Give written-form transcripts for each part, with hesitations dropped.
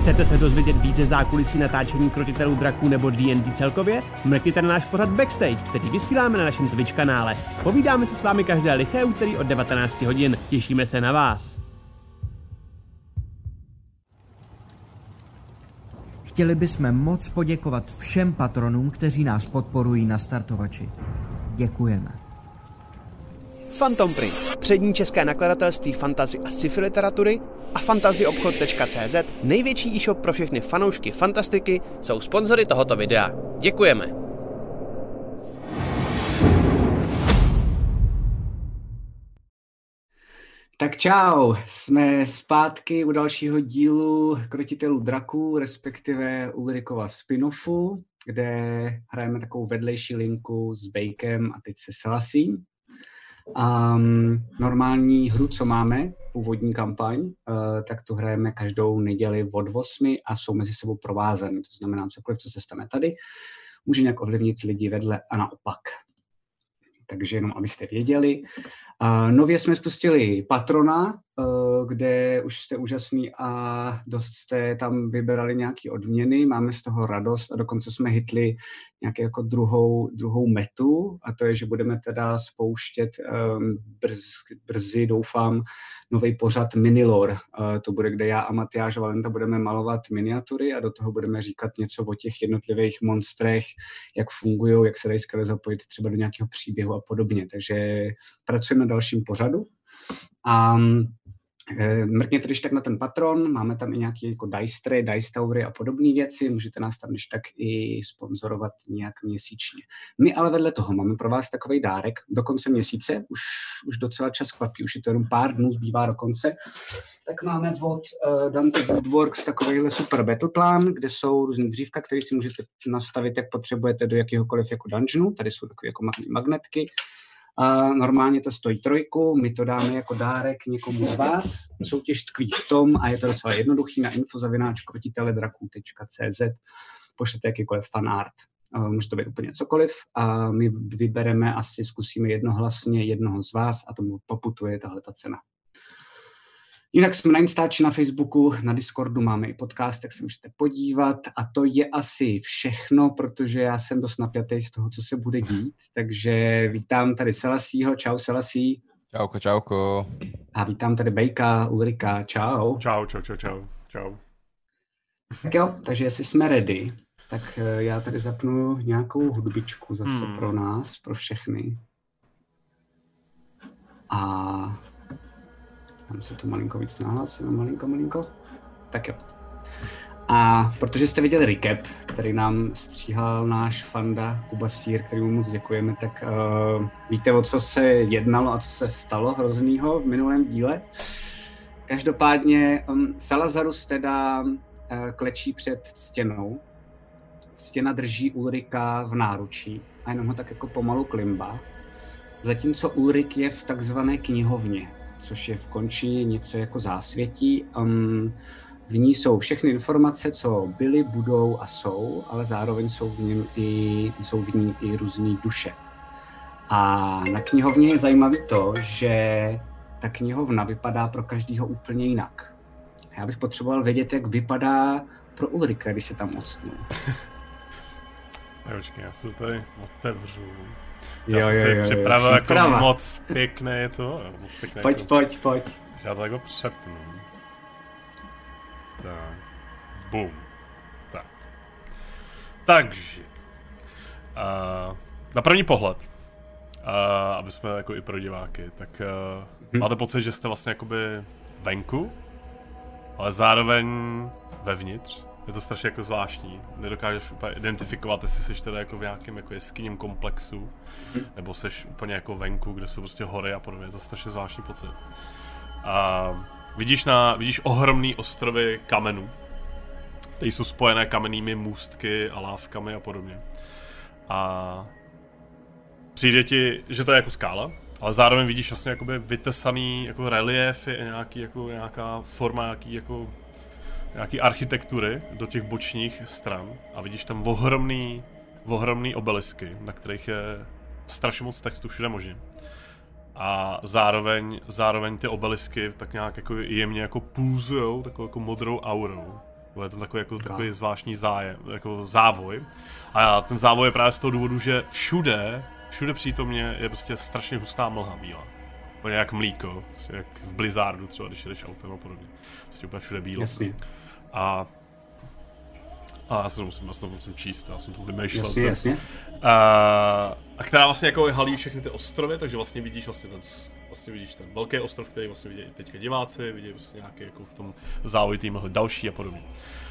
Chcete se dozvědět více zákulisí natáčení Krotitelů draků nebo D&D celkově? Mrkněte na náš pořad Backstage, který vysíláme na našem Twitch kanále. Povídáme si s vámi každé liché úterý od 19 hodin. Těšíme se na vás. Chtěli bychom moc poděkovat všem patronům, kteří nás podporují na Startovači. Děkujeme. Phantom Print, přední české nakladatelství fantasy a sci-fi literatury, a fantazyobchod.cz, největší e-shop pro všechny fanoušky fantastiky, jsou sponzory tohoto videa. Děkujeme. Tak čau, jsme zpátky u dalšího dílu Krotitelů draků, respektive Ulrikova spin-offu, kde hrajeme takovou vedlejší linku s Bejkem a teď se Selassie. Normální hru, co máme, původní kampaň, tak tu hrajeme každou neděli od 8 a jsou mezi sebou provázané. To znamená, cokoliv, co se stane tady, může nějak ovlivnit lidi vedle a naopak. Takže jenom abyste věděli. Nově jsme spustili Patrona, kde už jste úžasný a dost jste tam vyberali nějaké odměny, máme z toho radost a dokonce jsme hitli nějaké jako druhou metu a to je, že budeme teda spouštět brzy doufám, nový pořad Minilore. To bude, kde já a Matyáš Valenta budeme malovat miniatury a do toho budeme říkat něco o těch jednotlivých monstrech, jak fungují, jak se dají skvěle zapojit třeba do nějakého příběhu a podobně. Takže pracujeme na dalším pořadu. A mrkněte když tak na ten Patron, máme tam i nějaké jako dice tray, dice towery a podobné věci, můžete nás tam když tak i sponzorovat nějak měsíčně. My ale vedle toho máme pro vás takovej dárek do konce měsíce, už docela čas kvapí, už je to jenom pár dnů, zbývá do konce, tak máme od Dante Woodworks takovejhle super battle plan, kde jsou různý dřívka, které si můžete nastavit, jak potřebujete do jakéhokoliv jako dungeonu, tady jsou takové jako magnetky. Normálně to stojí 3, my to dáme jako dárek někomu z vás. Soutěž tkví v tom a je to docela jednoduchý na info@krotiteledraků.cz. Pošlete jakýkoliv fanart. Může to být úplně cokoliv a my vybereme asi, zkusíme jednohlasně jednoho z vás a tomu poputuje tahle ta cena. Jinak jsme na Instači, na Facebooku, na Discordu máme i podcast, tak se můžete podívat a to je asi všechno, protože já jsem dost napjatý z toho, co se bude dít, takže vítám tady Selassieho, čau Selassie. Čauko, čauko. A vítám tady Bejka, Ulrika, čau. Čau. Tak jo, takže jestli jsme ready, tak já tady zapnu nějakou hudbičku zase pro nás, pro všechny. A tam se to malinko víc nahlásím, malinko. Tak jo. A protože jste viděli recap, který nám stříhal náš fanda Kuba Sýr, kterému moc děkujeme, tak víte, o co se jednalo a co se stalo hroznýho v minulém díle. Každopádně Salazarus teda klečí před stěnou. Stěna drží Ulrika v náručí a jenom ho tak jako pomalu klimbá. Zatímco Ulrik je v takzvané knihovně, což je v končině něco jako zásvětí. V ní jsou všechny informace, co byly, budou a jsou, ale zároveň jsou v ní i různé duše. A na knihovně je zajímavé to, že ta knihovna vypadá pro každýho úplně jinak. Já bych potřeboval vědět, jak vypadá pro Ulrika, když se tam octnul. Počkej, já se to tady otevřu. Já jsem si připravil jako moc pěkné to. Pojď. Já to jako přepnu. Tak. Bum. Tak. Takže. Na první pohled, aby jsme jako i pro diváky, tak máte pocit, že jste vlastně jakoby venku, ale zároveň vevnitř. Je to strašně jako zvláštní. Nedokážeš úplně identifikovat, jestli jsi teda jako v nějakém jako jeskyním komplexu, nebo jsi úplně jako venku, kde jsou prostě hory a podobně. Je to strašně zvláštní pocit. A vidíš ohromný ostrovy kamenů. Tady jsou spojené kamennými můstky a lávkami a podobně. A přijde ti, že to je jako skála, ale zároveň vidíš vlastně jakoby vytesaný jako reliéfy a nějaká forma, nějaký architektury do těch bočních stran a vidíš tam ohromný obelisky, na kterých je strašně moc textu všude možně. A zároveň ty obelisky tak nějak jako jemně jako pulzujou takovou jako modrou aurou. Je to takový zvláštní jako závoj. A ten závoj je právě z toho důvodu, že všude přítomně je prostě strašně hustá mlha bílá. Úplně jak mlíko, prostě jak v Blizzardu třeba, když jedeš autem a podobně. Prostě úplně všude bílo. Jasně. A já se to musím číst, já jsem to vymýšlel. Jasně. A která vlastně jako halí všechny ty ostrovy, takže vlastně vidíš vidíš ten velký ostrov, který vlastně vidí teďka diváci, vidí vlastně nějaký jako v tom závoji týmhle další a podobně.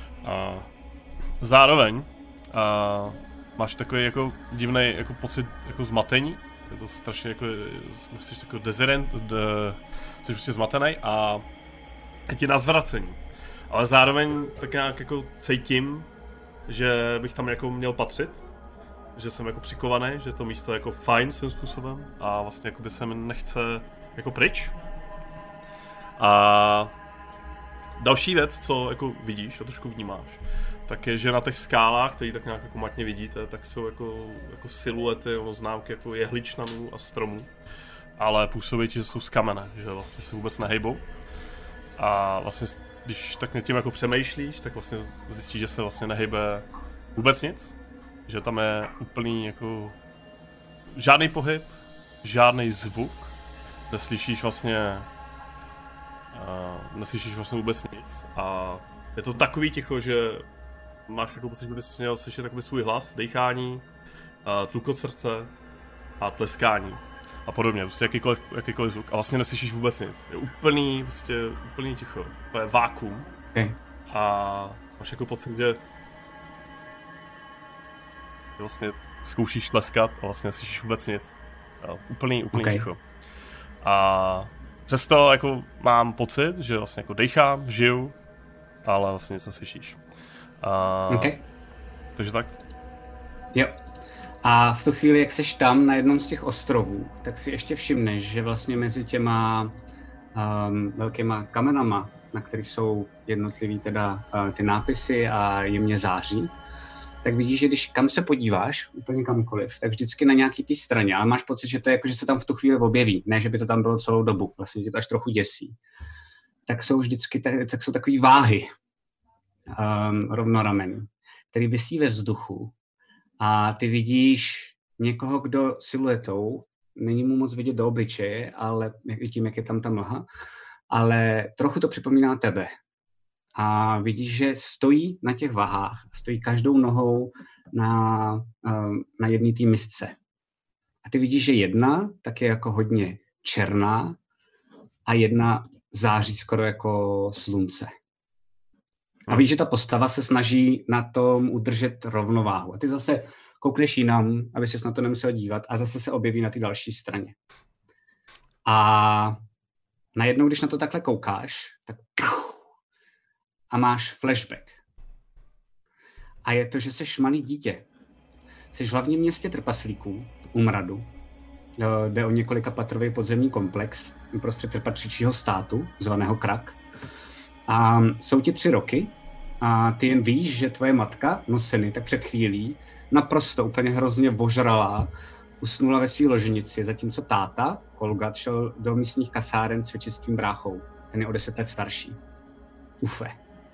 Zároveň máš takový jako divný jako pocit jako zmatení, je to strašně jako, jsi takový jsi prostě zmatený a je ti na zvracení. Ale zároveň tak nějak jako cítím, že bych tam jako měl patřit, že jsem jako přikovaný, že to místo je jako fajn svým způsobem a vlastně jako by se mi nechce jako pryč. A další věc, co jako vidíš a trošku vnímáš, tak je, že na těch skálách, které tak nějak jako matně vidíte, tak jsou jako siluety, známky jako jehličnanů a stromů, ale působí ti, že jsou z kamene, že vlastně se vůbec nehejbou. A vlastně když tak nad tím jako přemýšlíš, tak vlastně zjistíš, že se vlastně nehejbe vůbec nic, že tam je úplný jako žádný pohyb, žádný zvuk, neslyšíš vlastně vůbec nic a je to takový ticho, že máš jako pocit, že bys měl slyšet takový svůj hlas, dýchání, tlukot srdce a tleskání a podobně, prostě jakýkoliv zvuk a vlastně neslyšíš vůbec nic, je úplný ticho, to je vákuum a máš jako pocit, že vlastně zkoušíš tleskat a vlastně neslyšíš vůbec nic, úplný ticho a přesto jako mám pocit, že vlastně jako dejchám, žiju, ale vlastně nic neslyšíš. Takže tak? Jo. A v tu chvíli, jak seš tam na jednom z těch ostrovů, tak si ještě všimneš, že vlastně mezi těma velkýma kamenama, na kterých jsou jednotlivý teda ty nápisy a jemně září, tak vidíš, že když kam se podíváš, úplně kamkoliv, tak vždycky na nějaký té straně, ale máš pocit, že to je jako, že se tam v tu chvíli objeví, ne, že by to tam bylo celou dobu, vlastně tě to až trochu děsí. Tak jsou vždycky tak jsou takový váhy rovnoramenný, který visí ve vzduchu a ty vidíš někoho, kdo siluetou, není mu moc vidět do obličeje, ale tím, jak je tam ta mlha, ale trochu to připomíná tebe. A vidíš, že stojí na těch vahách, stojí každou nohou na jedné té misce. A ty vidíš, že jedna tak je jako hodně černá a jedna září skoro jako slunce. A víš, že ta postava se snaží na tom udržet rovnováhu. A ty zase koukneš jinam, aby ses na to nemusel dívat a zase se objeví na té další straně. A najednou, když na to takhle koukáš, tak a máš flashback. A je to, že seš malý dítě. Seš v hlavním městě trpaslíků, u Mradu. Jde o několikapatrový podzemní komplex uprostřed trpačíčího státu, zvaného Krak. A jsou ti 3 roky a ty jen víš, že tvoje matka, Noseny, tak před chvílí naprosto úplně hrozně ožralá, usnula ve své ložnici, zatímco táta, Kolgat, šel do místních kasáren cvičit s tím bráchou. Ten je o 10 let starší. Ufe.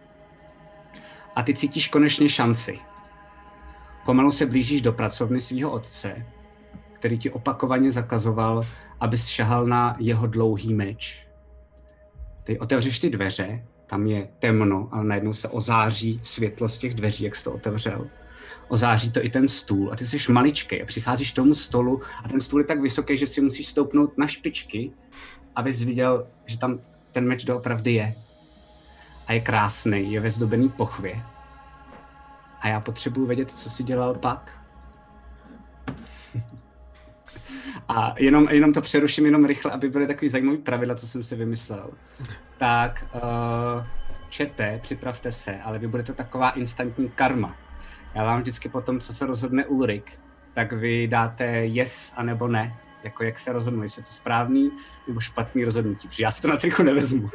A ty cítíš konečně šanci. Pomalu se blížíš do pracovny svého otce, který ti opakovaně zakazoval, abys šahal na jeho dlouhý meč. Ty otevřeš ty dveře, tam je temno, ale najednou se ozáří světlo z těch dveří, jak jsi to otevřel. Ozáří to i ten stůl a ty jsi maličkej a přicházíš k tomu stolu a ten stůl je tak vysoký, že si musíš stoupnout na špičky, abys viděl, že tam ten meč doopravdy je. A je krásný, je ve zdobený pochvě. A já potřebuji vědět, co jsi dělal pak. A jenom to přeruším jenom rychle, aby byly takový zajímavý pravidla, co jsem si vymyslel. Tak čete, připravte se, ale vy budete taková instantní karma. Já vám vždycky potom, co se rozhodne Ulrik, tak vy dáte yes a nebo ne, jako jak se rozhodnu, jestli je to správný nebo špatný rozhodnutí, protože já si to na triku nevezmu.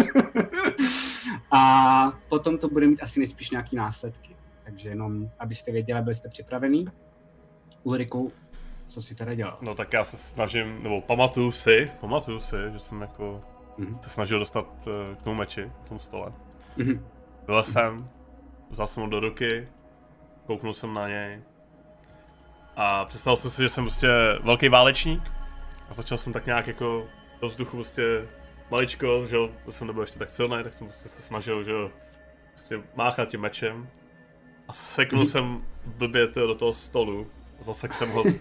A potom to bude mít asi nejspíš nějaký následky. Takže jenom, abyste věděli, byli jste připravený. Ulriku, co jsi teda dělal? No tak já se snažím, nebo pamatuju si, že jsem jako se snažil dostat k tomu meči, k tomu stole. Byl jsem, vzal jsem ho do ruky, kouknul jsem na něj a představil jsem si, že jsem prostě velký válečník a začal jsem tak nějak jako do vzduchu prostě maličko, že jsem nebyl ještě tak silný, tak jsem prostě se snažil, že prostě máchat tím mečem a seknul jsem blbě do toho stolu. Zasek jsem ho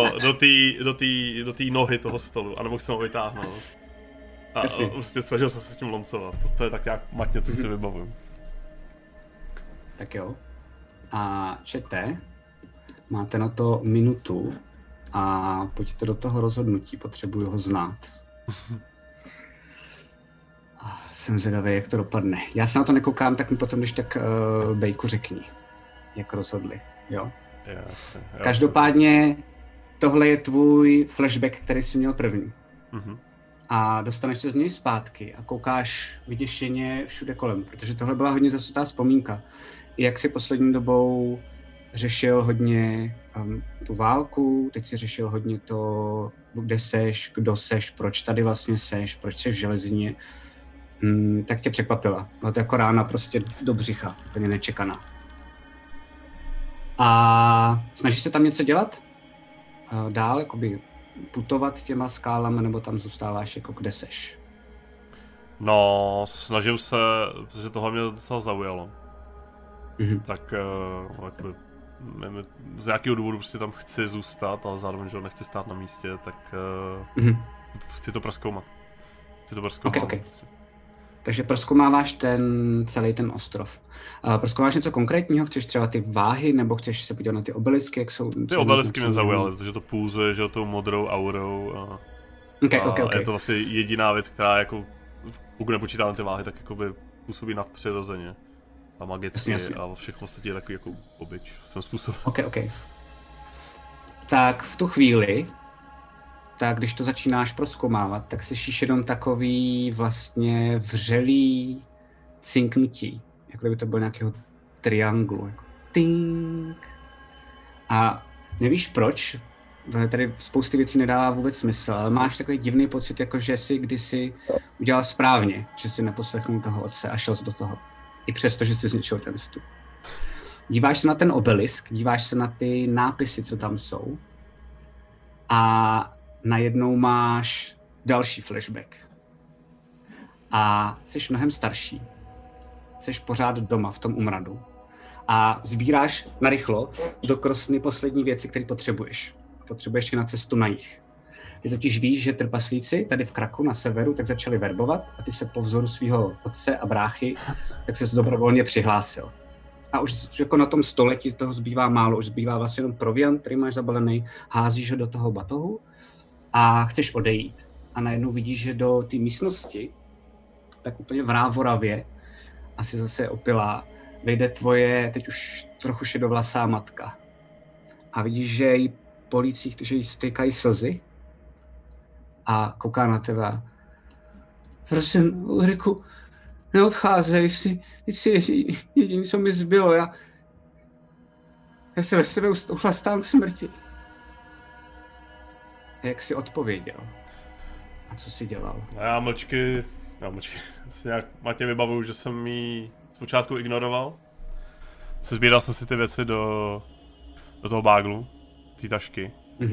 do té nohy toho stolu a nemohl jsem ho vytáhnout. A prostě snažil jsem se s tím lomcovat. To je tak nějak matně, co si vybavuju. Tak jo. A čete, máte na to minutu a pojďte do toho rozhodnutí, potřebuju ho znát. Jsem zvědavý, jak to dopadne. Já se na to nekoukám, tak mi potom, když tak Bejku řekni, jak rozhodli, jo? Jo. Každopádně tohle je tvůj flashback, který jsi měl první. A dostaneš se z něj zpátky a koukáš vyděšeně všude kolem, protože tohle byla hodně zasutá vzpomínka. Jak jsi poslední dobou řešil hodně tu válku, teď si řešil hodně to, kde seš, kdo seš, proč tady vlastně seš, proč jsi v železině, tak tě překvapila. Byla to jako rána prostě do břicha, úplně nečekaná. A snažíš se tam něco dělat? Dál, jakoby putovat těma skálama, nebo tam zůstáváš jako kde seš? No, snažím se, protože tohle mě docela zaujalo. Tak jakoby, nevím, z nějakého důvodu prostě tam chci zůstat, ale zároveň, že nechci stát na místě, tak chci to prozkoumat. Okay. Takže prozkoumáváš celý ten ostrov. Prozkoumáš něco konkrétního? Chceš třeba ty váhy, nebo chceš se podívat na ty obelisky, jak jsou? Ty obelisky mě zaujaly, protože to pulzuje, že tou modrou aurou. Okay. Je to vlastně jediná věc, která jako, pokud nepočítáme ty váhy, tak jakoby působí nadpřirozeně. A magicky a všechno ostatní je takový jako obyč, jsem způsobil. Ok. Tak v tu chvíli, tak když to začínáš prozkoumávat, tak slyšíš jenom takový vlastně vřelý cinknutí, jako kdyby to byl nějakého trianglu, jako tink. A nevíš proč, tady spousty věcí nedává vůbec smysl, ale máš takový divný pocit, jako že jsi kdysi udělal správně, že jsi neposlechnul toho otce a šel jsi do toho. I přesto, že jsi zničil ten stup. Díváš se na ten obelisk, díváš se na ty nápisy, co tam jsou, a najednou máš další flashback. A jsi mnohem starší. Jsi pořád doma v tom umradu. A sbíráš narychlo do krosny poslední věci, které potřebuješ. Potřebuješ je na cestu na jih. Ty totiž víš, že trpaslíci tady v Kraku na severu tak začali verbovat a ty se po vzoru svého otce a bráchy tak se dobrovolně přihlásil. A už jako na tom století toho zbývá málo, už zbývá vlastně jenom proviant, který máš zabalený, házíš ho do toho batohu a chceš odejít. A najednou vidíš, že do té místnosti, tak úplně v rávoravě, asi zase opilá, vejde tvoje teď už trochu šedovlasá matka. A vidíš, že jí po lících, že jí stýkají slzy a kouká na tebe. Prosím, Ulriku, neodcházej, jsi jediný, co mi zbylo. Já se ve sebe uchlastám k smrti. Jak jsi odpověděl? A co jsi dělal? Já mlčky. Si nějak matně vybavuju, že jsem jí zpočátku ignoroval. Sbíral jsem si ty věci do toho báglu, ty tašky.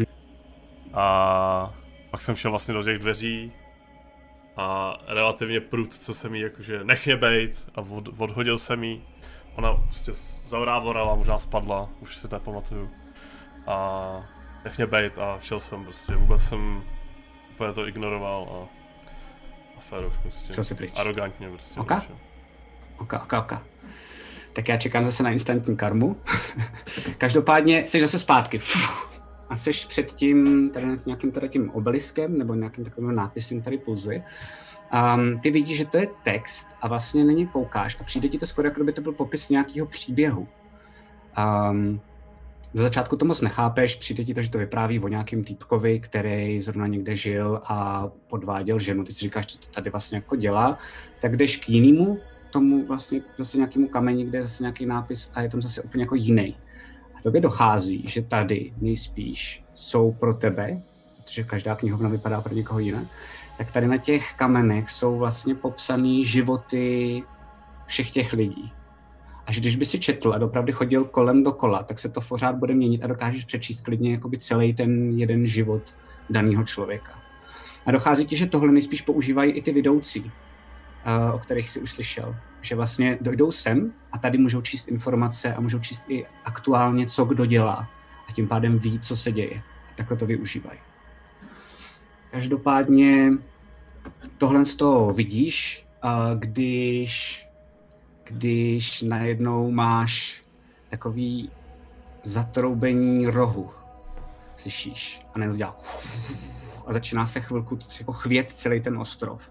A pak jsem šel vlastně do těch dveří a relativně prudce jsem jí jakože nech mě bejt a odhodil jsem jí. Ona prostě zavrávorala, možná spadla, už si to nepamatuju. A nech mě bejt a šel jsem prostě, vůbec jsem úplně to ignoroval a férovku prostě. Arrogantně prostě. Ok. Tak já čekám zase na instantní karmu. Každopádně jsi zase zpátky. A jsi před tím, tady nějakým tím obeliskem, nebo nějakým takovým nápisem, který pulzuje. Ty vidíš, že to je text a vlastně na něj koukáš a přijde ti to skoro, jako by to byl popis nějakého příběhu. Za začátku to moc nechápeš, přijde ti to, že to vypráví o nějakém týpkovi, který zrovna někde žil a podváděl ženu. Ty si říkáš, co to tady vlastně jako dělá, tak jdeš k jinému, tomu vlastně zase nějakému kameni, kde je zase nějaký nápis a je tam zase úplně jako jiný. A tobě dochází, že tady nejspíš jsou pro tebe, protože každá knihovna vypadá pro někoho jinak, tak tady na těch kamenech jsou vlastně popsaný životy všech těch lidí. A že když by si četl a opravdu chodil kolem dokola, tak se to pořád bude měnit a dokážeš přečíst klidně jakoby celý ten jeden život daného člověka. A dochází ti, že tohle nejspíš používají i ty vidoucí, o kterých jsi už slyšel. Že vlastně dojdou sem a tady můžou číst informace a můžou číst i aktuálně, co kdo dělá. A tím pádem ví, co se děje. A takhle to využívají. Každopádně tohle z toho vidíš, když najednou máš takový zatroubení rohu. Slyšíš. A najednou dělá a začíná se chvilku jako chvět celý ten ostrov.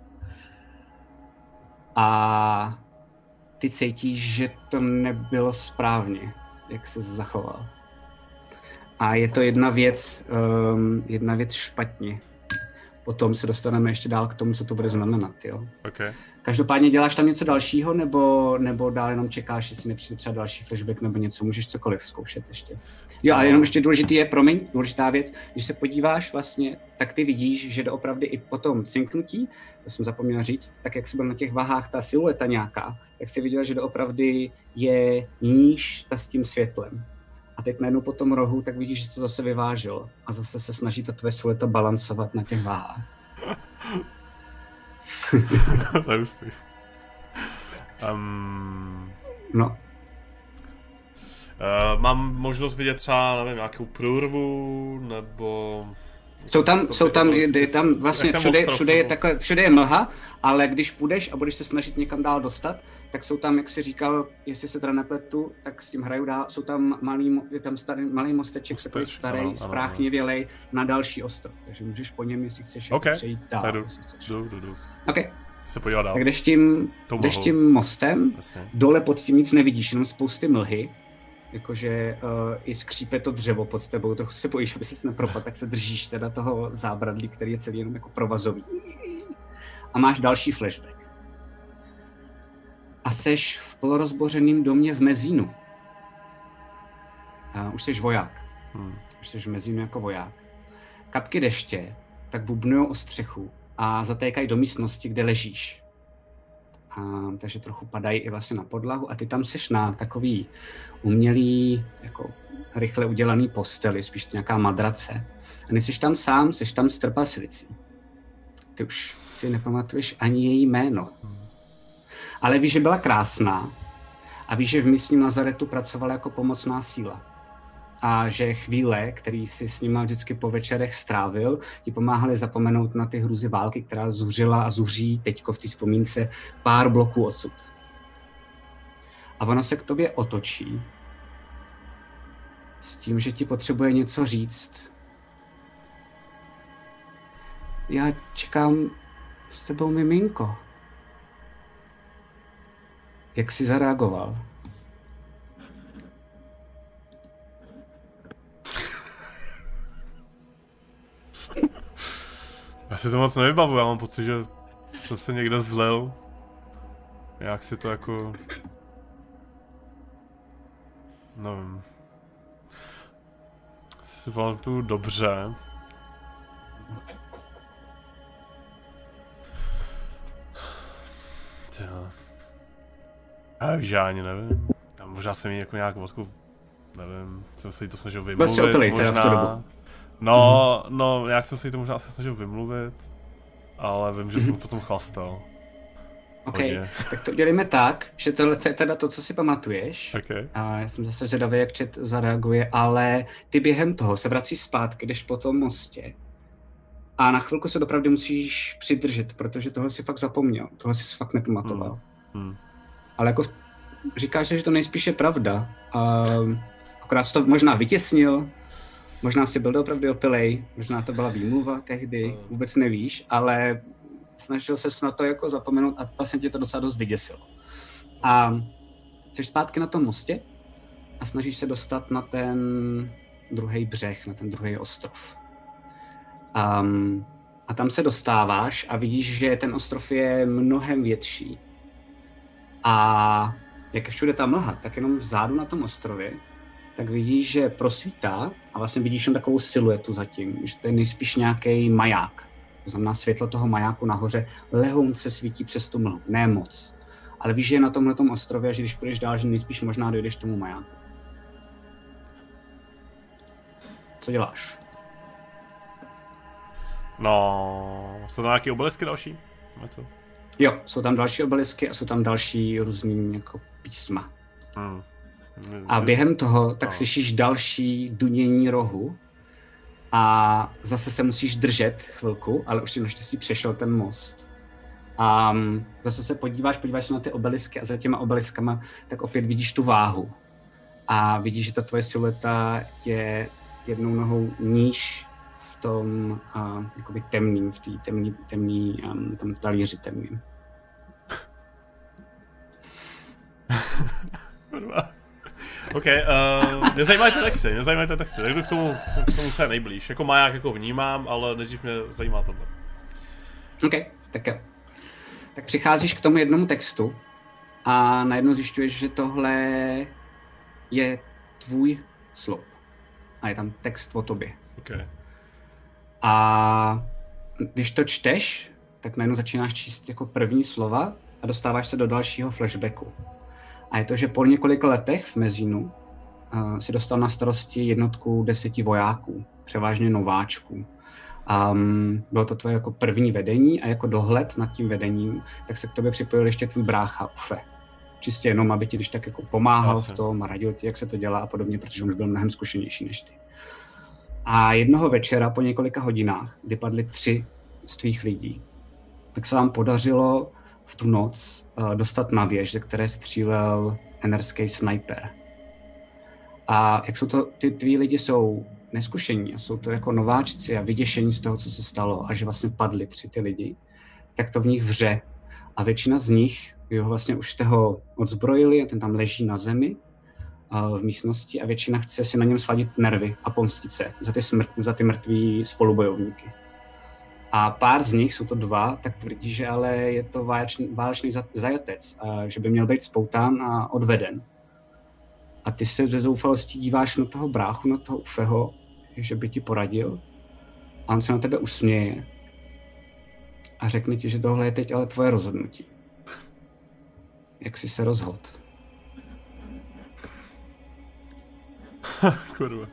A ty cítíš, že to nebylo správně, jak se zachoval. A je to jedna věc špatně. Potom se dostaneme ještě dál k tomu, co to bude znamenat, jo. Okay. Každopádně děláš tam něco dalšího, nebo dál jenom čekáš, jestli nepřijde třeba další flashback nebo něco, můžeš cokoliv zkoušet ještě. Jo, a jenom ještě důležitá věc, když se podíváš vlastně, tak ty vidíš, že doopravdy i po tom cinknutí, to jsem zapomněl říct, tak jak se byl na těch vahách ta silueta nějaká, tak si viděl, že doopravdy je níž ta s tím světlem. A teď najednou po tom rohu, tak vidíš, že se to zase vyvážilo a zase se snaží ta tvoje silueta balancovat na těch vahách. To je hustý. No. Mám možnost vidět třeba, nevím, nějakou průrvu, nebo... Jsou tam vlastně všude je mlha, ale když půjdeš a budeš se snažit někam dál dostat, tak jsou tam, jak jsi říkal, jestli se teda nepletu, tak s tím hraju dál, jsou tam malý mosteček, takový starý, spráchnivělej na další ostrov, takže můžeš po něm, jestli chceš přejít dál. Jdu. Okay. Se podívat dál. Tak jdeš tím mostem, Jasně. dole pod tím nic nevidíš, jenom spousty mlhy, jakože i skřípe to dřevo pod tebou, trochu se bojíš, aby ses nepropadl, tak se držíš teda toho zábradlí, který je celý jenom jako provazový. A máš další flashback. A seš v polorozbořeném domě v Mezínu. A už seš voják. Už seš v Mezínu jako voják. Kapky deště tak bubnujou o střechu a zatékají do místnosti, kde ležíš. Takže trochu padají i vlastně na podlahu a ty tam seš na takový umělý, jako rychle udělaný posteli, spíš nějaká madrace. A nejseš tam sám, seš tam s trpaslicí. Ty už si nepamatuješ ani její jméno. Ale víš, že byla krásná a víš, že v místním lazaretu pracovala jako pomocná síla. A že chvíle, který si s nima vždycky po večerech strávil, ti pomáhali zapomenout na ty hrůzy války, která zuřila a zuří teďko v té vzpomínce pár bloků odsud. A ona se k tobě otočí s tím, že ti potřebuje něco říct. Já čekám s tebou, miminko. Jak jsi zareagoval? Já si to moc nevybavuji, já mám pocit, že jsem se někde zlil. Jak si to jako... Nevím. Si pamatuju dobře. Já ani nevím. Já možná jsem jí jako nějak vodku, nevím, jsem se jí to snažil vymluvit, možná. No, jak jsem se jí to možná snažil vymluvit, ale vím, že jsem potom chlastal. OK, tak to dělíme tak, že tohle je teda to, co si pamatuješ. Okay. A já jsem zase zvědavý, jak chat zareaguje, ale ty během toho se vracíš zpátky, jdeš po tom mostě. A na chvilku se opravdu musíš přidržet, protože tohle si fakt zapomněl, tohle si fakt nepamatoval. Ale jako říkáš, že to nejspíš je pravda. Akorát jsi to možná vytěsnil, možná jsi byl opravdu opilej, možná to byla výmluva tehdy, vůbec nevíš, ale snažil ses na to jako zapomenout a vlastně tě to docela dost vyděsilo. A jsi zpátky na tom mostě a snažíš se dostat na ten druhý břeh, na ten druhý ostrov. A tam se dostáváš a vidíš, že ten ostrov je mnohem větší. A jak je všude ta mlha, tak jenom vzadu na tom ostrově, tak vidíš, že prosvítá a vlastně vidíš jen takovou siluetu zatím, že to je nejspíš nějaký maják. To znamená, světlo toho majáku nahoře lehounce svítí přes tu mlhu, ne moc. ale víš, že je na tomhletom ostrově a že když půjdeš dál, že nejspíš možná dojdeš k tomu majáku. Co děláš? No, jsou tam nějaké obelisky další? Jo, jsou tam další obelisky a jsou tam další různý jako písma. A během toho tak slyšíš další dunění rohu a zase se musíš držet chvilku, ale už si naštěstí přešel ten most. A zase se podíváš se na ty obelisky a za těma obeliskama tak opět vidíš tu váhu. A vidíš, že ta tvoje silueta je jednou nohou níž v tom jakoby temným, v té temný tam talíři temným. OK, nezajímají ty texty, tak jdu k tomu se nejblíž. Jako maják jako vnímám, ale nejdřív mě zajímá tohle. OK, tak jo. Tak přicházíš k tomu jednomu textu a najednou zjišťuješ, že tohle je tvůj slib. A je tam text o tobě. Okay. A když to čteš, tak najednou začínáš číst jako první slova a dostáváš se do dalšího flashbacku. A je to, že po několika letech v Mezínu si dostal na starosti jednotku 10 vojáků, převážně nováčků. Bylo to tvoje jako první vedení a jako dohled nad tím vedením, tak se k tobě připojil ještě tvůj brácha Ufe. Čistě jenom, aby ti když tak jako pomáhal v tom a radil ti, jak se to dělá a podobně, protože on už byl mnohem zkušenější než ty. A jednoho večera po několika hodinách, kdy padly 3 z tvých lidí, tak se vám podařilo v tu noc dostat na věž, ze které střílel enerský sniper. A jak jsou to, ty tví lidi jsou neskušení a jsou to jako nováčci a vyděšení z toho, co se stalo a že vlastně padly 3 ty lidi, tak to v nich vře. A většina z nich, vlastně už jste ho odzbrojili a ten tam leží na zemi v místnosti a většina chce si na něm sladit nervy a pomstit se za ty mrtví spolubojovníky. A pár z nich, jsou to 2, tak tvrdí, že ale je to válečný zajatec a že by měl být spoután a odveden. A ty se ze zoufalostí díváš na toho bráchu, na toho Ufeho, že by ti poradil a on se na tebe usměje a řekne ti, že tohle je teď ale tvoje rozhodnutí. Jak jsi se rozhodl? Kurva.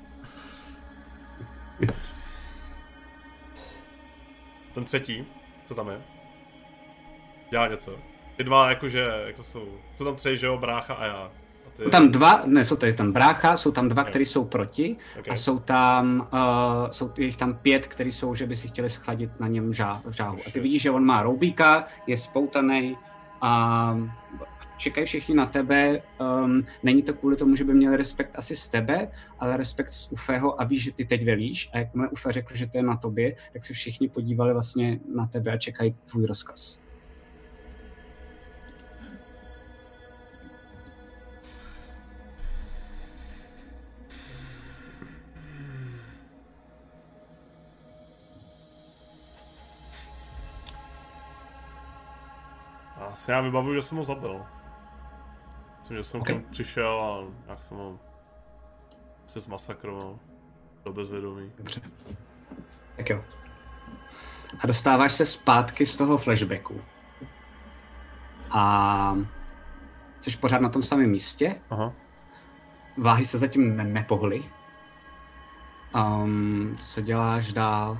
Ten třetí, co tam je? Dělá něco. Ty 2 jakože, jako jsou tam 3, že jo, brácha a já. Jsou tam 2, ne, jsou tam brácha, jsou tam 2, kteří jsou proti a jsou tam, jich tam 5, kteří jsou, že by si chtěli schladit na něm žáhu. A ty vidíš, že on má roubíka, je spoutaný a čekají všichni na tebe. Není to kvůli tomu, že by měli respekt asi z tebe, ale respekt z Ufeho a víš, že ty teď velíš. A jakmile Ufe řekl, že to je na tobě, tak se všichni podívali vlastně na tebe a čekají tvůj rozkaz. Asi já vybavuju, že jsem ho zabil. Myslím, že jsem tam přišel a jak jsem ho se zmasakroval do bezvědomí. Dobře. Tak jo. A dostáváš se zpátky z toho flashbacku. A jsi pořád na tom samém místě. Aha. Váhy se zatím nepohly. Co děláš dál?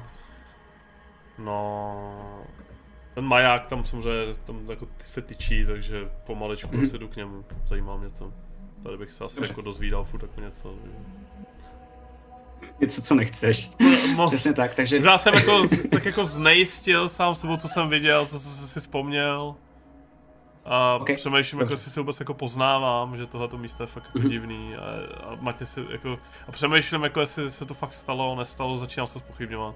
No... Ten maják tam samozřejmě tam jako se tyčí, takže pomalečku se jdu k němu. Zajímá mě to. Tady bych se asi jako dozvídal furt jako něco. Něco, co nechceš. Přesně tak, takže... Já jsem jako, tak jako znejistil sám sebou, co jsem viděl, co jsem si vzpomněl. A přemýšlím, jako si vůbec jako poznávám, že tohleto místo je fakt jako divný. A Matě si jako... A přemýšlím, jako jestli se to fakt stalo, nestalo, začínám se zpochybňovat.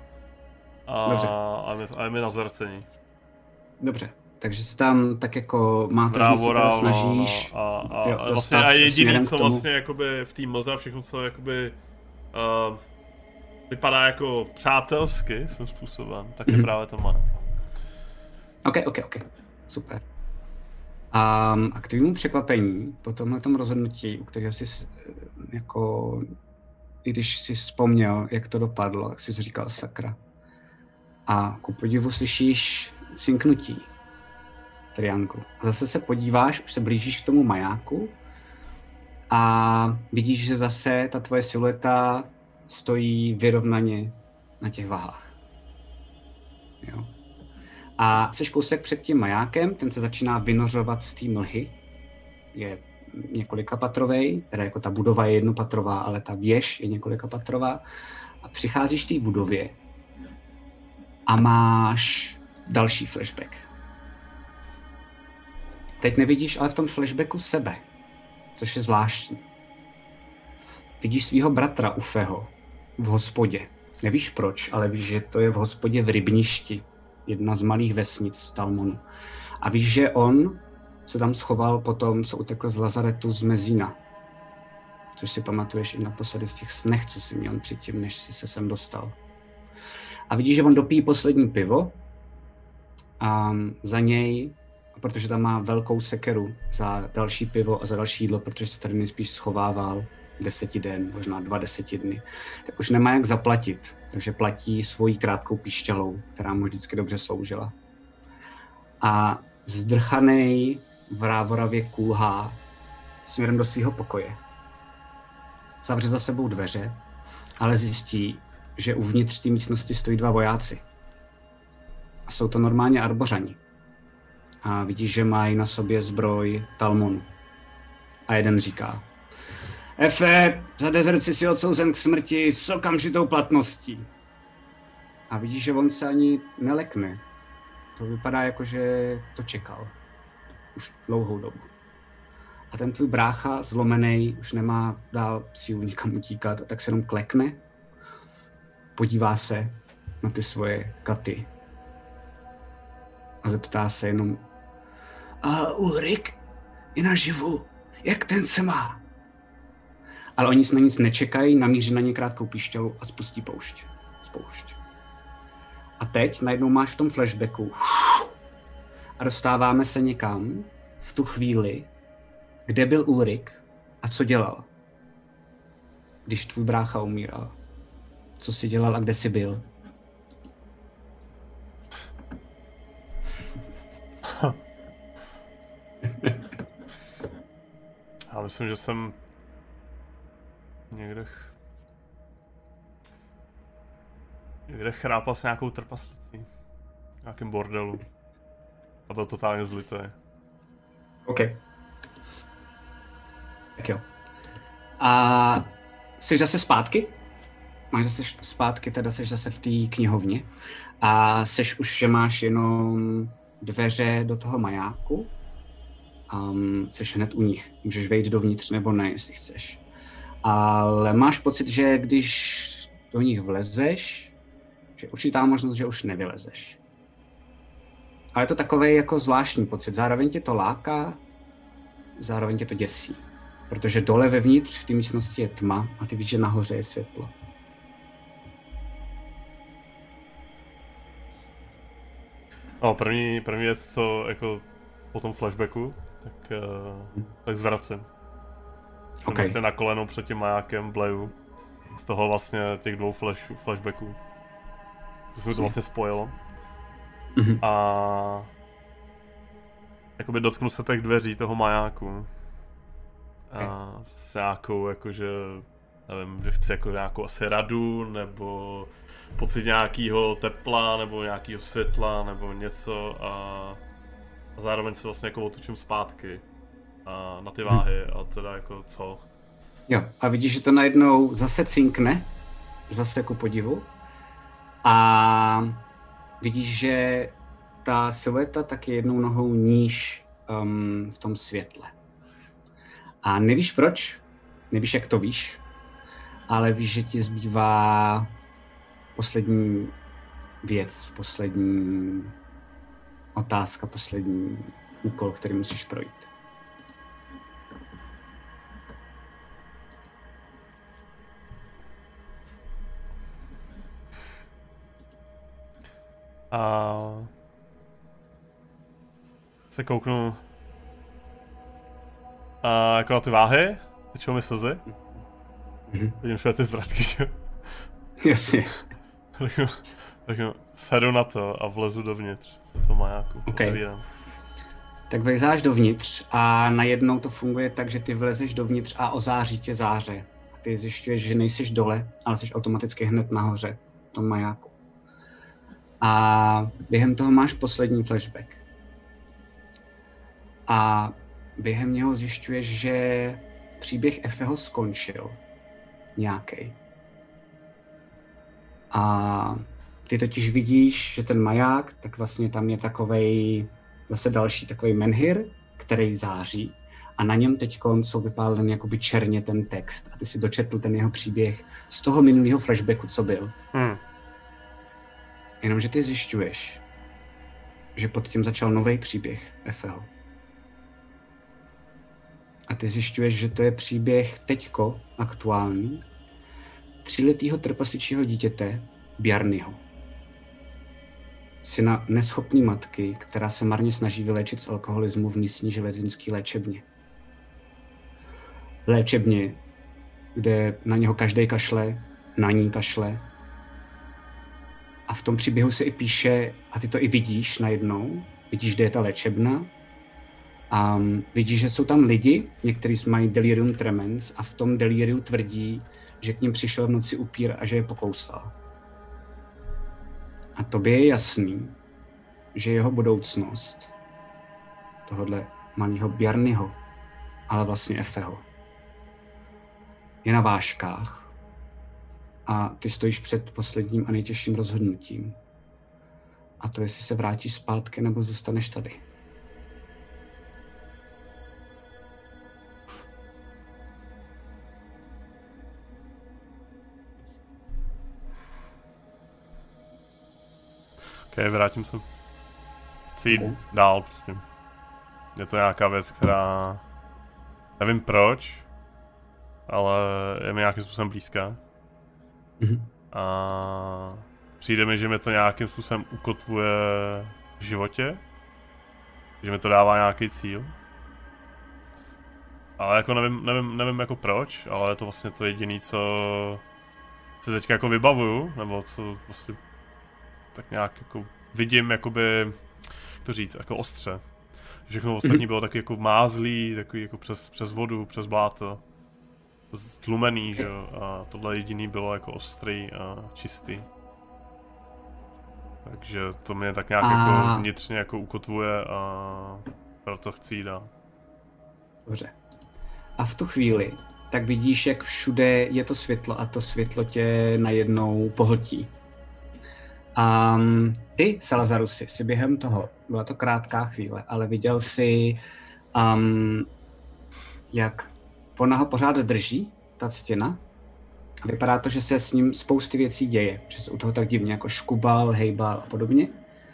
A je mi na zvracení. Dobře, takže se tam tak jako máte, že se teda snažíš a vlastně a jediný, co vlastně jakoby v té mlze a všechno, co jakoby vypadá jako přátelsky svým způsobem, tak je právě ten mana. OK, super. A k tvému překvapení po tomhletom rozhodnutí, u kterého jsi jako, i když jsi vzpomněl, jak to dopadlo, tak jsi říkal sakra. A ku podivu slyšíš cinknutí. trianglu. A zase se podíváš, už se blížíš k tomu majáku a vidíš, že zase ta tvoje silueta stojí vyrovnaně na těch vahách. Jo. A jsi kousek před tím majákem, ten se začíná vynořovat z té mlhy. Je několikapatrovej, teda jako ta budova je jednopatrová, ale ta věž je několikapatrová. A přicházíš k té budově a máš další flashback. Teď nevidíš ale v tom flashbacku sebe, což je zvláštní. Vidíš svého bratra Ufeho v hospodě. Nevíš proč, ale víš, že to je v hospodě v Rybništi, jedna z malých vesnic Talmonu. A víš, že on se tam schoval po tom, co utekl z lazaretu z Mezína. Což si pamatuješ i naposledy z těch snech, co jsi měl předtím, než jsi se sem dostal. A vidíš, že on dopíjí poslední pivo a za něj, protože tam má velkou sekeru za další pivo a za další jídlo, protože se tady nejspíš schovával 10 den, možná 2 dny, tak už nemá jak zaplatit, takže platí svojí krátkou píšťalou, která mu vždycky dobře sloužila. A zdrchanej vrávoravě kulhá směrem do svého pokoje. Zavře za sebou dveře, ale zjistí, že uvnitř té místnosti stojí 2 vojáci. A jsou to normálně arbořani. A vidíš, že mají na sobě zbroj Talmonu. A jeden říká: Efe, za dezerci si odsouzen k smrti s okamžitou platností. A vidíš, že on se ani nelekne. To vypadá jako, že to čekal. Už dlouhou dobu. A ten tvůj brácha, zlomenej, už nemá dál sílu nikam utíkat, a tak se jenom klekne, podívá se na ty svoje katy a zeptá se jenom: A Ulrik je naživu, jak ten se má? Ale oni na nic nečekají, namíří na ně krátkou píšťalu a spustí spoušť. A teď najednou máš v tom flashbacku a dostáváme se někam v tu chvíli, kde byl Ulrik a co dělal, když tvůj brácha umíral. Co jsi dělal a kde jsi byl? Já myslím, že jsem někde chrápal s nějakou trpaslicí. V nějakém bordelu. A byl totálně zlitý. OK. Tak jo. A jsi zase zpátky? Máš zase zpátky, teda jsi zase v té knihovně. A seš už, že máš jenom dveře do toho majáku. Seš hned u nich. Můžeš vejít dovnitř nebo ne, jestli chceš. Ale máš pocit, že když do nich vlezeš, že určitá možnost, že už nevylezeš. Ale je to takovej jako zvláštní pocit. Zároveň tě to láká, zároveň tě to děsí. Protože dole vevnitř v té místnosti je tma a ty víš, že nahoře je světlo. No, první věc, co jako po tom flashbacku, tak zvracím. Jsem prostě na kolenou před tím majákem bleju. Z toho vlastně těch 2 flashbacků. Co se mi to vlastně spojilo. Mm-hmm. A jakoby dotknu se těch dveří toho majáku. A s nějakou jakože, nevím, že chci jako nějakou asi radu, nebo pocit nějakého tepla, nebo nějakého světla, nebo něco a zároveň se vlastně jako otočím zpátky a na ty váhy a teda jako co. Jo, a vidíš, že to najednou zase cinkne, zase ku podivu a vidíš, že ta silueta tak je jednou nohou níž v tom světle. A nevíš proč, nevíš jak to víš, ale víš, že ti zbývá poslední věc, poslední otázka, poslední úkol, který musíš projít. A se kouknu jako na ty váhy, tečou mi slzy. Vidím všude ty zvratky, že? Jasně. Tak sedu na to a vlezu dovnitř do toho majáku. Okay. tak vlezáš dovnitř a najednou to funguje tak, že ty vlezeš dovnitř a ozáří tě záře. A ty zjišťuješ, že nejseš dole, ale jsi automaticky hned nahoře v tom majáku. A během toho máš poslední flashback. A během něho zjišťuješ, že příběh Efeho skončil. Nějaký. A ty totiž vidíš, že ten maják, tak vlastně tam je takovej, zase další takovej menhir, který září. A na něm teď jsou vypálen jakoby černě ten text. A ty si dočetl ten jeho příběh z toho minulého flashbacku, co byl. Jenomže ty zjišťuješ, že pod tím začal nový příběh Efeho. A ty zjišťuješ, že to je příběh teďko, aktuální, 3letého trpasličího dítěte Bjarnyho. Syna neschopný matky, která se marně snaží vyléčit z alkoholismu v místní železnické léčebně. Léčebně, kde na něho každej kašle, na ní kašle. A v tom příběhu se i píše, a ty to i vidíš najednou, vidíš, kde je ta léčebna, a vidíš, že jsou tam lidi, někteří mají delirium tremens a v tom deliriu tvrdí, že k ním přišel v noci upír a že je pokousal. A tobě je jasný, že jeho budoucnost, tohodle malého Bjarnyho, ale vlastně Efeho, je na vážkách. A ty stojíš před posledním a nejtěžším rozhodnutím. A to, jestli se vrátíš zpátky nebo zůstaneš tady. Ok, vrátím se. Chci jít dál prostě. Je to nějaká věc, která... Nevím proč, ale je mi nějakým způsobem blízká. A přijde mi, že mi to nějakým způsobem ukotvuje v životě. Že mi to dává nějaký cíl. Ale jako nevím jako proč, ale je to vlastně to jediné, co se teďka jako vybavuju, nebo co vlastně tak nějak jako vidím, jakoby, jak to říct, jako ostře. Všechno ostatní bylo taky jako mázlý, takový jako přes vodu, přes bláto. Tlumený, že jo, a tohle jediný bylo jako ostrý a čistý. Takže to mě tak nějak jako vnitřně jako ukotvuje a proto chci jít dál. Dobře. A v tu chvíli tak vidíš, jak všude je to světlo a to světlo tě najednou pohltí. Ty, Salazarusy, si během toho, byla to krátká chvíle, ale viděl si, jak ona ho pořád drží, ta stěna. A vypadá to, že se s ním spousty věcí děje, že se u toho tak divně jako škubal, hejbal a podobně.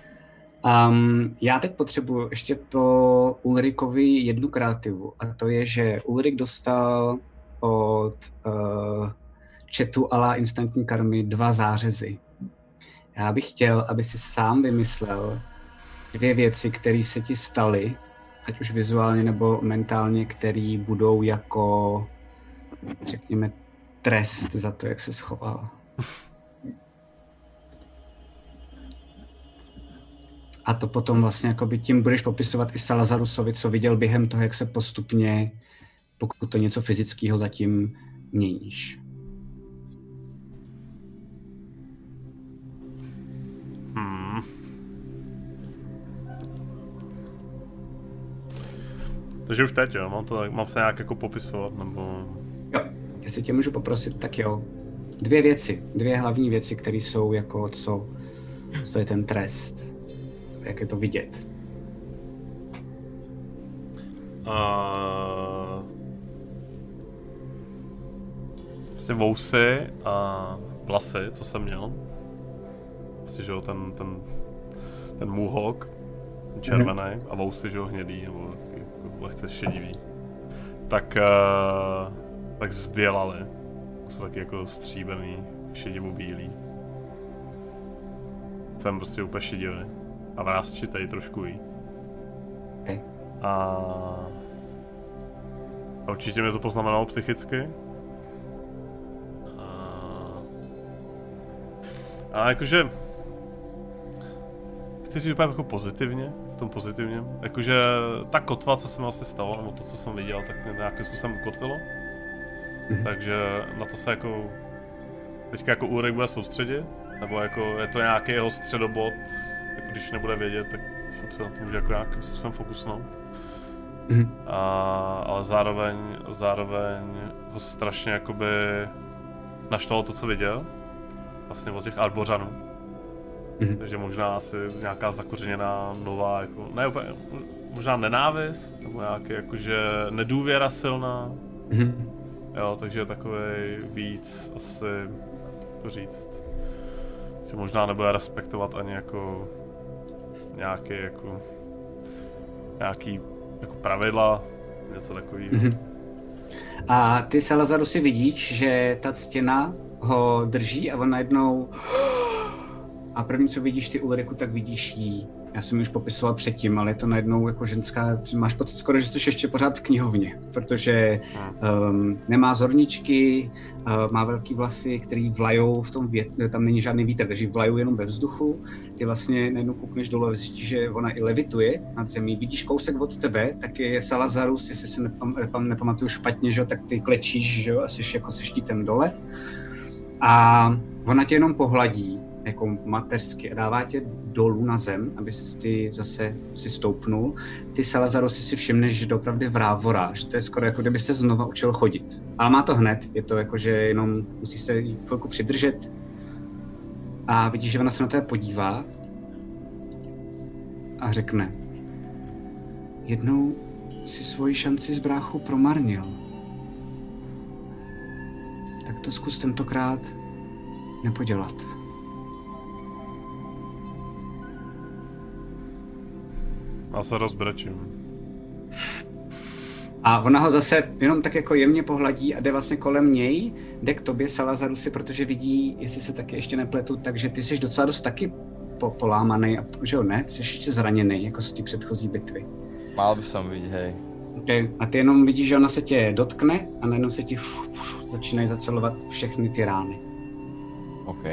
Já teď potřebuji ještě po Ulrikovi jednu kreativu, a to je, že Ulrik dostal od chatu ala instantní karmy 2 zářezy. Já bych chtěl, aby si sám vymyslel 2 věci, které se ti staly, ať už vizuálně nebo mentálně, které budou jako, řekněme, trest za to, jak se schoval. A to potom vlastně jakoby tím budeš popisovat i Salazarusovi, co viděl během toho, jak se postupně, pokud to něco fyzického zatím měníš. Takže už teď, jo? Mám se nějak jako popisovat, nebo... Jo, jestli tě můžu poprosit, tak jo. 2 věci, 2 hlavní věci, které jsou jako co je ten trest. Jak je to vidět? Vlastně vousy a vlasy, co jsem měl. Vlastně, že jo, ten mohawk, červený, a vousy, že jo, hnědý, nebo jako lehce šedivý. Tak zbělaly. Jsou taky jako stříbrný, šedivo-bílý. Jsem prostě úplně šedivý. A vrásčitej trošku víc. Okay. A určitě mě to poznamenalo psychicky. A jakože... Chci říct úplně jako pozitivně tom pozitivním. Jakože ta kotva, co se mi vlastně stalo, nebo to, co jsem viděl, tak mě nějakým způsobem ukotvilo. Takže na to se jako teďka jako Ulrik bude soustředit, nebo jako je to nějaký jeho středobod, jako když nebude vědět, tak furt se na to může jako nějakým způsobem fokusnout. Ale zároveň ho strašně jakoby naštvalo to, co viděl, vlastně od těch Arbořanů. Takže možná asi nějaká zakořeněná nová, jako, ne úplně, možná nenávist, nebo nějaký jakože nedůvěra silná. Jo, takže takovej víc asi, to říct, že možná nebude respektovat ani jako nějaký jako pravidla, něco takového. A ty, Salazaru, si vidíš, že ta stěna ho drží a on najednou... A první, co vidíš ty, Ulriku, tak vidíš jí. Já jsem ji už popisoval předtím, ale je to najednou jako ženská, máš pocit skoro, že jsi ještě pořád v knihovně, protože nemá zorničky, má velký vlasy, který vlajou v tom tam není žádný vítr, takže vlajou jenom ve vzduchu. Ty vlastně najednou koukneš dolů a zjistíš, že ona i levituje nad zemí. Vidíš kousek od tebe, tak je Salazarus, jestli si nepamatuju špatně, že, tak ty klečíš, že, a jsi jako se štítem dole. A ona tě jenom pohladí, jako mateřsky, a dává tě dolů na zem, aby si zase si stoupnul. Ty, Salazaru, si všimneš, že doopravdy vrávora, že to je skoro jako kdyby se znova učil chodit. Ale má to hned, je to jako, že jenom musí se chvilku přidržet a vidíš, že ona se na tebe podívá a řekne: jednou si svoji šanci z bráchu promarnil. Tak to zkus tentokrát nepodělat. Já se rozbrečím. A ona ho zase jenom tak jako jemně pohladí a jde vlastně kolem něj, jde k tobě, Salazarusi, protože vidí, jestli se taky ještě nepletu, takže ty jsi docela dost taky polámaný, a, že jo, ne? Ty jsi ještě zraněný, jako z té předchozí bitvy. Mal by som byť, hej. A ty jenom vidíš, že ona se tě dotkne a najednou se ti začínají zacelovat všechny ty rány. OK.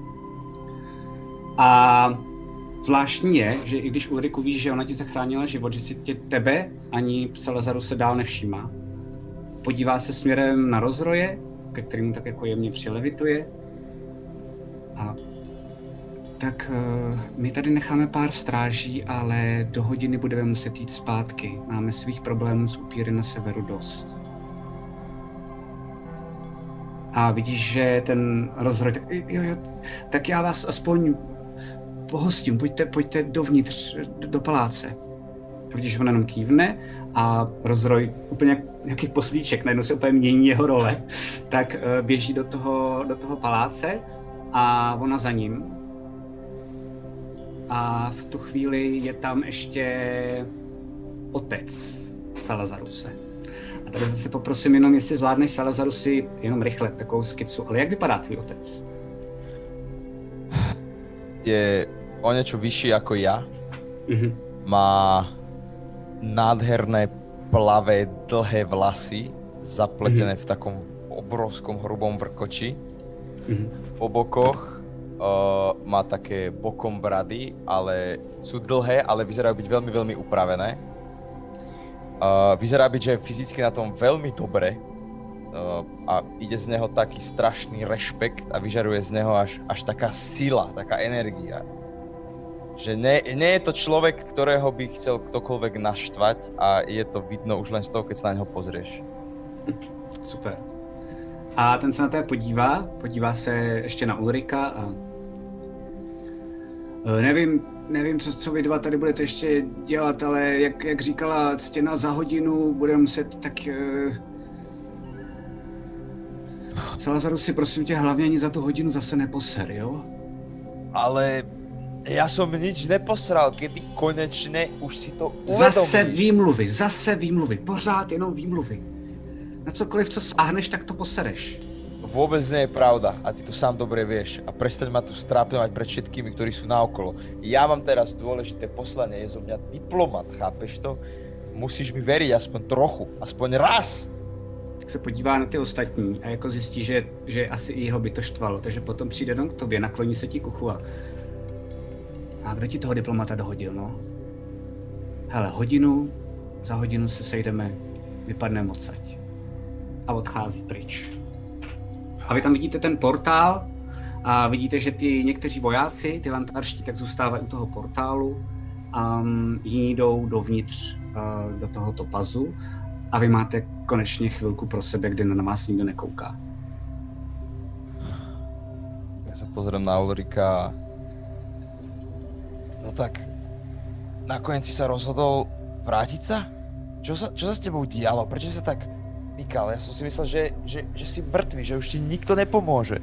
A zvláštní je, že i když, Ulriku, víš, že ona ti zachránila život, že si tebe ani Salazaru se dál nevšímá. Podívá se směrem na rozroje, ke kterému tak jako jemně přilevituje. A tak my tady necháme pár stráží, ale do hodiny budeme muset jít zpátky. Máme svých problémů s upíry na severu dost. A vidíš, že ten rozroj, tak já vás aspoň pohostím, pojďte dovnitř, do paláce. A vidíš, že on jenom kývne a rozroj úplně jak nějaký poslíček, najednou se úplně mění jeho role, tak běží do toho paláce a ona za ním. A v tu chvíli je tam ještě otec Salazaruse. A tady zase poprosím jenom, jestli zvládneš, Salazarusi, jenom rychle takovou skicu, ale jak vypadá tvůj otec? Je o niečo vyšší ako ja. Má nádherné, plavé, dlhé vlasy, zapletené v takom obrovskom hrubom vrkoči. Po bokoch má také bokom brady, ale sú dlhé, ale vyzerajú byť veľmi, veľmi upravené. Vyzerá byť, že je fyzicky na tom veľmi dobre. A ide z neho taký strašný rešpekt a vyžaruje z neho až taká sila, taká energia. Že nie je to človek, ktorého by chcel ktokoľvek naštvať a je to vidno už len z toho, keď sa na neho pozrieš. Super. A ten se na tebe podívá se ještě na Ulrika a nevím, co vy dva tady budete ještě dělat, ale jak říkala Stěna, za hodinu budeme muset tak... Salazaru, si prosím tě, hlavně ani za tu hodinu zase neposer, jo? Ale ja som nič neposral, kedy konečne už si to uvedomíš. Zase výmluvy, pořád jenom výmluvy. Na cokoliv, co sáhneš, tak to posereš. Vôbec nie je pravda a ty to sám dobre vieš. A prestaň ma tu strápňovať pred všetkými, ktorí sú naokolo. Ja mám teraz dôležité poslanie, je zo mňa diplomat, chápeš to? Musíš mi veriť aspoň trochu, aspoň raz. Tak se podívá na ty ostatní a jako zjistí, že asi i jeho by to štvalo, takže potom přijde jenom k tobě, nakloní se ti k uchu a kdo ti toho diplomata dohodil, no? hele, za hodinu se sejdeme, vypadneme odsaď. A odchází pryč. A vy tam vidíte ten portál a vidíte, že někteří vojáci, ty lantarští, tak zůstávají u toho portálu a jiní jdou dovnitř do toho topazu a vy máte konečně chvilku pro sebe, kdy na vás nikdo nekouká. Ja sa pozriem na Ulrika. No tak, nakoniec si sa rozhodol vrátiť sa? Čo sa s tebou dialo? Prečo si sa tak nikal? Ja som si myslel, že si mŕtvý, že už ti nikto nepomôže.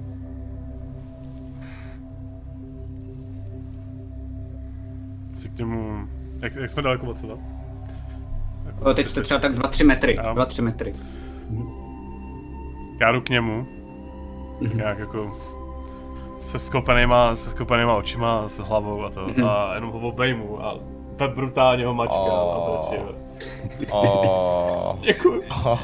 Si k němu... Jak jsme daleko moc, no? Teď jste třeba tak 2-3 metry. 2-3 metry. Já jdu k němu. Jak jako... Se sklopenýma očima, s hlavou a to. A jenom ho obejmu a tak brutálně ho mačkám a točím. Děkuji.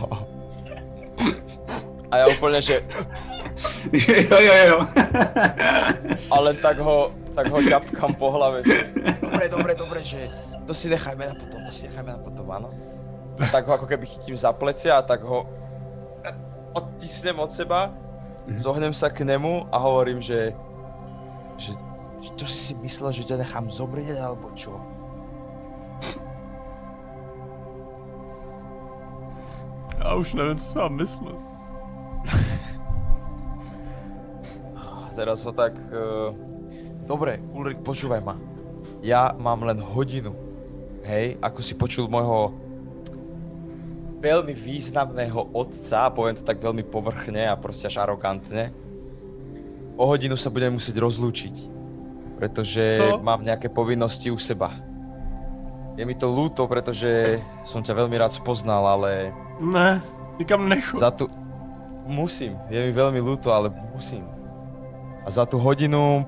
A ja úplne, že... Jo. Ale tak ho ťapkám po hlave, že... Dobre, že... To si nechajme na potom, áno? A tak ho ako keby chytím za plecia a tak ho... odtisnem od seba, zohnem sa k nemu a hovorím, že čo si myslel, že ťa nechám zomrieť, alebo čo? Já už nevím, co jsem myslel. Teraz ho tak... Dobre, Ulrik, počúvaj ma. Ja mám len hodinu. Hej, ako si počul môjho veľmi významného otca, poviem to tak veľmi povrchne a proste až arogantne. O hodinu sa budeme musieť rozlúčiť, pretože mám nejaké povinnosti u seba. Je mi to ľúto, pretože som ťa veľmi rád spoznal, ale... Ne, nikam nechod. Musím, je mi veľmi ľúto, ale musím. A za tú hodinu...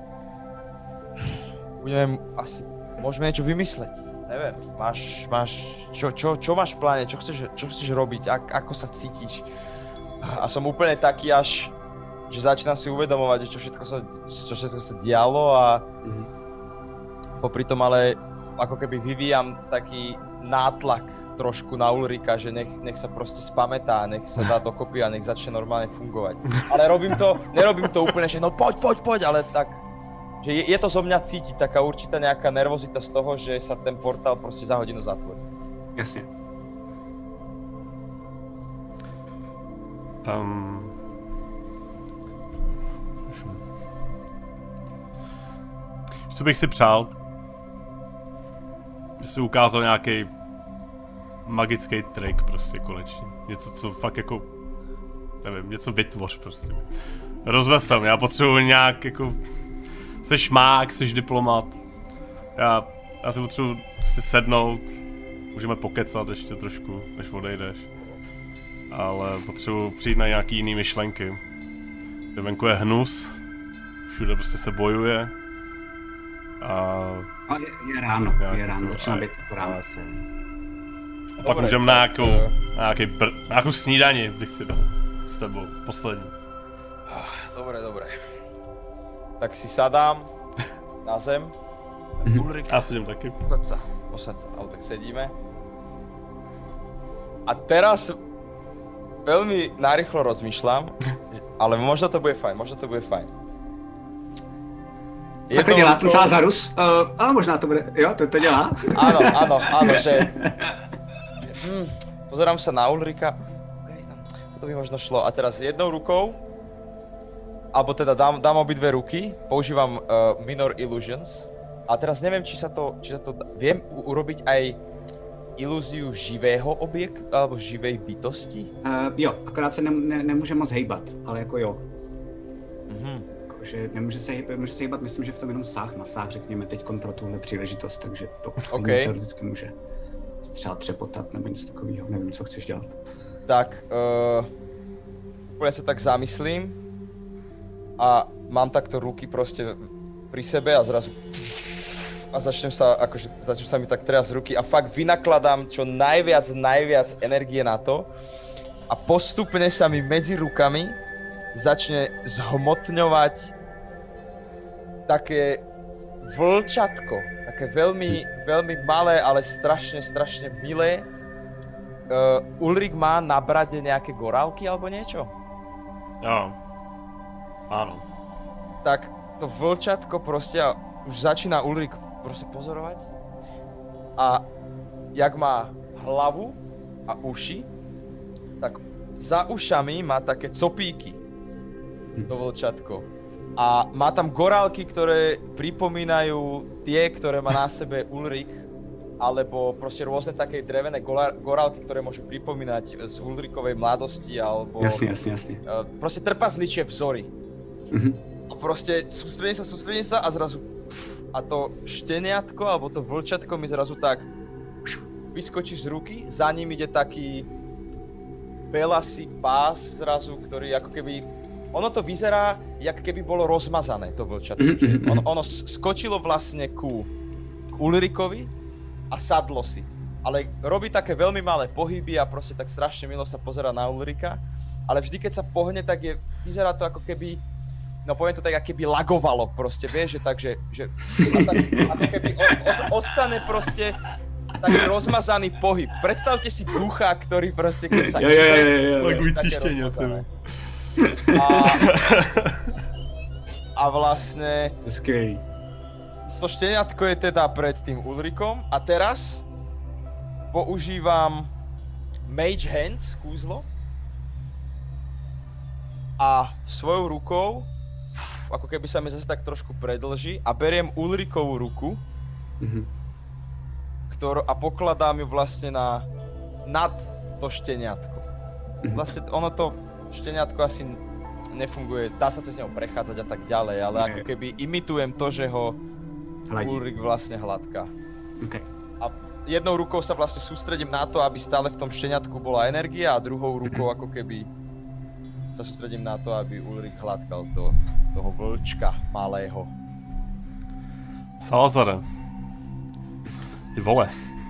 Môžeme niečo vymysleť. Neviem, čo máš v pláne, čo chceš robiť, ako sa cítiš? A som úplne taký až, že začínam si uvedomovať, čo všetko sa dialo a popri tom ale ako keby vyvíjam taký nátlak trošku na Ulrika, že nech sa proste spamätá, nech sa dá dokopy a nech začne normálne fungovať. Ale nerobím to úplne, že no poď, ale tak, že je to zo mňa cítiť taká určitá nejaká nervozita z toho, že sa ten portál proste za hodinu zatvorí. Jasne. Co bych si přál? Že si ukázal nějaký magický trik prostě konečně. Něco, co fakt jako, nevím, něco vytvoř prostě. Rozvesel mě, já potřebuji nějak jako, jsi šmák, jsi diplomat. Já si potřebuji si sednout, můžeme pokecat ještě trošku, než odejdeš. Ale potřebuji přijít na nějaký jiný myšlenky. Kde venku je hnus, všude prostě se bojuje. A je ráno, začíná být ráno. A pak můžeme na nějakou snídani bych si dal s tebou, poslední. Dobre. Tak si sadám na zem. Ulrik, já sedím taky. Posaď sa, ale tak sedíme. A teraz veľmi narýchlo rozmýšľam, ale možno to bude fajn. Tak to dělá ten Lazarus, ale možná to bude, jo, to dělá. Áno, že pozerám sa na Ulrika, to by možno šlo. A teraz jednou rukou, alebo teda dám obidve ruky, používam Minor Illusions. A teraz neviem, či sa to viem urobiť aj ilúziu živého objektu, alebo živej bytosti? Jo, akorát se nemůže moc hejbat, ale jako jo. Že nemůže se hýbat, myslím, že v tom jenom sáh na sáh, řekněme, teď pro tuhle příležitost, takže to teoreticky může třeba třepotat nebo něco takového, nevím, co chceš dělat. Tak, úplne sa tak zamyslím a mám takto ruky proste pri sebe a zrazu začnem sa mi tak trásť ruky a fakt vynakladám čo najviac energie na to a postupne sa mi medzi rukami začne zhmotňovať také vlčatko, také veľmi malé, ale strašne milé. Ulrik má na brade nejaké gorálky alebo niečo? Jo. Áno. Tak to vlčatko proste už začína Ulrik proste pozorovať. A jak má hlavu a uši, tak za ušami má také copíky. To vlčatko. A má tam gorálky, ktoré pripomínajú tie, ktoré má na sebe Ulrik. Alebo proste rôzne také drevené gorálky, ktoré môžu pripomínať z Ulrikovej mladosti, alebo... Jasne. Proste trpazličie vzory. A proste sústredím sa a zrazu... A to šteniatko, alebo to vlčatko mi zrazu tak... vyskočí z ruky, za ním ide taký... belasý pás zrazu, ktorý ako keby... Ono to vyzerá, jak keby bolo rozmazané, to vlčatko. Ono skočilo vlastne ku Ulrikovi, a sadlo si. Ale robí také veľmi malé pohyby a proste tak strašne milo sa pozerá na Ulrika. Ale vždy, keď sa pohne, tak vyzerá to ako keby, no poviem to tak, ako keby lagovalo proste, vieš, že tak, že ako keby ostane proste taký rozmazaný pohyb. Predstavte si ducha, ktorý proste, keď sa Lagující šteniaté. A vlastne... Skvělý. To šteniatko je teda pred tým Ulrikom a teraz používam Mage Hands kúzlo a svojou rukou, ako keby sa mi zase tak trošku predlží a beriem Ulrikovú ruku, a pokladám ju vlastne nad to šteniatko. Vlastne ono to šteniatko asi nefunguje, dá sa cez neho prechádzať a tak ďalej, ale ako keby imitujem to, že ho Ulrik vlastne hladká. Okay. A jednou rukou sa vlastne sústredím na to, aby stále v tom šteniatku bola energia a druhou rukou ako keby sa sústredím na to, aby Ulrik hladkal toho vlčka malého. Salazare. Ty vole.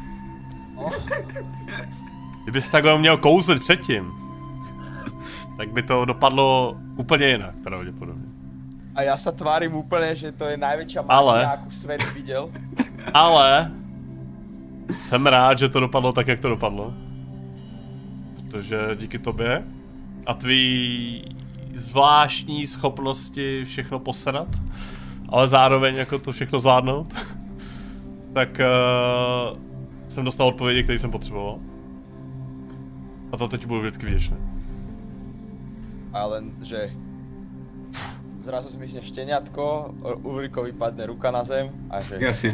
Kdybys takhle měl kouzlit předtím, tak by to dopadlo úplně jinak, pravděpodobně. A ja sa tvárim úplne, že to je najväčšia magia, akú svet videl. Ale jsem rád, že to dopadlo tak, jak to dopadlo. Protože díky tobě a tvý zvláštní schopnosti všechno posedat, ale zároveň jako to všechno zvládnout, tak jsem dostal odpovědi, které jsem potřeboval. A to teď budu vždycky vděčný. Ale že... Zrazu zmizne šteniatko, Ulrikovi padne ruka na zem a že... Jasne.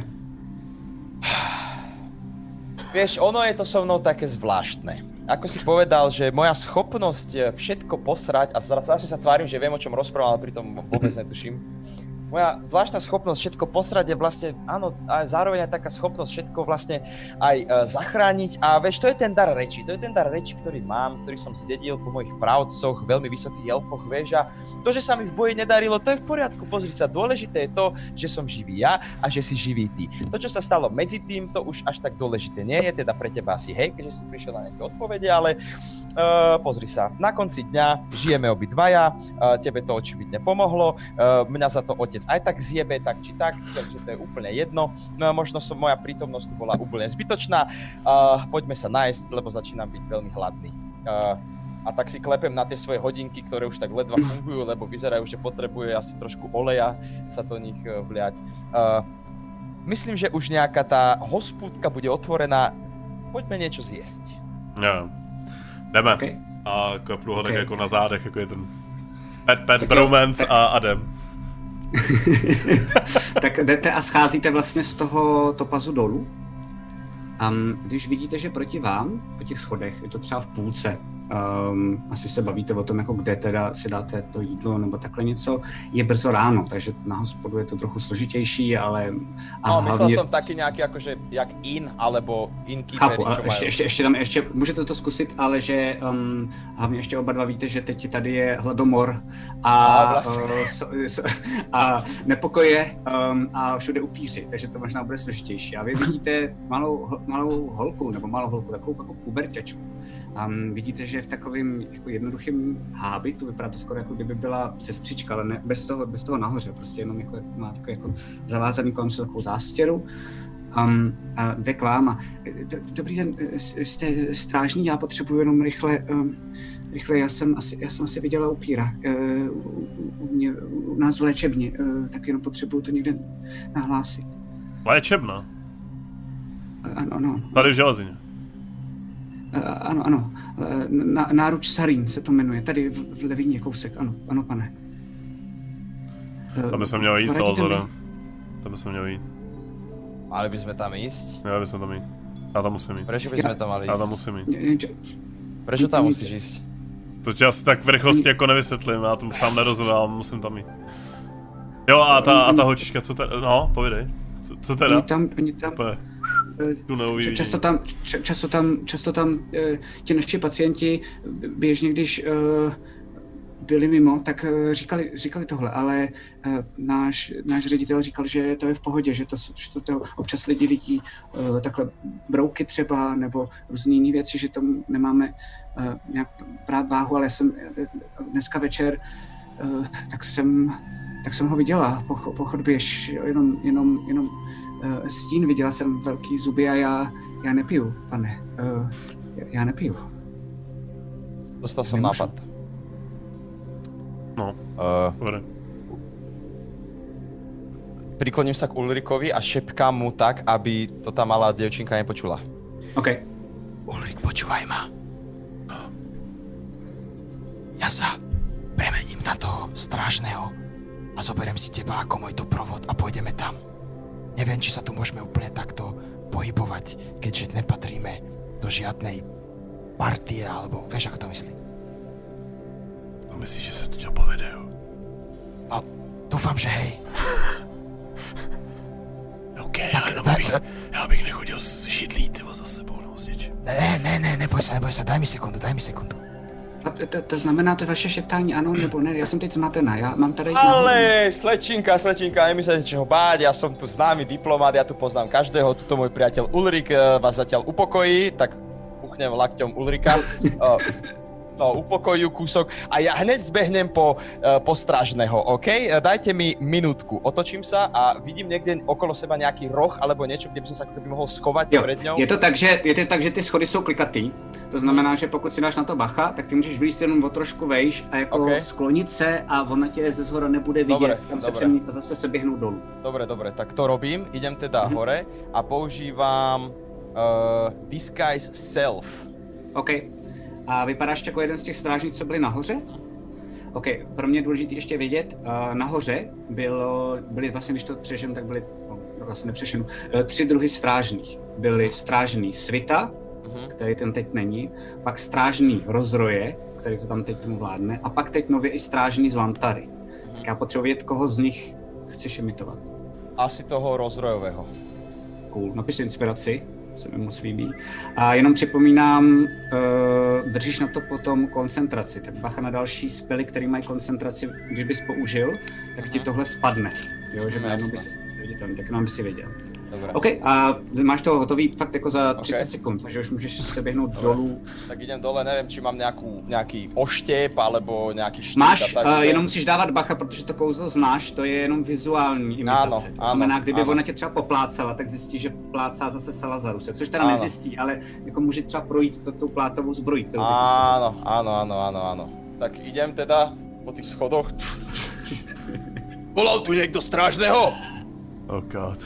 Vieš, ono je to so mnou také zvláštne. Ako si povedal, že moja schopnosť všetko posrať, a strašne sa tvárim, že viem, o čom rozprávam, ale pritom vôbec netuším. Moja zvláštna schopnosť všetko posrať je vlastne, áno, a zároveň aj taká schopnosť všetko vlastne aj zachrániť. A vieš, to je ten dar reči. To je ten dar reči, ktorý mám, ktorý som zdedil po mojich právcoch, veľmi vysokých elfoch, vieš. A to, že sa mi v boji nedarilo, to je v poriadku. Pozri sa, dôležité je to, že som živý ja a že si živý ty. To, čo sa stalo medzi tým, to už až tak dôležité nie je, teda pre teba asi hej, keďže si prišiel na nejaké odpovede, ale pozri sa, na konci dňa žijeme obidvaja, tebe to očividne pomohlo, mňa za to otec aj tak zjebe, tak či tak, takže to je úplne jedno. No a možno moja prítomnosť tu bola úplne zbytočná. Poďme sa nájsť, lebo začínam byť veľmi hladný. A tak si klepem na tie svoje hodinky, ktoré už tak ledva fungujú, lebo vyzerajú, že potrebuje asi trošku oleja sa do nich vliať. Myslím, že už nejaká tá hospúdka bude otvorená. Poďme niečo zjesť. Jo. Jdeme. Okay. A kopnu ho tak jako na zádech, jako je ten pet bromance a jdem. Tak jdete a scházíte vlastně z toho topazu dolů. Když vidíte, že proti vám, po těch schodech, je to třeba v půlce, asi se bavíte o tom, jako kde teda si dáte to jídlo nebo takhle něco, je brzo ráno, takže na hospodu je to trochu složitější, ale... No, myslel jsem taky nějaký jakože jak in, alebo innkeepery, čo mají. Ještě můžete to zkusit, ale že hlavně ještě oba dva víte, že teď tady je hladomor a nepokoje a všude upíři, takže to možná bude složitější. A vy vidíte malou holku, takovou jako puberťačku. Vidíte, že je v takovém jako jednoduchém hábitu, vypadá to skoro jako kdyby byla sestřička, ale ne, bez toho nahoře, prostě jenom jako, má takový jako zavázaný kolem se takovou zástěru. A jde k vám a dobrý den, jste strážní, já potřebuji jenom rychle, já jsem asi viděla upíra u nás v léčebně, tak jenom potřebuji to někde nahlásit. Léčebna? Ano. Tady v Železině. Ano. Náruč Sarín se to jmenuje, tady v Levíně kousek, ano pane. Tam bychom měli jít, Salazar. Tam bychom měli jít. Mali by sme tam ísť? Měli bychom tam jít. Já tam musím jít. Prečo by sme tam mali ísť? Já tam musím jít. Prečo tam musíš ísť? To ti asi tak v rychlosti jako nevysvětlím, já to sám nerozumím, ale musím tam jít. Jo a ta holčička, co teda, no, povídej. Co teda? Oni tam často tam ti naši pacienti běžně, když byli mimo, tak říkali tohle, ale náš ředitel říkal, že to je v pohodě, že to občas lidi vidí takhle brouky třeba, nebo různý jiné věci, že tomu nemáme nějak brát váhu, ale já jsem dneska večer, tak jsem ho viděla po chodbě, jenom stín, viděla jsem velký zuby a já nepiju, pane, já nepiju. Dostal som nápad. No, prikloním sa k Ulrikovi a šepkám mu tak, aby to tá malá dievčinka nepočula. OK. Ulrik, počúvaj ma. Ja sa premením na toho strážneho a zoberiem si teba ako môj doprovod a pôjdeme tam. Neviem, či sa tu môžeme úplne takto pohybovať, keďže nepatríme do žiadnej partie, alebo vieš, ako to myslím. A myslíš, že se to povede, jo? A doufám, že hej. OK, ale já bych nechodil s židlí, tyvo, za sebou, nebo s něčím. Ne, neboj sa, daj mi sekundu. To znamená to vaše šeptání ano nebo ne? Já jsem teď zmatená, já mám tady... Ale slečinka, nemyslíte ničeho báť, ja som tu známy diplomat, ja tu poznám každého, tuto môj priateľ Ulrik vás zatiaľ upokojí, tak puchnem lakťom Ulrika. Upokojujú kúsok a ja hneď zbehnem po strážneho, OK? Dajte mi minútku, otočím sa a vidím niekde okolo seba nejaký roh alebo niečo, kde by som sa ako keby mohol schovať pred ňou. Je to tak, že ty schody jsou klikatý, to znamená, že pokud si dáš na to bacha, tak ty můžeš vylízt jenom o trošku vejš a jako sklonit se a ona tě ze zhora nebude vidět, tam se přemít a zase se běhnout dolů. Dobre, tak to robím, idem teda hore a používam Disguise Self. OK. A vypadáš jako jeden z těch strážníků, co byli nahoře? OK, pro mě je důležité ještě vědět, nahoře byly vlastně, když to přeženu, tak byly, vlastně nepřeženu, 3 druhy strážných. Byly strážný Svita, který tam teď není, pak strážný Rozroje, který to tam teď tomu vládne, a pak teď nově i strážný Zlantary. Tak já potřebuji vědět, koho z nich chceš imitovat. Asi toho Rozrojového. Cool, napiš inspiraci. Se mi moc líbí. A jenom připomínám, držíš na to potom koncentraci, tak bacha na další spely, který mají koncentraci, když bys použil, tak ti tohle spadne, jo, že najednou by si viditelný, tak nám by si věděl. Dobre. OK, a máš to hotový fakt jako za 30 sekund, takže už můžeš se běhnout dolů. Tak idem dole, nevím, či mám nějaký oštěp, alebo nějaký štít. Máš, jenom musíš dávat bacha, protože to kouzlo znáš, to je jenom vizuální imitace. To znamená, kdyby ona tě třeba poplácala, tak zjistí, že plácá zase Salazaruse, což teda nezjistí, ale jako může třeba projít tou plátovou zbrojí. Áno. Tak idem teda po tých schodoch. Volal tu někdo strážného? Oh god.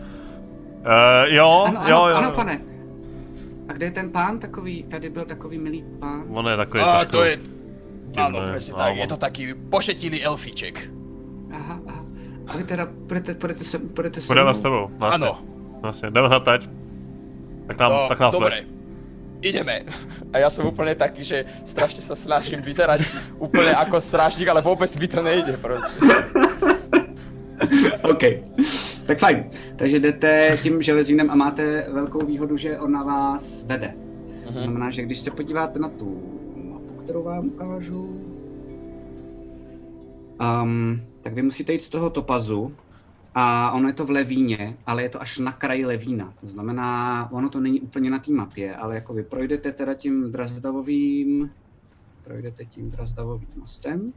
Jo. Ano, pane. A kde je ten pán takový, tady byl takový milý pán? On je takový to je... Áno, presne tak, je to taký pošetilý elfíček. Aha. A vy teda půjdete se Půjdeme s tebou, vlastně. Ano. Vlastně, jdeme na teď. Tak nás dobre. Ideme. A ja som úplne taký, že strašne sa snažím vyzerať úplne ako strážnik, ale vôbec mi to nejde proste. OK, tak fajn. Takže jdete tím železínem a máte velkou výhodu, že on na vás vede. To znamená, že když se podíváte na tu mapu, kterou vám ukážu, tak vy musíte jít z toho topazu a ono je to v Levíně, ale je to až na kraji Levína. To znamená, ono to není úplně na té mapě, ale jako vy projdete teda tím Drazdavovým projdete tím Drazdavovým mostem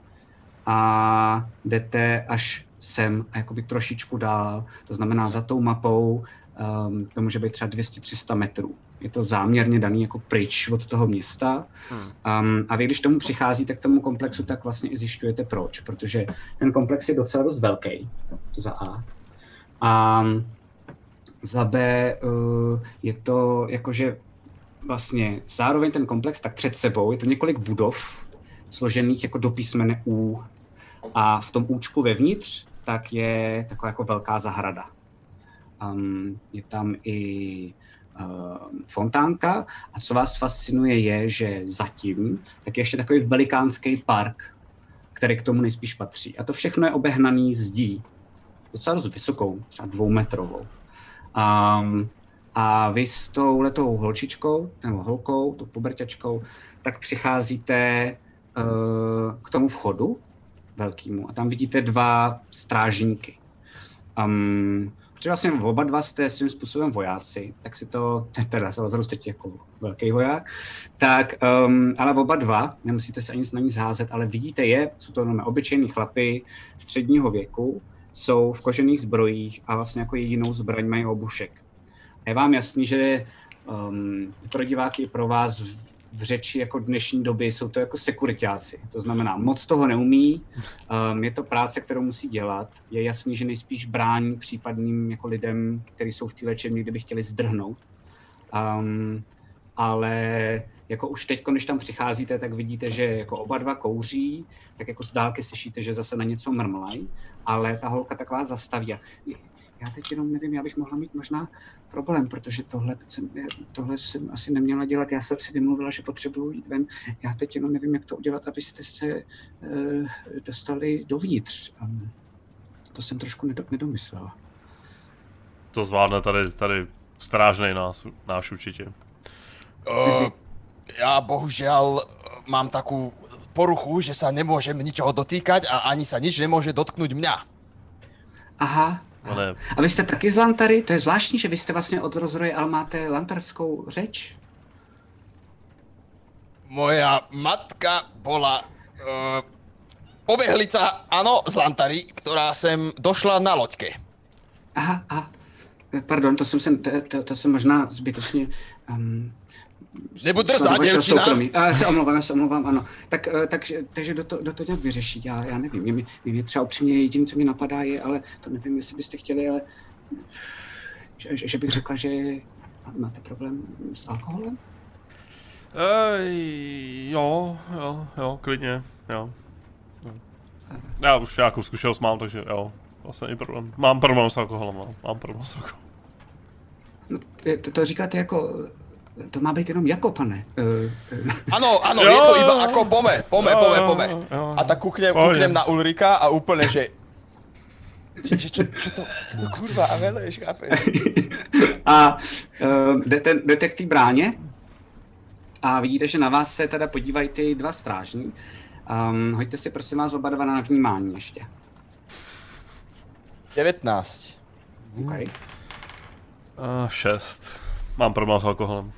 a jdete až sem a jakoby trošičku dál, to znamená za tou mapou, to může být třeba 200-300 metrů. Je to záměrně daný jako pryč od toho města. A vy, když tomu přicházíte k tomu komplexu, tak vlastně i zjišťujete proč, protože ten komplex je docela dost velký, to za A. A za B je to jakože vlastně zároveň ten komplex, tak před sebou je to několik budov složených jako do písmene U. A v tom účku vevnitř tak je taková jako velká zahrada. Je tam i fontánka a co vás fascinuje je, že zatím tak je ještě takový velikánský park, který k tomu nejspíš patří. A to všechno je obehnaný zdí. Docela dost vysokou, třeba 2metrovou. A vy s touhletou holčičkou, nebo holkou, tou puberťačkou, tak přicházíte k tomu vchodu velkému a tam vidíte 2 strážníky. Protože vlastně oba dva jste svým způsobem vojáci, tak si to, teda Salazar teď jako velký voják, tak, ale oba dva, nemusíte se ani na ní zházet, ale vidíte je, jsou to obyčejní chlapy středního věku, jsou v kožených zbrojích a vlastně jako jedinou zbraň mají obušek. A je vám jasný, že pro diváky, pro vás v řeči jako dnešní doby jsou to jako sekuritáci. To znamená, moc toho neumí, je to práce, kterou musí dělat. Je jasný, že nejspíš brání případným jako lidem, kteří jsou v té léčebně, kdyby chtěli zdrhnout. Ale jako už teď, když tam přicházíte, tak vidíte, že jako oba dva kouří, tak jako z dálky slyšíte, že zase na něco mrmlají, ale ta holka taková zastaví. Já teď jenom nevím, já bych mohla mít možná problém, protože tohle jsem asi neměla dělat. Já jsem si vymluvila, že potřebuji jít ven. Já teď jenom nevím, jak to udělat, abyste se dostali dovnitř. To jsem trošku nedomyslela. To zvládne tady strážnej náš určitě. Ja bohužiaľ mám takú poruchu, že sa nemôžem ničoho dotýkať a ani sa nič nemôže dotknúť mňa. Aha. A vy jste taky z Lantary? To je zvláštní, že vy jste vlastně od rozroje, ale máte lantarskou řeč? Moja matka bola pobehlica, áno, z Lantary, ktorá sem došla na loďke. Aha. Pardon, to jsem možná zbytečně... Nebuď drzá, děvčina. Já se omlouvám, ano. Takže do to nějak vyřešit, já nevím. Mě třeba upřímně jediné, co mi napadá je, ale to nevím, jestli byste chtěli, ale... Že bych řekla, že máte problém s alkoholem? Jo, klidně, jo. Já už nějakou zkušenost mám, takže jo, vlastně není problém. Mám problém s alkoholem, No, to říkáte jako... To má být jenom jako, pane. Áno, je to iba ako pome. A tak kúknem na Ulrika a úplne, že čo to kurva, a veleš, chápeš? A jdete k té bráně a vidíte, že na vás se teda podívají ty 2 strážní. Hoďte si prosím vás oba dva na vnímání ještě. 19. Okay. 6. Mám problém s alkoholem.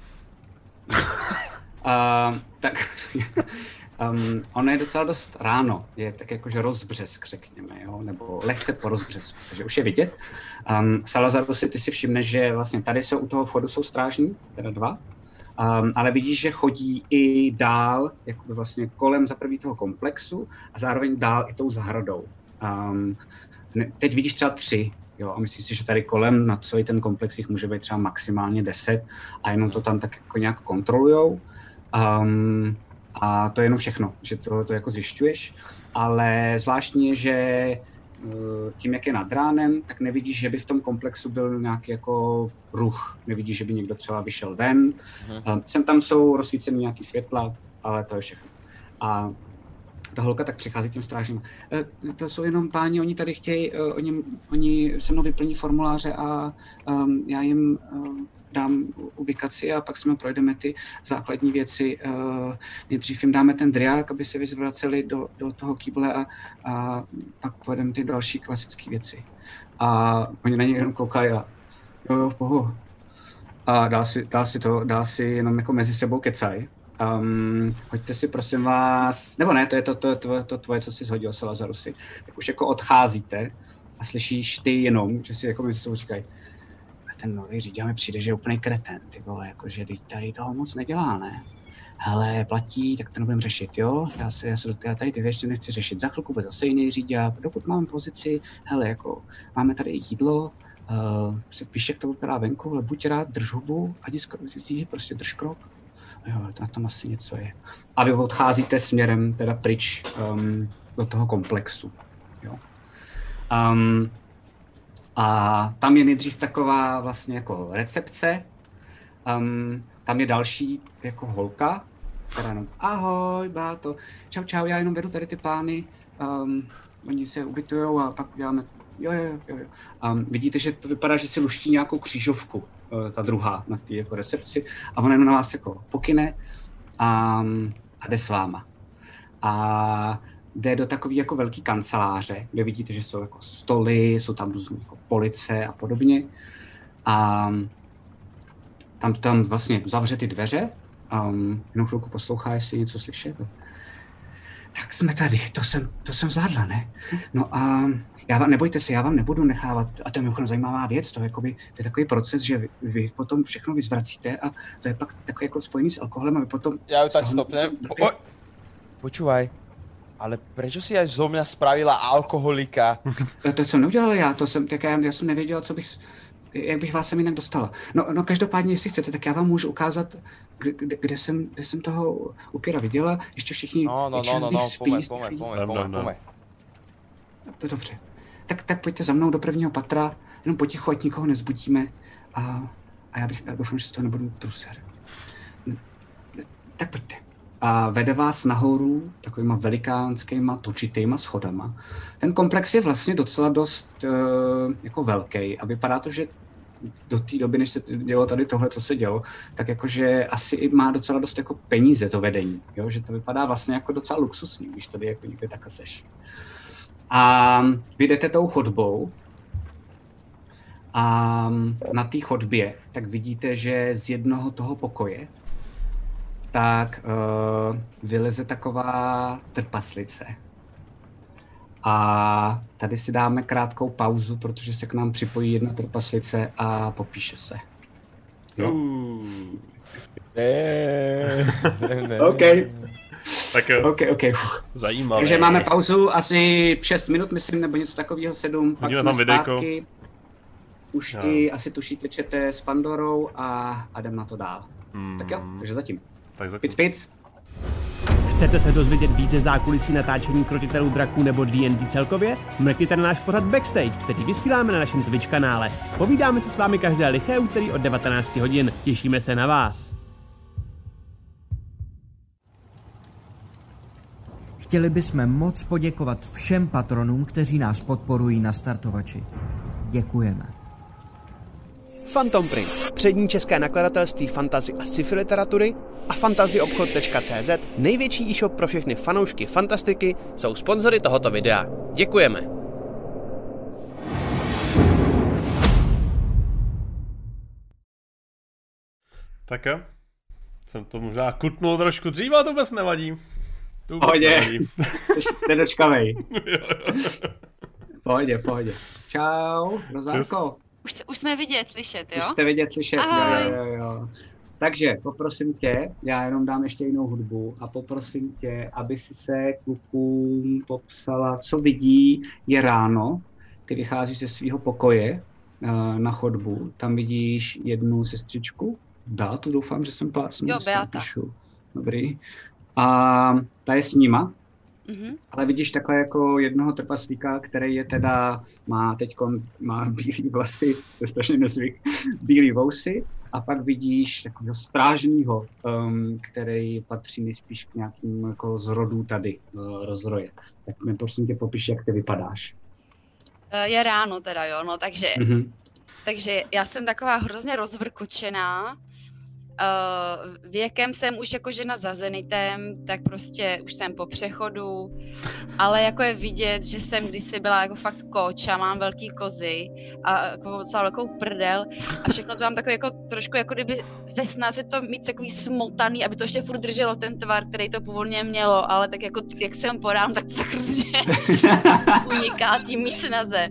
Tak ono je docela dost ráno, je tak jakože rozbřesk, řekněme, jo? Nebo lehce po rozbřesku, takže už je vidět. Salazaru, ty si všimneš, že vlastně tady u toho vchodu jsou strážní, teda 2, ale vidíš, že chodí i dál, jakoby vlastně kolem za první toho komplexu a zároveň dál i tou zahradou. Teď vidíš třeba 3. Jo, a myslíš si, že tady kolem na celý ten komplex jich může být třeba maximálně 10 a jenom to tam tak jako nějak kontrolujou. A to je jenom všechno, že to jako zjišťuješ. Ale zvláštní je, že tím, jak je nad ránem, tak nevidíš, že by v tom komplexu byl nějaký jako ruch. Nevidíš, že by někdo třeba vyšel ven. Sem tam jsou rozsvícený nějaký světla, ale to je všechno. A ta holka tak přichází těm strážím. To jsou jenom páni, oni tady chtějí, oni se mnou vyplní formuláře a já jim dám ubikaci a pak jsme projdeme ty základní věci. Nejdřív jim dáme ten driák, aby se vyzvraceli do toho kýble a pak pojedeme ty další klasické věci. A oni na něj jenom koukají a jo, v pohodě. A dál si jenom jako mezi sebou kecají. Hoďte si prosím vás, nebo ne, to je to tvoje, co jsi shodil, Salazarusy. Tak už jako odcházíte a slyšíš ty jenom, že si jako mezi sebou říkají, ten nový řidič mi přijde, že je úplný kreten, ty vole, jakože tady toho moc nedělá, ne? Hele, platí, tak to nebudeme řešit, jo? Já tady ty věci nechci řešit. Za chvilku bude zase jiný řidič, dokud máme pozici, hele, jako máme tady jídlo, si píš, jak to vypadá venku, ale buď rád, drž hubu, prostě drž krok. Jo, na tom asi něco je. A vy odcházíte směrem teda pryč do toho komplexu, jo. A tam je nejdřív taková vlastně jako recepce, tam je další jako holka, která jenom ahoj, báto, čau, já jenom vedu tady ty pány, oni se ubytujou a pak uděláme, jo. Vidíte, že to vypadá, že si luští nějakou křížovku, ta druhá na té jako recepci a ona jenom na vás jako pokyne a jde s váma. A jde do takové jako velké kanceláře, kde vidíte, že jsou jako stoly, jsou tam různé jako police a podobně. A tam vlastně zavře ty dveře, jenom chvilku poslouchá, jestli něco slyšet. Tak jsme tady, to jsem zvládla, ne? No a nebojte se, já vám nebudu nechávat, a to je mimochodem zajímavá věc, to je takový proces, že vy potom všechno vyzvracíte a to je pak takový jako spojený s alkoholem a vy potom... Já ju tak stopnem. Počúvaj, ale prečo si aj zo mňa spravila alkoholika? To jsem neudělal já, já jsem nevěděla, jak bych vás sem jinak dostala. No každopádně, jestli chcete, tak já vám můžu ukázat, kde jsem toho upíra viděla. Ještě všichni z nich spí. Pomeň. To dobře. Tak pojďte za mnou do prvního patra, jenom potichu, ať nikoho nezbudíme. A já doufám, že z toho nebudu truser. Tak pojďte. A vede vás nahoru takovýma velikánskýma točitýma schodama. Ten komplex je vlastně docela dost jako velký a vypadá to, že do té doby, než se dělo tady tohle, co se dělo, tak jakože asi má docela dost jako peníze to vedení, jo? Že to vypadá vlastně jako docela luxusní, když tady jako někde takhle seš. A vy jdete tou chodbou a na té chodbě tak vidíte, že z jednoho toho pokoje tak vyleze taková trpaslice. A tady si dáme krátkou pauzu, protože se k nám připojí jedna trpaslice a popíše se. Jo? OK. Tak jo. OK. Zajímavé. Takže máme pauzu asi 6 minut, myslím, nebo něco takového, 7. Pak jsme zpátky. Už i asi tušíte, čete s Pandorou a jdem na to dál. Tak jo, takže zatím. Pic. Chcete se dozvědět více zákulisí natáčení Krotitelů draků nebo D&D celkově? Mrkněte na náš pořad Backstage, který vysíláme na našem Twitch kanále. Povídáme se s vámi každé liché úterý od 19 hodin. Těšíme se na vás. Chtěli bychom moc poděkovat všem patronům, kteří nás podporují na startovači. Děkujeme. Phantom Print, přední české nakladatelství fantasy a sci-fi literatury, a fantazyobchod.cz, největší e-shop pro všechny fanoušky fantastiky, jsou sponzory tohoto videa. Děkujeme. Tak jo. Jsem to možná kutnul trošku dřív, ale to vůbec nevadí. Pohodě. Jste dočkavej. Pohodě. Čau, Rozárko. Už jsme vidět, slyšet, jo? Už jste vidět, slyšet, ahoj. Jo. Takže poprosím tě, já jenom dám ještě jinou hudbu a poprosím tě, aby si se klukům popsala, co vidí, je ráno, ty vycházíš ze svého pokoje na chodbu, tam vidíš jednu sestřičku, Beatu, doufám, že jsem plácnul. Jo, Beata. Dobrý. A ta je s nima, Mm-hmm. ale vidíš takhle jako jednoho trpaslíka, který je teda, má bílý vlasy, to je strašně nezvyk, bílý vousy, a pak vidíš takového strážního, který patří nejspíš k nějakým jako z rodů tady rozroje. Tak mi prosím tě popiš, jak ty vypadáš. Je ráno teda, jo, no takže já jsem taková hrozně rozvrkučená, Věkem jsem už jako žena za zenitem, tak prostě už jsem po přechodu, ale jako je vidět, že jsem kdysi byla jako fakt koč a mám velký kozy a jako docela velkou prdel a všechno to mám takový jako trošku jako kdyby ve snaze to mít takový smotaný, aby to ještě furt drželo ten tvar, který to původně mělo, ale tak jako jak jsem podám, tak to tak hrozně uniká tím mý snaze.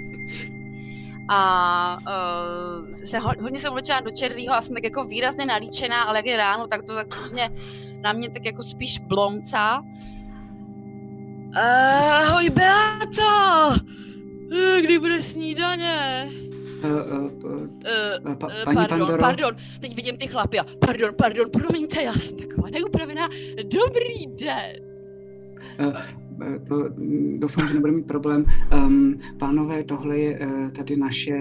A hodně jsem oblečená do červýho a jsem tak jako výrazně nalíčená, ale jak je ráno, tak to tak různě na mě tak jako spíš blomcá. Ahoj Beato! Kdy bude snídaně? Pardon, teď vidím ty chlapy a pardon, promiňte, já jsem taková neupravená. Dobrý den! Doufám, že nebude mít problém. Pánové, tohle je tady naše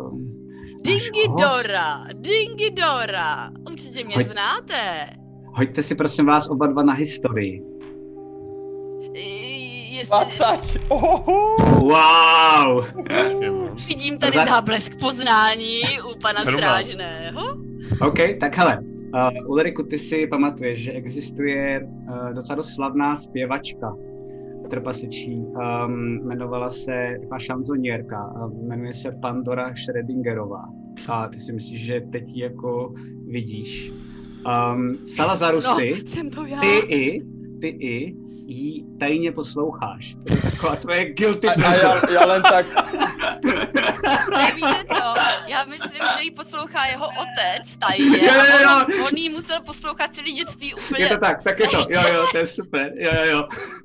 Dingy Dora! Určitě mě znáte. Hoďte si prosím vás oba dva na historii. 20! Wow! Vidím tady záblesk poznání u pana 17. Strážného. OK, tak hele. Ulriku, ty si pamatuješ, že existuje docela dost slavná zpěvačka trpasličí. Jmenovala se taková šanzonierka, jmenuje se Pandora Schrödingerová. A ty si myslíš, že teď ji jako vidíš. Salazarusy, ty i jí tajně posloucháš. To je taková tvoje guilty pleasure. A já len tak... Nevíte co? Já myslím, že ji poslouchá jeho otec tajně. On jí musel poslouchat celý dětství úplně. Je to tak je to. Jo, to je super. Jo.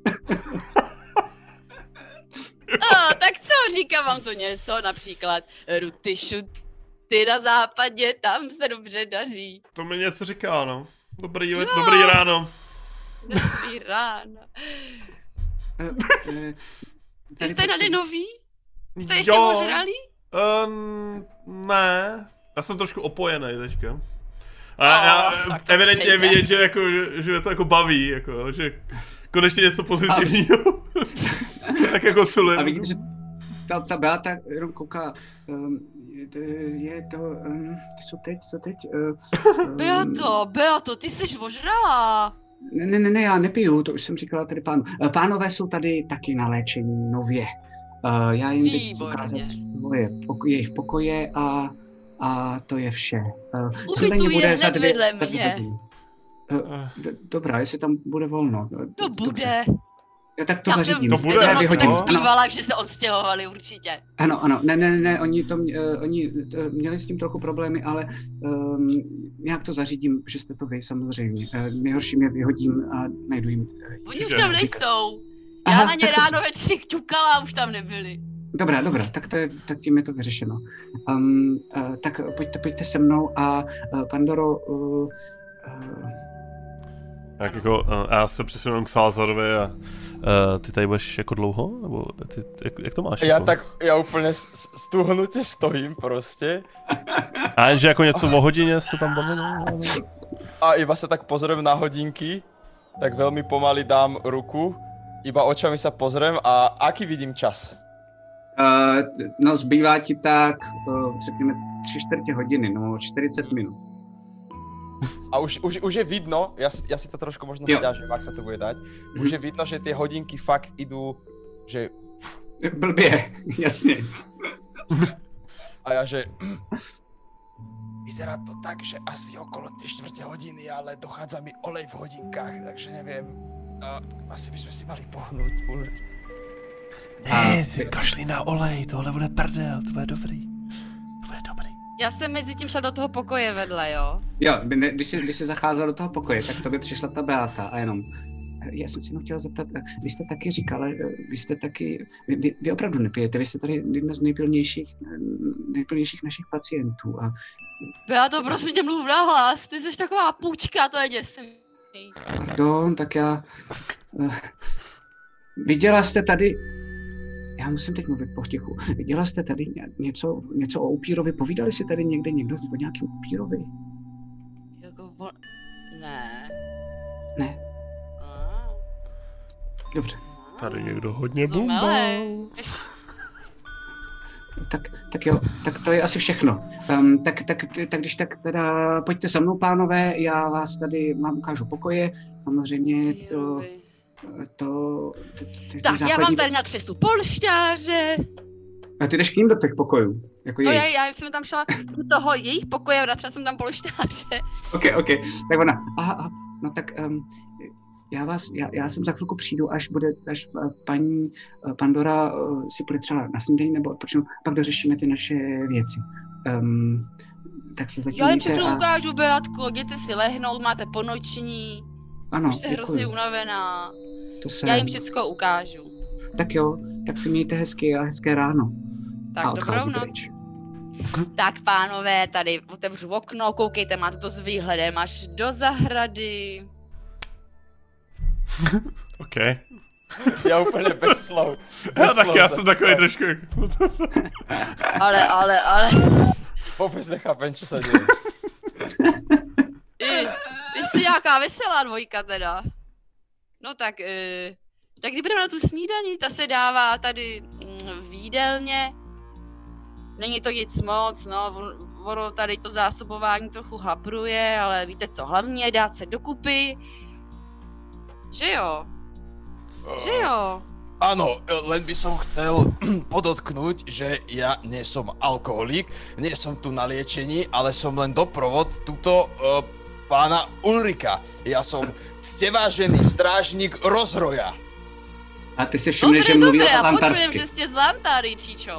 Tak co, říkám vám to něco, například Ruty šuty na západě, tam se dobře daří. To mi něco říká, no. Dobrý ráno. Dobrý ráno. Ty jste tady nový? Jste ještě ožralý? Ne. Já jsem trošku opojený teďka. A evidentně vidět, že, jako, že to jako baví, jako, že konečně něco pozitivního. Tak jako culím. A vidíš, že ta Beata jenom kouká, je to, co teď? Beato, ty jsi ožralá. Ne, já nepiju, to už jsem říkala tady pánu. Pánové jsou tady taky na léčení nově. Já jim teď chci ukázat jejich pokoje a to je vše. Ubytuje hned vedle mě. Dobrá, jestli tam bude volno. To bude. Já tak to zařídím. To bude. Já jsem tak zpívala, že se odstěhovali určitě. Ano, ne, oni měli s tím trochu problémy, ale nějak to zařídím, že jste to vy samozřejmě. Nejhorším je vyhodím a najdu jim. Oni už tam nejsou. Já na ně ráno ve 3 ťukala a už tam nebyli. Dobrá, tak tím je to vyřešeno. Tak pojďte se mnou a Pandoro... Tak jako, já se přesunu k Salazarovi a ty tady budeš jako dlouho? Nebo jak to máš? Já úplně stuhnutě stojím prostě. A jenže jako něco o hodině se tam bavíme? A iba sa tak pozriem na hodinky, tak veľmi pomaly dám ruku, iba očami sa pozriem a aký vidím čas? No zbývá ti tak, řekněme 3/4 hodiny, no 40 minut. A už je vidno, ja si to trošku možno stiažím, ak sa to bude dať, už je vidno, že tie hodinky fakt idú, že... Blbě, jasně. A ja že... Vyzerá to tak, že asi okolo tie 4 hodiny, ale dochádza mi olej v hodinkách, takže neviem. Asi by sme si mali pohnúť, Ulrik. Ne, kašli na olej, tohle bude prdel, to bude dobrý. Já jsem mezi tím šla do toho pokoje vedle, jo? Jo, když jsi zacházel do toho pokoje, tak to by přišla ta Beata a jenom... Já jsem si jenom chtěla zeptat, vy jste taky říkala, vy opravdu nepijete, vy jste tady jedna z nejpilnějších našich pacientů a... Beato, prosím tě, mluv nahlas, ty jsi taková půčka, to je děsný. Pardon, tak já... Viděla jste tady... Já musím teď mluvit potichu. Viděla jste tady něco o upírovi? Povídali si tady někde někdo o nějakém upírovi? Ne. Ne. Dobře. Tady někdo hodně bumbal. Tak jo, tak to je asi všechno. Tak když tak teda pojďte za mnou, pánové, já vás tady vám ukážu pokoje, samozřejmě tak já mám tady na křeslu polštáře. A ty jdeš k ním do těch pokojů? Jako no já jsem tam šla do toho jejich pokoje a vrátila jsem tam polštáře. Ok, tak ona, aha, no tak já jsem za chvilku přijdu, až paní Pandora si půjde třeba na snídani nebo odpočinu, pak dořešíme ty naše věci. Tak se zatím já jim všechno ukážu, Beatko, jděte si lehnout, máte ponoční. Ano, už jste hrozně unavená. Já jim všechno ukážu. Tak jo, tak si mějte hezké ráno. Tak dobrou noc. Tak pánové, tady otevřu okno, koukejte, máte to s výhledem až do zahrady. OK. Já úplně bez slov. Já jsem takový trošku... ale... Vůbec nechápem, co se děje. Vy jste nějaká veselá dvojka teda. No tak kdy budeme na tu snídani, ta se dává tady v jídelně. Není to nic moc, no, ono tady to zásobování trochu hapruje, ale víte co, hlavně je dát se dokupy. Že jo? Áno, len by som chcel podotknúť, že ja nie som alkoholik, nie som tu na liečení, ale som len doprovod tuto pána Ulrika. Ja som ctevážený strážnik rozhroja. A ty si všimli, že mluví lantarsky. Dobre, počujem, že ste z Lantári, Čičo.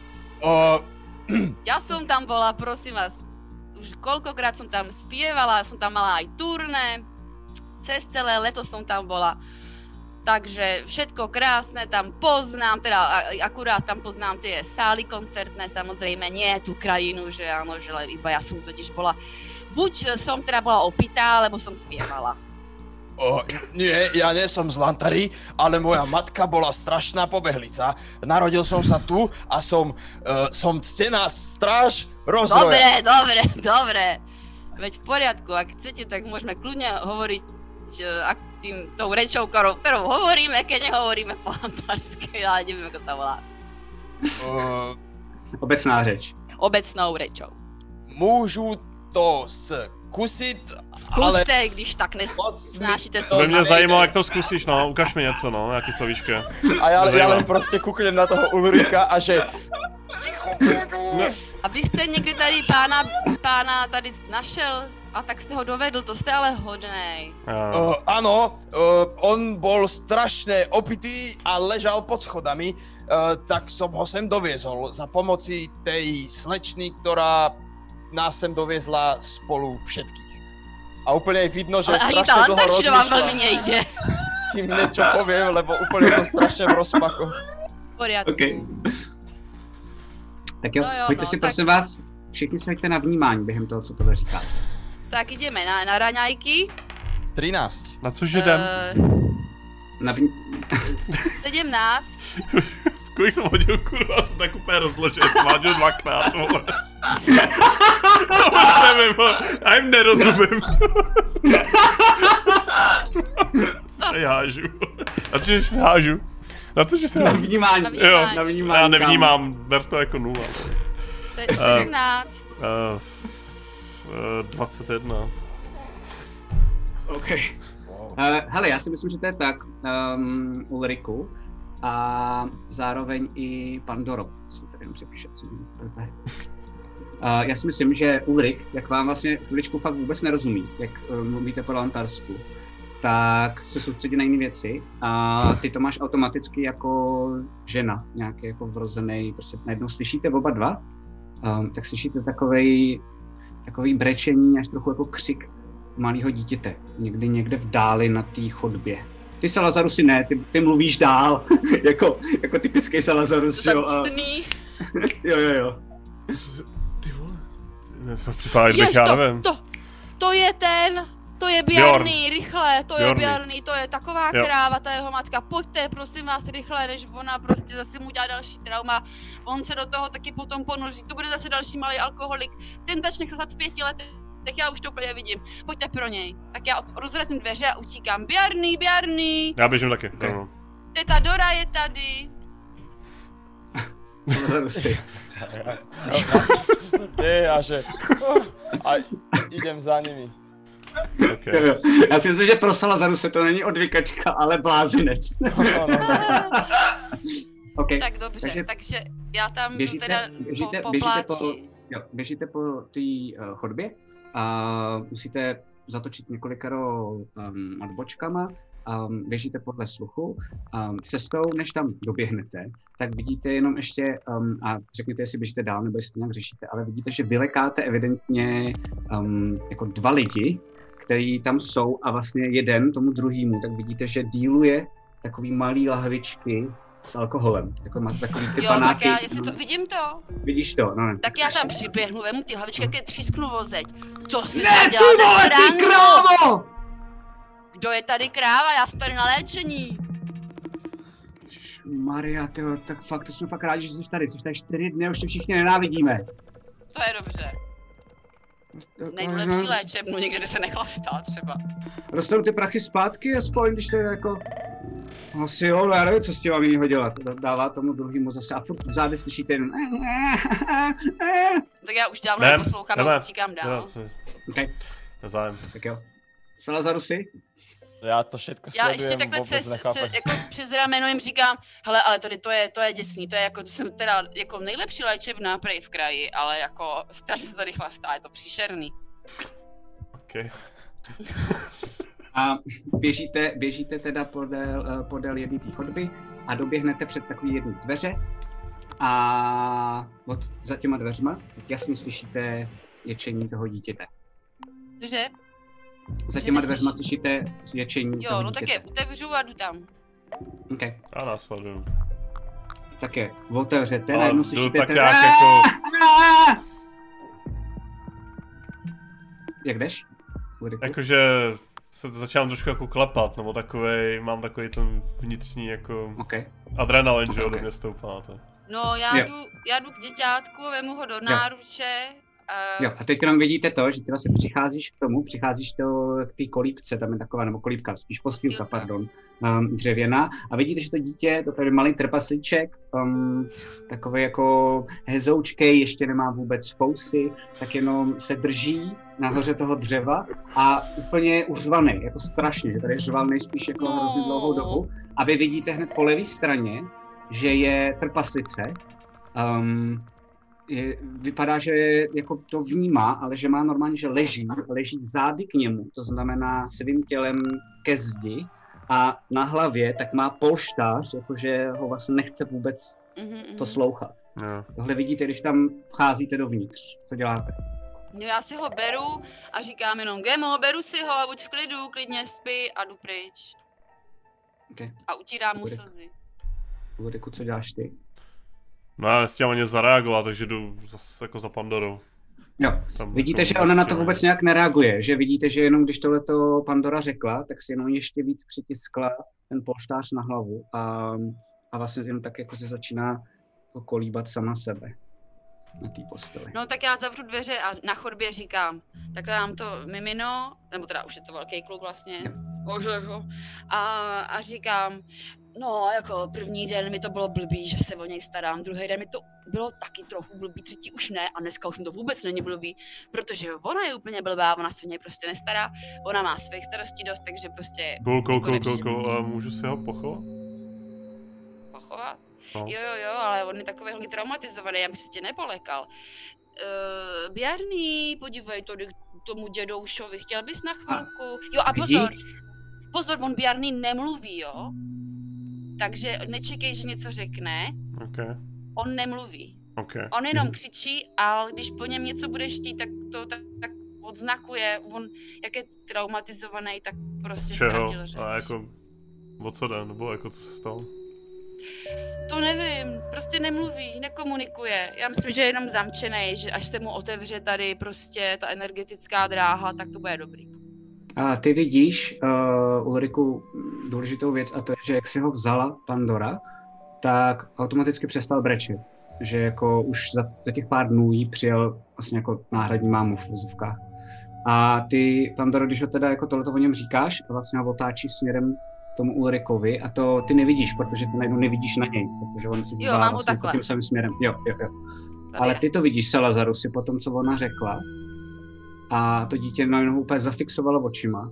Ja som tam bola, prosím vás, už koľkokrát som tam spievala, som tam mala aj turné, cez celé leto som tam bola. Takže všetko krásne tam poznám, teda akurát tam poznám tie sály koncertné, samozrejme nie tú krajinu, že áno, že iba ja som totiž bola, buď som teda bola opitá, alebo som spievala. Nie, ja nie som z Lantary, ale moja matka bola strašná pobehlica. Narodil som sa tu a som ctená stráž rozhroja. Dobre. Veď v poriadku, ak chcete, tak môžeme kľudne hovoriť tou rečou, ktorou hovoríme, keď nehovoríme po lantarsky, ale neviem, ako sa volá. Obecná řeč. Obecnou rečou. Môžu to zkusit, ale... Zkuste, když tak nesnášíte to. Mě zajímalo, jak to zkusíš, no, ukaž mi něco, no, jaký slovíčko. A já len prostě kuknem na toho Ulrika a že... No. A vy jste někdy tady pána tady našel a tak jste ho dovedl, to jste ale hodnej. Áno, on bol strašne opitý a ležal pod schodami, tak som ho sem doviezol za pomoci tej slečny, ktorá nás sem doviezla spolu všetkých. A úplne je vidno, že strašne dlho rozmýšľa. Ale vám veľmi nejde. Kým niečo poviem, lebo úplne som strašne v rozpaku. V poriadku. Okay. Tak jo, pojďte si prosím vás, všichni se hoďte na vnímání během toho, co tohle říkáte. Tak jdeme na raňajky. 13. Na což jdem? Na 17. Kolik jsem hodil, kurva, jsem tak úplně rozložil, jsem hodil dvakrát, vole. No už nevím, já jim nerozumím. Se hážu. Na což se hážu? Na což se hážu? Na vnímání. Jo, na vnímání. Já nevnímám, ber to jako 0. 17. 21. OK. Hele, já si myslím, že to je tak, Ulriku, a zároveň i Pandoro. Jsem tady jenom přepíšet. Já si myslím, že Ulrik, jak vám vlastně chviličku fakt vůbec nerozumí, jak mluvíte po lantarsku, tak se soustředí na jiné věci a ty to máš automaticky jako žena, nějaký jako vrozený, prostě najednou slyšíte oba dva, tak slyšíte takový brečení, až trochu jako křik malého dítěte, někde v dáli na té chodbě. Ty Salazarusy ne, ty mluvíš dál, jako typický Salazarus, jo. Jo. Ty vole, připadá, bych já nevím. To je Bjarný, rychle, to je Bjarný, to je taková kráva, ta jeho matka, pojďte, prosím vás, rychle, než ona prostě zase mu dělá další trauma, on se do toho taky potom ponoří, to bude zase další malý alkoholik, ten začne chlesat v 5 letech, tak já už to úplně vidím, pojďte pro něj, tak já rozrazím dveře a utíkám, Bjarný. Já běžím taky, okay. Teta Dora je tady. A idem za nimi. Okay. Já si myslím, že pro Salazaruse to není odvykačka, ale blázinec. Okay. Tak dobře, takže já tam běžíte po té chodbě a musíte zatočit několikero odbočkama. Běžíte podle sluchu. Cestou, než tam doběhnete, tak vidíte jenom ještě, a řekněte, jestli běžíte dál, nebo jestli to nějak řešíte, ale vidíte, že vylekáte evidentně jako 2 lidi, kteří tam jsou a vlastně jeden tomu druhému, tak vidíte, že díluje takový malý lahvičky s alkoholem. Máte takový ty panáky. Tak já, jestli to, vidím to. Vidíš to, no ne. Tak já tam přiběhnu, vemu ty hlavičky, jak je třísknu vozeď. To si ne, ty vole, ty krávo! Kdo je tady kráva? Já jsem tady na léčení. Maria, tyjo, tak fakt, to jsme fakt rádi, že jsi tady 4 dny, už tě všichni nenávidíme. To je dobře. Najdu lepší léčebnu, někde, kde se nechlastá třeba. Rostou ty prachy zpátky aspoň, když to je jako... Asi jo, já nevím, co s tím mám jinýho dělat. Dává tomu druhému zase a furt v záde slyšíte jenom... Tak já už dávno neposlouchám a utíkám dál. Okay. Nezájem. Tak jo. Salazarusy? Já to všetko sledujem, já ještě takhle jako přes rameno jim říkám, hele, ale tady to je děsný, to je jako, to jsem teda jako nejlepší léčebná prej v kraji, ale jako strašně se tady chlastá, je to příšerný. Okay. A běžíte teda podél jedné té chodby a doběhnete před takový jedny dveře a za těma dveřma jasně slyšíte ječení toho dítěte. Cože? Za těma dveřma slyšíte ječení toho dítěte. Jo, no tak je otevřu a jdu tam. OK. Já následuju. Tak je, otevřete, najednou slyšíte tak nějak jako... Jak jdeš? Jakože se začínám trošku jako klepat, nebo mám takový ten vnitřní jako adrenalin, že jo, do mě stoupá to. No já jdu k děťátku, vemu ho do náruče. Jo, a teď nám vidíte to, že ty vlastně přicházíš k té kolíbce, tam je taková, nebo kolíbka, spíš postýlka, pardon, dřevěná, a vidíte, že to dítě, to je malý trpaslíček, takový jako hezoučkej, ještě nemá vůbec fousy, tak jenom se drží nahoře toho dřeva a úplně uřvaný, jako strašně, že tady je řval nejspíš jako hrozně dlouhou dobu, a vy vidíte hned po levé straně, že je trpaslice, vypadá, že jako to vnímá, ale že má normálně, že leží zády k němu, to znamená svým tělem ke zdi a na hlavě tak má polštář, jakože ho vlastně nechce vůbec poslouchat. Tohle vidíte, když tam vcházíte dovnitř. Co děláte? No já si ho beru a říkám jenom Gemo, beru si ho, buď v klidu, klidně spí a jdu pryč. Okay. A utírám mu slzy. Ulriku, co děláš ty? No já nechtěl ani zareagovat, takže jdu zase jako za Pandorou. Jo, vidíte, že ona na to vůbec nějak nereaguje, že vidíte, že jenom když tohleto Pandora řekla, tak si jenom ještě víc přitiskla ten polštář na hlavu a vlastně jenom tak jako se začíná kolíbat sama sebe na té posteli. No tak já zavřu dveře a na chodbě říkám, takhle nám to mimino, nebo teda už je to velký kluk vlastně, a říkám, no jako první den mi to bylo blbý, že se o něj starám, druhý den mi to bylo taky trochu blbý, třetí už ne a dneska už mi to vůbec není blbý, protože ona je úplně blbá, ona se o něj prostě nestará, ona má svých starostí dost, takže prostě... Cool, můžu si ho pochovat? Pochovat? No. Jo, ale on je takový hodně traumatizovaný, aby se tě nepolekal. Bjarný, podívej to tomu dědoušovi, chtěl bys na chvilku? Jo a pozor, on Bjarný nemluví, jo? Takže nečekej, že něco řekne. Okay. On nemluví. Okay. On jenom křičí, ale když po něm něco bude štít, tak to tak odznakuje. On, jak je traumatizovaný, tak prostě ztratil řeč. A jako, o co jde, nebo jako co se stalo? To nevím, prostě nemluví, nekomunikuje. Já myslím, že je jenom zamčenej, že až se mu otevře tady prostě ta energetická dráha, tak to bude dobrý. A ty vidíš, Ulriku, důležitou věc, a to je, že jak si ho vzala Pandora, tak automaticky přestal brečet. Že jako už za těch pár dnů jí přijel vlastně jako náhradní mámu v vozovkách. A ty, Pandoro, když ho teda jako tohleto o něm říkáš, a vlastně ho otáčíš směrem tomu Ulrikovi a to ty nevidíš, protože ty najednou nevidíš na něj, protože on si dívá vlastně tím samým směrem. Jo. Ale ty to vidíš, Salazarusy, po tom, co ona řekla. A to dítě najednou úplně zafixovalo očima.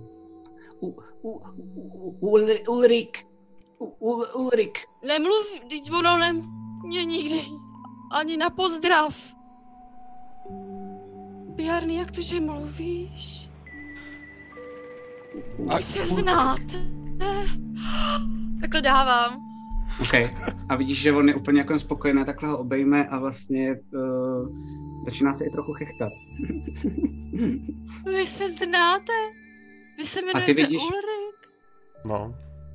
Ulrik. Nemluv, teď ono mě nikdy ani na pozdrav. Bjarny, jak to, že mluvíš? Už se znáte. Takhle dávám. OK. A vidíš, že on je úplně jako spokojený, takhle ho obejme a vlastně začíná se i trochu chechtat. Vy se znáte? Vy se jmenujete Ulrik? No.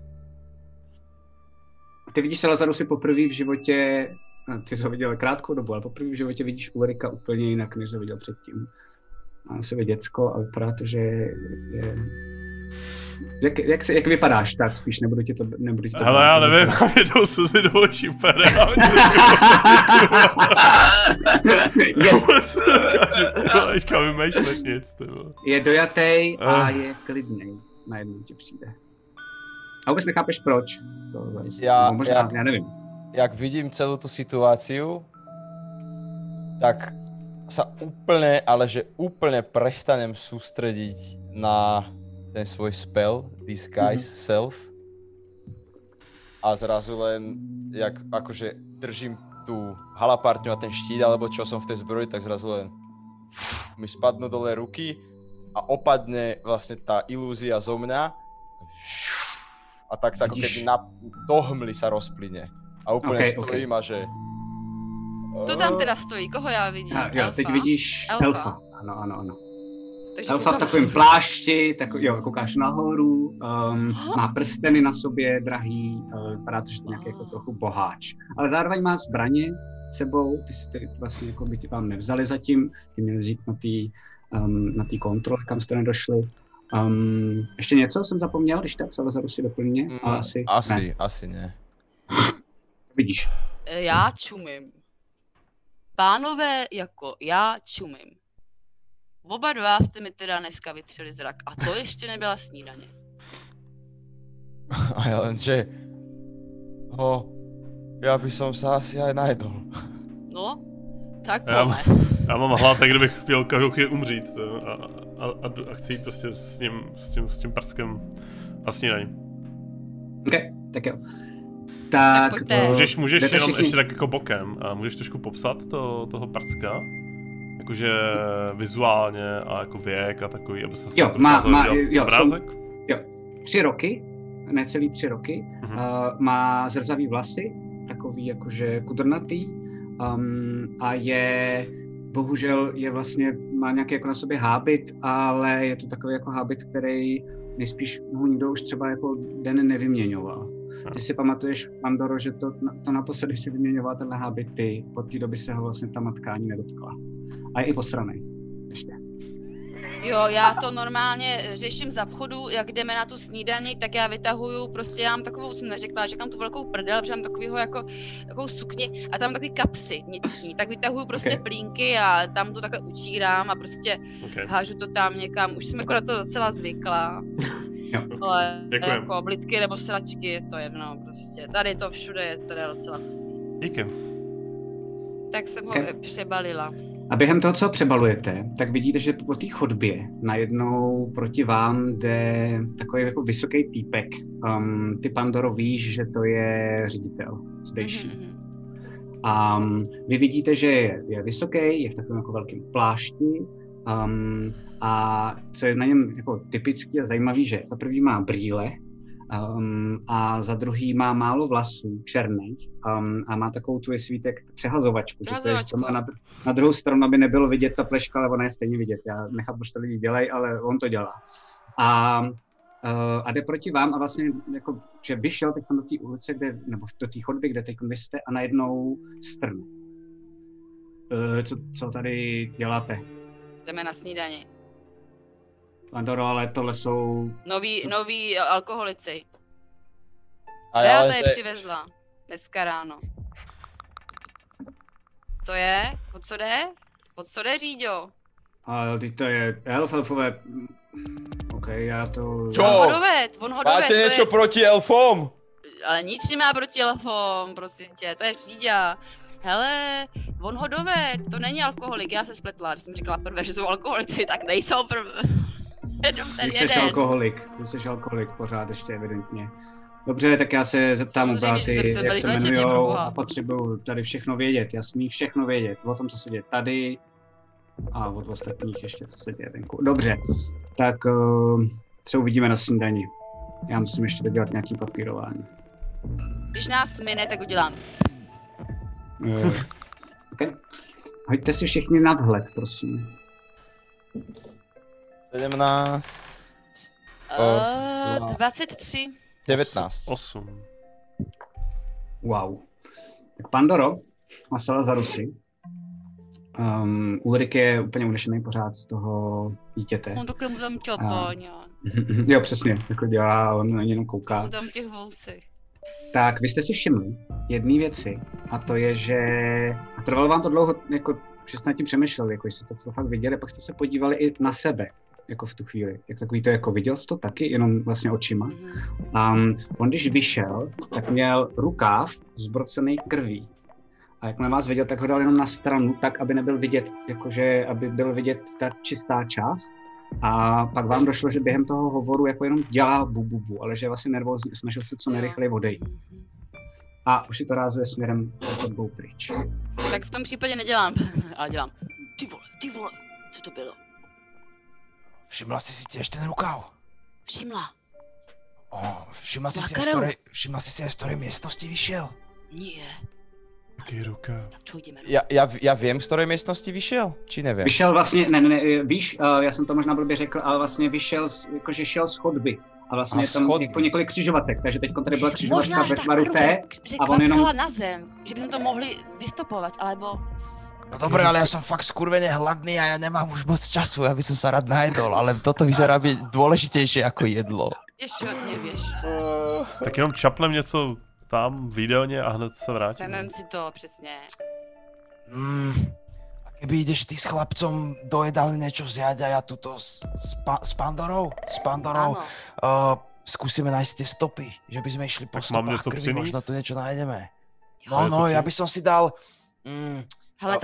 A ty vidíš Salazarusy poprvé v životě, ty jsi ho viděl krátkou dobu, ale poprvé v životě vidíš Ulrika úplně jinak, než ho viděl předtím. Má na sebe děcko a vypadá to, že je... Jak vypadáš tak spíš, nebudu ti to... Hele, já nevím, jdou slzy do očí úplně reálně. Teďka vymýšlet nic, je dojatej a je klidnej, najednou ti přijde. A vůbec nechápeš proč. Já nevím. Jak vidím celou tu situáciu, tak sa úplne, ale že úplne prestanem sústrediť na ten svoj spell, Disguise Self. A zrazu len, jak akože držím tú halapartňu a ten štít, alebo čo som v tej zbroji, tak zrazu len mi spadnú dole ruky a opadne vlastne tá ilúzia zo mňa. A tak sa ako keby do hmly sa rozplyne. A úplne stojím a že... To tam teda stojí, koho já vidím? Jo, teď vidíš Elfa. Ano. Elfa v takovém plášti, koukáš nahoru, má prsteny na sobě drahý, vypadá to, že to nějaký jako trochu boháč. Ale zároveň má zbraně sebou, ty vlastně jako by ti vám nevzali zatím, ty měli vzít na té kontrole, kam jste nedošli. Ještě něco jsem zapomněl, když tak Salazarusy doplně, ale asi ne. Vidíš. Já čumím. Pánové, jako já čumím. Oba dva jste mi teda dneska vytřeli zrak a to ještě nebyla snídaně. A ja len, že... ja by som sa asi aj najedol. No, tak pojďme. Já mám hlad, tak kdybych chtěl každou chvíli umřít a chci jít prostě s tím prskem na snídaní. OK, tak jo. Tak můžeš jenom ještě tak jako bokem a můžeš trošku popsat toho prcka? Jakože vizuálně a jako věk a takový, aby se obrázek? Jo, 3 roky, necelý 3 roky, má zrzavý vlasy, takový jakože kudrnatý a je, bohužel má nějaký jako na sobě hábit, ale je to takový jako hábit, který nejspíš ho nikdo už třeba jako den nevyměňoval. Ty si pamatuješ, Pandoro, že to naposledy si vyměňoval tenhle hábit ty, od té doby se ho vlastně ta matka ani nedotkla. A je i posranej, ještě. Jo, já to normálně řeším z obchodu, jak jdeme na tu snídani, tak já vytahuju, prostě já mám takovou, jsem neřekla, že mám tu velkou prdel, protože mám takovou sukni a tam takový kapsy vnitřní, tak vytahuju prostě plínky a tam to takhle učírám a prostě hážu to tam někam, už jsem jako na to docela zvykla. Ale jako blitky nebo sračky, je to jedno prostě, tady to všude je teda docela hustý. Díky. Tak jsem ho přebalila. A během toho, co přebalujete, tak vidíte, že po té chodbě najednou proti vám jde takový jako vysoký týpek. Ty, Pandoro, víš, že to je ředitel zdejší. Vy vidíte, že je vysoký, je v takovém jako velkém plášti a co je na něm jako typický a zajímavý, že za prvý má brýle a za druhý má málo vlasů, černých a má takovou tu svítek přehazovačku. Na druhou stranu, aby nebylo vidět ta pleška, ale ona je stejně vidět. Já nechápu, že to lidi dělají, ale on to dělá. A jde proti vám a vlastně jako, že vyšel teď do té ulice, nebo do té chodby, kde teď vy jste a najednou strne. Co tady děláte? Jdeme na snídani. Pandoro, ale tohle jsou... Noví alkoholici. A já tady přivezla. Dneska ráno. To je? O co jde, Říďo? Ale teď to je elfové... OK. já to... Čo? On ho doved, Máte niečo proti elfom? Ale nic nemá proti elfom, prosím tě, to je kříďa. Hele, on ho doved, to není alkoholik, já se spletla, když jsem říkala prvé, že jsou alkoholici, tak nejsou prvé. Jenom ten jeden. Ty jsi alkoholik pořád ještě evidentně. Dobře, tak já se zeptám u Beaty, jak se jmenujou a potřebuju tady všechno vědět, jasný, všechno vědět o tom, co se děje tady a od ostatních ještě, co se děje venku. Dobře, tak se uvidíme na snídani. Já musím ještě dodělat nějaký papírování. Když nás mine, tak udělám. Okay. Hoďte si všichni nadhled, prosím. 17... 23. 19. 8. Wow. Tak Pandoro a Salazarusy. Ulrik je úplně unešený pořád z toho dítěte. On takhle mu tam čapaň. Jo, přesně, jako dělá, on jenom kouká. On tam v těch vousech. Tak, vy jste si všimli jedné věci, a to je, že... A trvalo vám to dlouho, jako, že jste nad tím přemýšleli, jako jste to fakt viděli, pak jste se podívali i na sebe, jako v tu chvíli. Jak takový to, jako viděl jsi to taky, jenom vlastně očima. On když vyšel, tak měl rukáv zbrocený krví. A jakmile vás viděl, tak ho dal jenom na stranu, tak, aby nebyl vidět, jakože, aby byl vidět ta čistá část. A pak vám došlo, že během toho hovoru jako jenom dělá bu, ale že vlastně nervózně snažil se co nejrychleji odejít. A už si to rázuje směrem chodbou pryč. Tak v tom případě nedělám, ale dělám. Ty vole, co to bylo? Všimla jsi si tiež ten rukav? Všimla. Všimla si si aj z ktorej miestnosti vyšiel? Nie. Jaký rukav? Čo ideme? Ja viem, z ktorej miestnosti vyšiel? Či neviem? Vyšel vlastně, víš, já jsem to možná blbě řekl, ale vlastně vyšel, jakože šel z chodby. A vlastně je tam jako několik křižovatek, takže teď tady byla křižovatka ve tvaru T a on jenom... na zem, že bychom to mohli vystopovat, alebo... No dobré, ale ja som fakt skurvene hladný a ja nemám už moc času, aby som sa rád najedol, ale toto vyzerá byť dôležitejšie ako jedlo. Ještě nevíš. Tak jenom čapnem něco tam v jídelně a hned se vrátím. Vemem si to, přesně. A keby ideš ty s chlapcom do jedálny niečo vziať a ja tuto s Pandorou? Skúsime nájsť tie stopy, že by sme išli po stopách krvi, možno tu niečo nájdeme. No, ja by som si dal... Hele,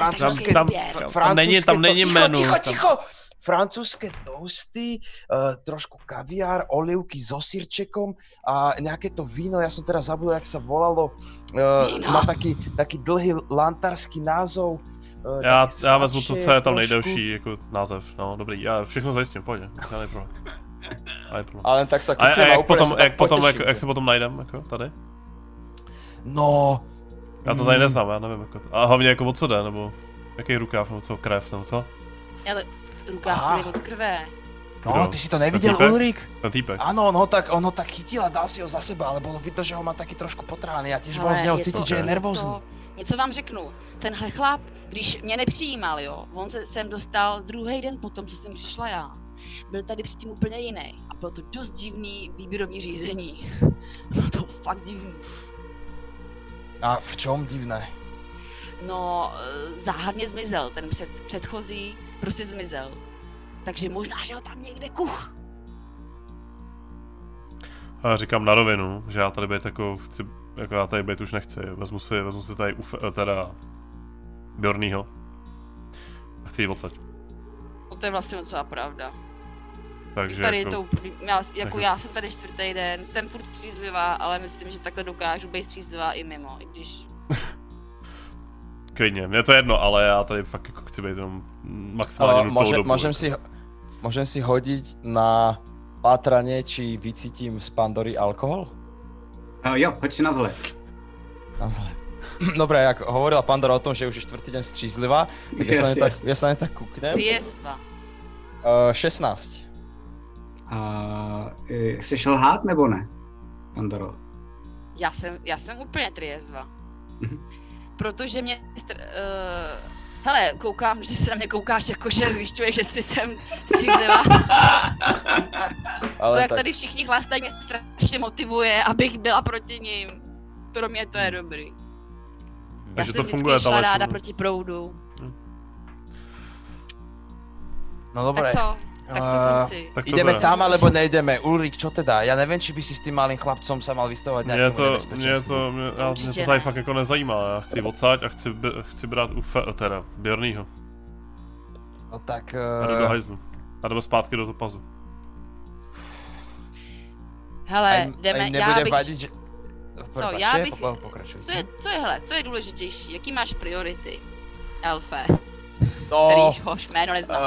tam není menu. Ticho! Francúzske toasty, trošku kaviár, olivky so sirčekom a nejaké to víno, ja som teraz zabudol, jak sa volalo, má taký dlhý lantarský názov. Já vezmu to, co je tam nejdelší jako název, no dobrý, já všechno zajistím, pojď, žádný problém. Ale tak sa kúpim a úplne sa tak poteším. Jak se potom najdem, jako tady? No... Já to tady neznám, já nevím, jako a hlavně jako od co jde, nebo jaký rukáv, nebo co, krev, nebo co? Ale rukáv je od krve. No, ty si to nevidel, Ulrik? Ten týpek. Áno, on ho tak chytil a dal si ho za seba, ale bolo vidno, že ho má taky trošku potrhaný a tiež bolo z něho cítiť, že je nervózny. Něco vám řeknu, tenhle chlap, když mě nepřijímal, jo, on se sem dostal druhý den potom, co jsem přišla já. Byl tady předtím úplně jiný a bylo to dost divný výběrový řízení. Bylo to fakt divný. A v čom divné? No, záhadně zmizel, ten předchozí prostě zmizel. Takže možná, že ho tam někde kuch. Já říkám na rovinu, že já tady být jako chci, jako já tady být už nechci. Vezmu si tady teda Bjornýho. Chci jít odsaď. To je vlastně docela pravda. Takže tady jako... Já jsem tady 4. den, jsem furt střízlivá, ale myslím, že takhle dokážu být střízlivá i mimo, i když... Klidně, mě to jedno, ale já tady fakt jako chci být jenom maximálně nutnou dobu. Môžem si hodiť na pátranie, či vycítim z Pandory alkohol? Jo, hoď si na vhled. Dobre, jak hovorila Pandora o tom, že už je 4. deň střízlivá, tak ja sa na tak kúknem. Triezva. 16. Chceš lhát nebo ne, Pandoro? Já jsem úplně triezva. Protože mě... hele, koukám, že se na mě koukáš jako, že zjišťuješ, jestli jsem střízlivá. To, jak tak... tady všichni chlastají, mě strašně motivuje, abych byla proti ním. Pro mě to je dobrý. Takže to funguje, šla ráda proti proudu. No dobré. Tak co? Tak ideme tam, alebo nejdeme? Ulrik, čo teda? Ja neviem, či by si s tým malým chlapcom sa mal vystavovať nejakému nebezpečenstvu. Mě to tady fakt jako nezajímá, já chci odsaď a chci brát teda Bjornýho. No tak... A jdu do hajzlu. A jdeme zpátky do Topazu. Hele, jdeme, já bych... Vadit, že... Co, já bych... Pokračuj. Co je důležitější? Jaký máš priority, Elfe? No... Kterýž jméno neznám.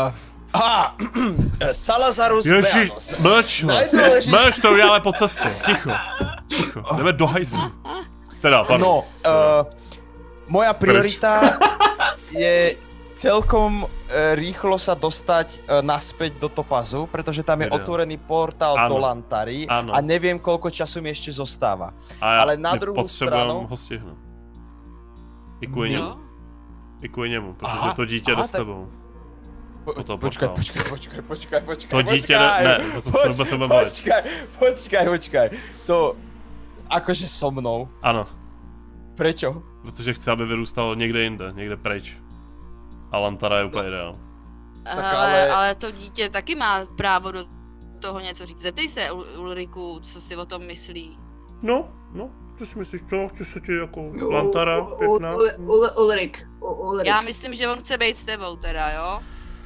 Salazarus Beanos. Mlč, to uděláme po cestě. Ticho. Jdeme do hajzlu. Teda, pardon. No, moja priorita je celkom rýchlo sa dostať naspäť do Topazu, pretože tam je otvorený portál do Lantary a neviem, koľko času mi ešte zostáva. Ale na druhou stranu... ho stihnout. I kvůli němu, protože to dítě jde s tebou. Počkaj. To dítě ne, to se budeme bavit. Počkaj. To akože so mnou. Ano. Prečo? Protože chci, aby vyrůstal někde jinde, někde pryč. A Lantara je úplně ideál. Ale to dítě taky má právo do toho něco říct. Zeptej se Ulriku, co si o tom myslí. No, co si myslíš, co? Chci se ti jako Lantara, pěkná? Ulrik. Já myslím, že on chce být s tebou teda, jo?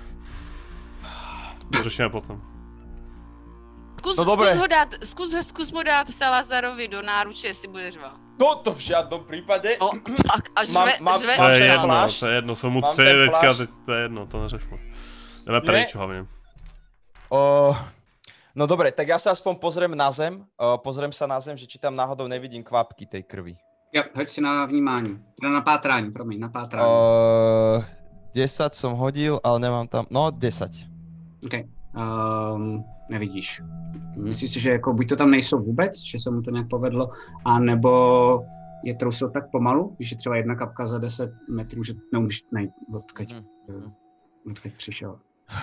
To řešíme potom. Zkus mu dát Salazarovi do náruče, jestli bude řvát. No to v žádném případě. No, tak až řve. To je jedno, jsou mu 3 teďka, to je jedno, to neřešme. Jdeme pryč hlavně. No dobre, tak ja sa aspoň pozriem na zem, že či tam náhodou nevidím kvapky tej krvi. Jo, hoď si na vnímání, teda na pátrání, promiň, na pátrání. 10 som hodil, ale nemám tam, no 10. OK, nevidíš. Myslíš si, že jako buď to tam nejsou vůbec, že se mu to nějak povedlo, anebo je trousil tak pomalu, když je třeba jedna kapka za 10 metrů, že neumíš najít, odkud přišel.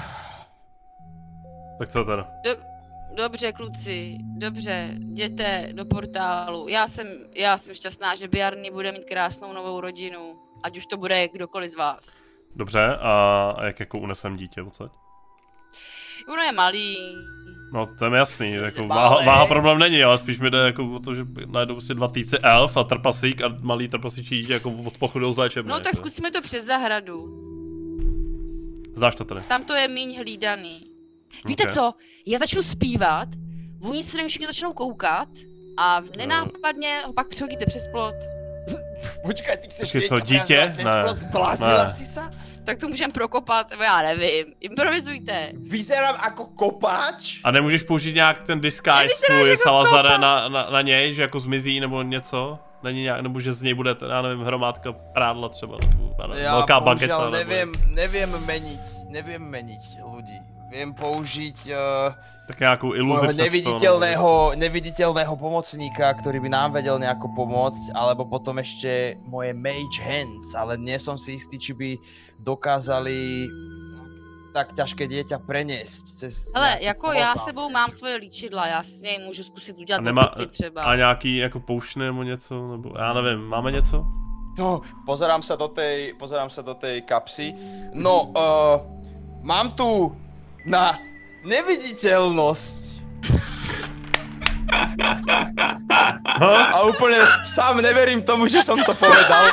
Tak co teda? Dobře, kluci, dobře, jděte do portálu. Já jsem šťastná, že Bjarni bude mít krásnou novou rodinu, ať už to bude kdokoliv z vás. Dobře, a jak jako unesem dítě odsaď? Ono je malý. No, to je mi jasný, jako váha problém není, ale spíš mi jde jako o to, že najdou prostě 2 týpci elf a trpasík a malý trpasíčí dítě jako odpochodil z léčebny. No tak zkusíme to přes zahradu. Znáš to tady? Tam to je míň hlídaný. Víte co? Já začnu zpívat, oni se na mě všichni začnou koukat a nenápadně ho pak přehodíte přes plot. Počkaj, ty chceš dítě? Ne. Zbláznila si sa? Tak to můžeme prokopat, já nevím. Improvizujte. Vyzerám jako kopáč? A nemůžeš použít nějak ten disguise tvůj Salazare na něj, že jako zmizí nebo něco? Není nějak, nebo že z něj bude, já nevím, hromádka prádla třeba, nebo velká bageta. Nevím meniť ľudí. Viem použiť tak nějakou iluzi neviditeľného pomocníka, ktorý by nám vedel nejako pomôcť, alebo potom ešte moje mage hands, ale nie som si istý, či by dokázali tak ťažké dieťa preniesť cez... Hele, jako já sebou mám svoje líčidla, já si z něj můžu zkusit udělat opici třeba. A nějaký jako poušny nebo něco, nebo já nevím, máme něco? No, pozerám sa do tej kapsy. No, mám tu na neviditeľnosť. A úplne sám neverím tomu, že som to povedal.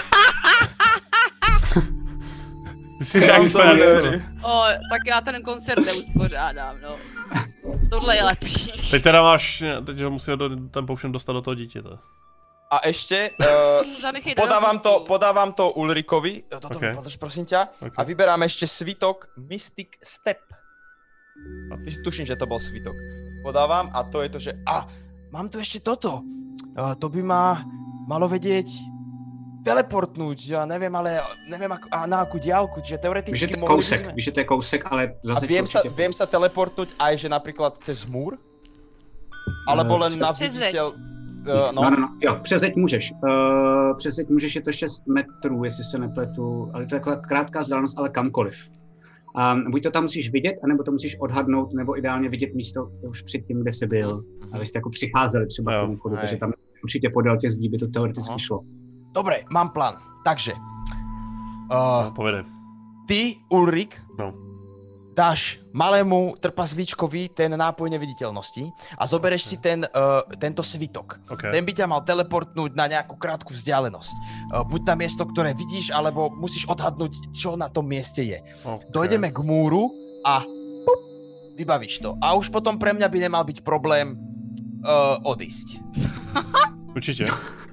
Tak já ten koncert neuspořádám, no. Tohle je lepší. Teď ho musí ten poušen dostat do toho dítěte. A ešte podávam to Ulrikovi, podrž prosím ťa, a vyberám ešte svitok Mystic Step. Tuším, že to bol svitok. Podávam a to je to, že mám tu ešte toto. To by ma malo vedieť teleportnúť, ja neviem, ale neviem na akú diálku, čiže teoreticky mohli by sme... Víš, že to je kousek, ale zase... A viem sa teleportnúť aj, že napríklad cez múr? Alebo len na viditeľ... No. Jo, přezeď můžeš. Přezeď můžeš, je to 6 metrů, jestli se nepletu, ale to je taková krátká vzdálenost, ale kamkoliv. Buď to tam musíš vidět, anebo to musíš odhadnout, nebo ideálně vidět místo už předtím, kde jsi byl. A vy jste jako přicházeli třeba k tomu chodu, takže tam určitě podél těch zdí by to teoreticky šlo. Dobre, mám plán. Takže. Povedej. Ty, Ulrik, dáš malému trpazlíčkovi ten nápoj neviditeľnosti a zobereš si tento svitok. Ten by ťa mal teleportnúť na nejakú krátku vzdialenosť. Buď na miesto, ktoré vidíš, alebo musíš odhadnúť, čo na tom mieste je. Dojdeme k múru a vybavíš to. A už potom pre mňa by nemal byť problém odísť. Určite.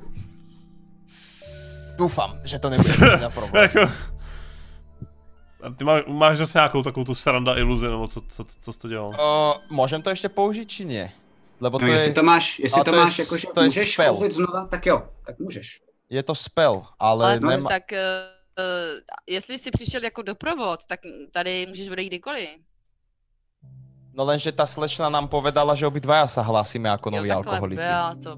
Dúfam, že to nebude mňa problém. A ty máš zase nějakou takovou tu sranda iluzi, nebo co jsi to dělal? Môžem to ještě použít, či nie? Lebo to jestli je... to máš jakože to můžeš použít znova, tak jo, tak můžeš. Je to spell, ale nemá... Tak jestli jsi přišel jako doprovod, tak tady můžeš odejít kdykoliv. No lenže ta slečna nám povedala, že obidvaja sa hlásíme jako noví alkoholici. Beato.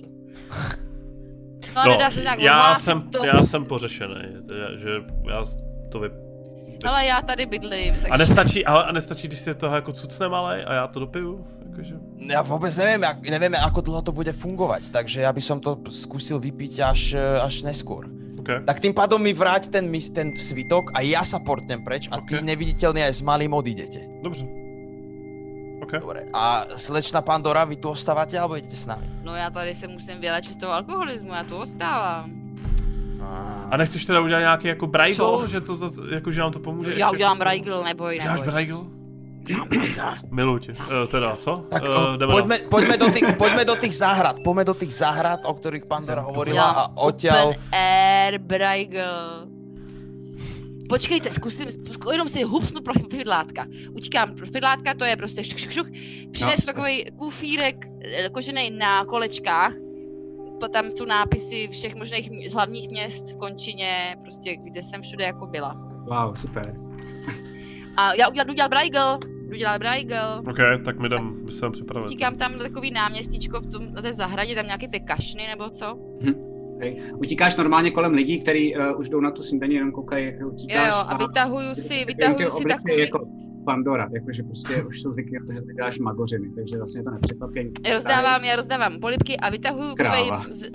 No, nedá se nějak já jsem pořešený, že já to ale já tady bydlím, takže... A nestačí, když si toho jako cucne malej a já to dopiju? Jakože... Ja vôbec neviem, ako dlho to bude fungovať, takže ja by som to skúsil vypiť až neskôr. Okay. Tak tým pádom mi vráť ten svitok a ja sa portnem preč a ty neviditeľný aj s malým odídete. Dobře. Okay. Dobre. A slečna Pandora, vy tu ostávate alebo idete s nami? No já tady se musím vylečit z toho alkoholismu, já tu ostávám. A nechceš teda udělat nějaký jako brajgl, že to jako, že nám to pomůže? Já udělám brajgl, neboj. Děláš brajgl? Miluji tě. Teda, co? Tak poďme do tých záhrad, o ktorých Pandora hovorila a odtiaľ... Open air brajgl. Počkejte, jenom si hupsnu pro fidlátka. Utíkám pro fidlátka, to je prostě šuk. Přinesu takový kufírek kožený na kolečkách. Tam jsou nápisy všech možných hlavních měst v končině, prostě kde jsem všude jako byla. Wow, super. A já jdu dělat brajgl. Ok, tak my se tam připravit. Utíkám tam na takový náměstíčko na té zahradě, tam nějaké ty kašny nebo co? Okay. Utíkáš normálně kolem lidí, kteří už jdou na tu snídaní, jenom koukají, jak utíkáš. Jo, a vytahuju si takový... Jako Pandora, jakože prostě už jsou zvyklí na to, že ty děláš magořiny, takže vlastně to nepřekvapení. Já rozdávám polibky a vytahuju takovej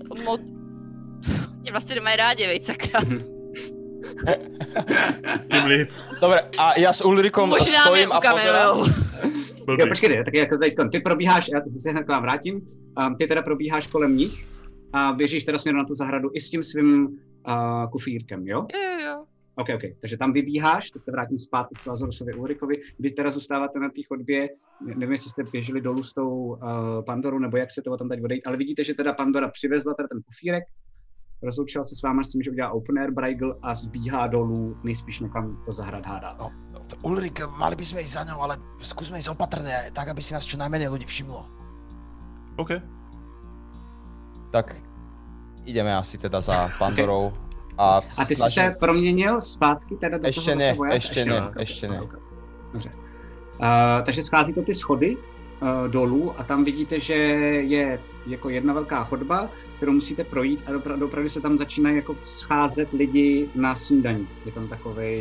Mě vlastně nemají rádi, veď sakra. Dobre, a já s Ulrikom stojím a pozerám. Jo, počkejte, tak jako ty probíháš, já se hned k vám vrátím, ty teda probíháš kolem nich a běžíš teda směrem na tu zahradu i s tím svým kufírkem, jo? Jo. Ok, takže tam vybíháš, teď se vrátím zpátky k Lazarusovi Ulrikovi, když teda zůstáváte na té chodbě, nevím, jestli jste běželi dolů s tou Pandorou, nebo jak se to tam teď odejít, ale vidíte, že teda Pandora přivezla teda ten kufírek, rozloučila se s váma s tím, že udělá open air brajgl a zbíhá dolů, nejspíš někam do zahrad hádá. No, Ulrik, mali by sme ísť za ňou, ale skúsme ísť opatrne, tak aby si nás čo najmenej ľudí všimlo. OK. Tak ideme asi teda za Pandorou. Okay. A ty jsi se proměnil zpátky teda do toho zase vojáka? Ještě ne. Dobře. Takže scházíte ty schody dolů a tam vidíte, že je jako jedna velká chodba, kterou musíte projít a opravdu se tam začínají jako scházet lidi na snídaní. Je tam takovej,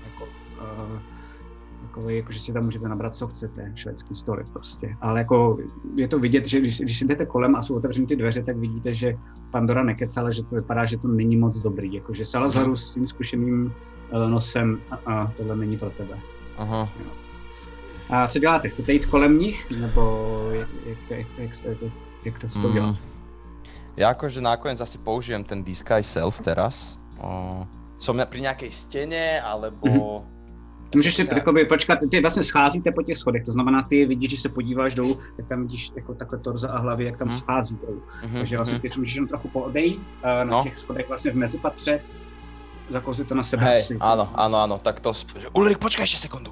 jako že si tam můžete nabrat, co chcete, švédský stoly prostě. Ale jako je to vidět, že když jdete kolem a jsou otevřeny ty dveře, tak vidíte, že Pandora nekecala, že to vypadá, že to není moc dobrý. Jakože Salazarus s tím zkušeným nosem, tohle není pro tebe. Aha. Jo. A co děláte? Chcete jít kolem nich? Nebo jak to dělat? Ja akože nakoniec asi použijem ten Disguise Self teraz. Som pri nejakej stene, alebo... Můžeš si počkat, ty vlastně scházíte po těch schodech, to znamená, ty vidíš, že se podíváš dolů, tak tam vidíš jako takhle torzo a hlavy, jak tam schází dolů. Takže vlastně ty můžeš jenom trochu poodejít na těch schodech vlastně v mezipatře, zakouzit to na sebe. Hej, áno, tak to... Ulrik, počkaj ešte sekundu.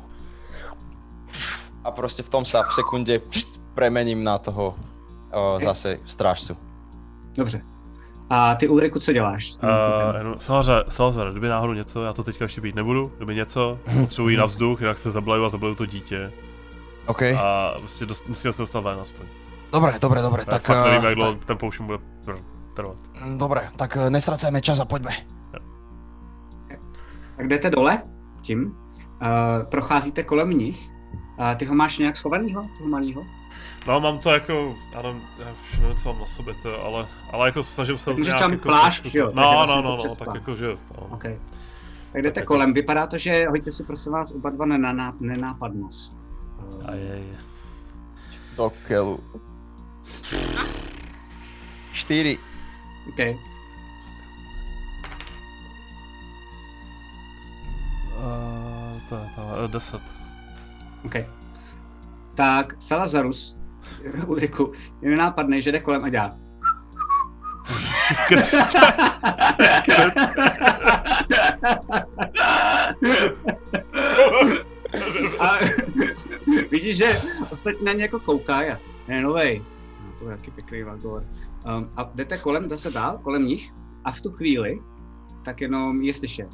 A proste v tom sa v sekunde premením na toho zase strážcu. Dobře. A ty, Ulriku, co děláš? Salazar, kdyby náhodou něco, já to teďka ještě být nebudu, kdyby něco, potřebuji jít na vzduch, jinak se zablaju to dítě. OK. A prostě musíme se dostat ven aspoň. Dobre. Tak fakt nevím, jak dlouho ten poušť bude trvat. Dobre, tak nestracajme čas a poďme. Tak jdete dole tím, procházíte kolem nich. A ty ho máš nějak schovanýho, toho malýho? No, mám to jako, já nevím, co mám na sobě to, ale jako snažím se tak nějak tam jako... plášť, jo? No, tak jako, že jo. Okay. Tak jdete kolem. Vypadá to, že hoďte si prosím vás oba dva nenápadnost. Do kelu. 4. OK. To 10. OK. Tak Salazarus, Ulriku, je nenápadný, že jde kolem a dělá. A vidíš, že ostatní na ně jako koukají a je novej. No, to je taky pěkný Vagor. A jdete kolem, zase dál, kolem nich a v tu chvíli tak jenom je slyšet.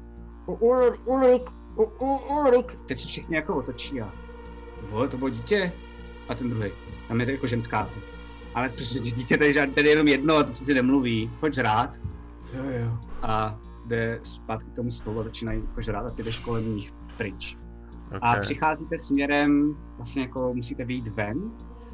Ulrik. Teď se všichni jako otočí a vole, to bylo dítě. A ten druhý, tam je to jako ženská. Ale přesně dítě tady je jenom jedno a to přeci nemluví. Pojď žrát. Jo. A jde zpátky k tomu stolu a začínají jako žrát a ty jdeš kolem nich pryč. Okay. A přicházíte směrem, vlastně jako musíte vyjít ven.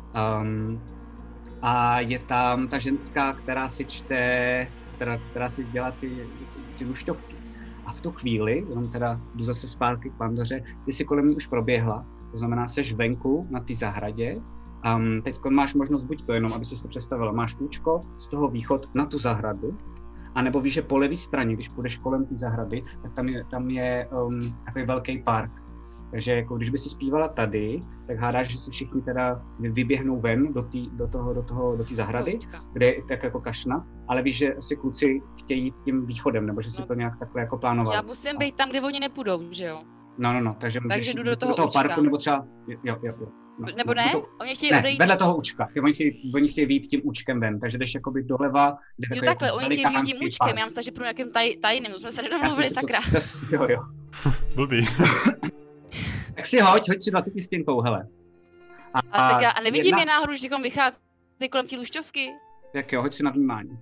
A je tam ta ženská, která si čte, která si dělá ty lušťovky. A v tu chvíli, jenom teda jdu zase zpátky k Pandoře, ty si kolem ní už proběhla, to znamená, seš venku na té zahradě. Teď máš možnost buď to jenom, aby si to představila, máš účko z toho východ na tu zahradu, anebo víš, že po levé straně, když půjdeš kolem té zahrady, tak tam je takový velký park. Takže jako když by si zpívala tady, tak hádáš, že si všichni teda vyběhnou ven do té zahrady, kde je tak jako kašna, ale víš, že asi kluci chtějí jít tím východem, nebo že si to nějak takhle jako plánovali. Já musím být tam, kde oni nepůjdou, že jo? No, takže jdu do toho parku, nebo třeba, jo. No, nebo ne? Oni chtějí odejít. Vedle toho účka. Oni chtějí vyjít tím účkem ven, takže jdeš jakoby doleva. Jo, takhle, oni chtějí vyjít tím účkem, já myslím, že pro nějakým tajným, jsme se nedomluvili, sakra. Jo. Blbý. Tak si hoď si 20 stěnkou, hele. A nevidím je náhodou, že vychází kolem té lušťovky? Tak jo, hoď si na vnímání.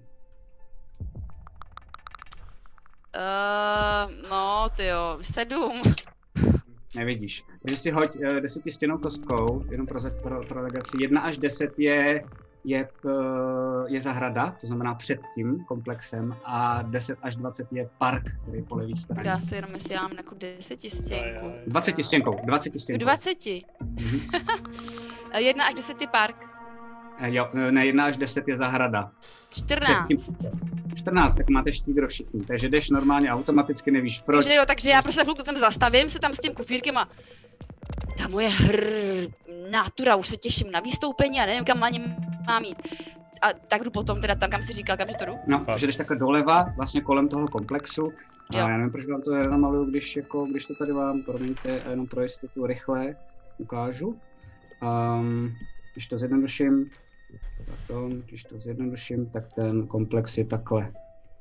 No, tyjo, 7. Nevidíš. Takže si hoď 10 stěnou kostkou, jenom pro legaci. 1 až 10 je zahrada, to znamená před tím komplexem, a 10 až 20 je park, který je po levé straně. Já si jenom jestli já mám jako 10 stěnku. 20 stěnkou. 20? 1 až 10 je park. Jo, ne, 1 až 10 je zahrada. 14, tak máte štígro všichni, takže jdeš normálně automaticky, nevíš proč. Takže já prostě chvilku tam zastavím se tam s tím kufírkem a ta moje nátura, už se těším na vystoupení a nevím, kam ani mám jít. A tak jdu potom teda tam, kam jsi říkal, kamže to jdu? No, takže jdeš takhle doleva, vlastně kolem toho komplexu. A já nevím, proč vám to namaluju, když to tady vám, promiňte, jenom pro jistotu rychle ukážu. Když to zjednoduším, tak ten komplex je takhle.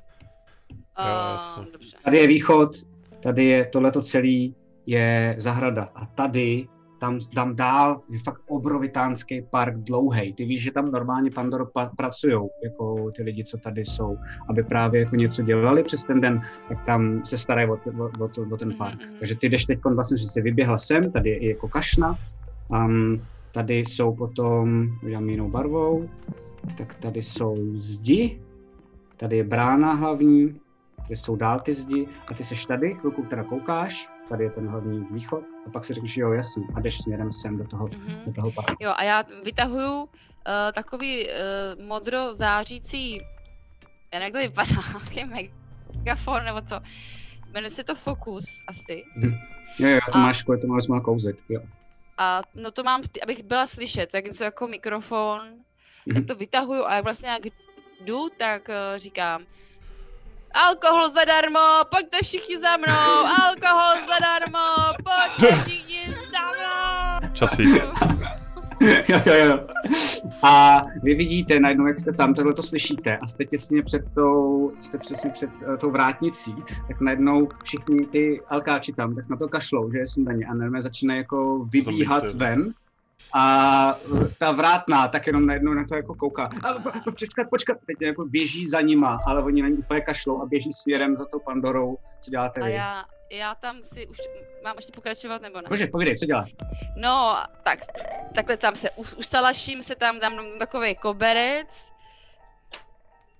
Tady je východ, tady je tohleto celý je zahrada a tady tam dál je fakt obrovitánský park dlouhej. Ty víš, že tam normálně Pandoro pracujou, jako ty lidi, co tady jsou, aby právě jako něco dělali přes ten den, tak tam se starají o ten park. Takže ty jdeš teď vlastně, že jsi vyběhla sem, tady je i jako kašna. Tady jsou potom, udělám jinou barvou, tak tady jsou zdi, tady je brána hlavní, tady jsou dál ty zdi a ty seš tady, chvilku teda koukáš, tady je ten hlavní východ a pak si řekneš, jo jasný, a jdeš směrem sem do toho parku. Jo a já vytahuju takový modro zářící, já nevím, jak to vypadá, jaký megafon nebo co, jmenuje se to Focus asi. Jo, to máš kouzit, jo. A no to mám, abych byla slyšet, tak něco jako mikrofon, tak to vytahuju a jak vlastně jak jdu, tak říkám alkohol zadarmo, pojďte všichni za mnou, alkohol zadarmo, pojďte všichni za mnou. Časík. Jo. A vy vidíte najednou, jak jste tam, tohle to slyšíte a jste těsně přesně před tou vrátnicí, tak najednou všichni ty alkáči tam, tak na to kašlou, že je snídaně a najednou začínají jako vybíhat ven a ta vrátná tak jenom najednou na to jako kouká. Počkat, teď jako běží za nima, ale oni na ní úplně kašlou a běží směrem za tou Pandorou, co děláte vy? A já tam si už mám ještě pokračovat nebo ne? Bože, povídej, co děláš? No, takhle tam se ustalaším, se tam dám takový koberec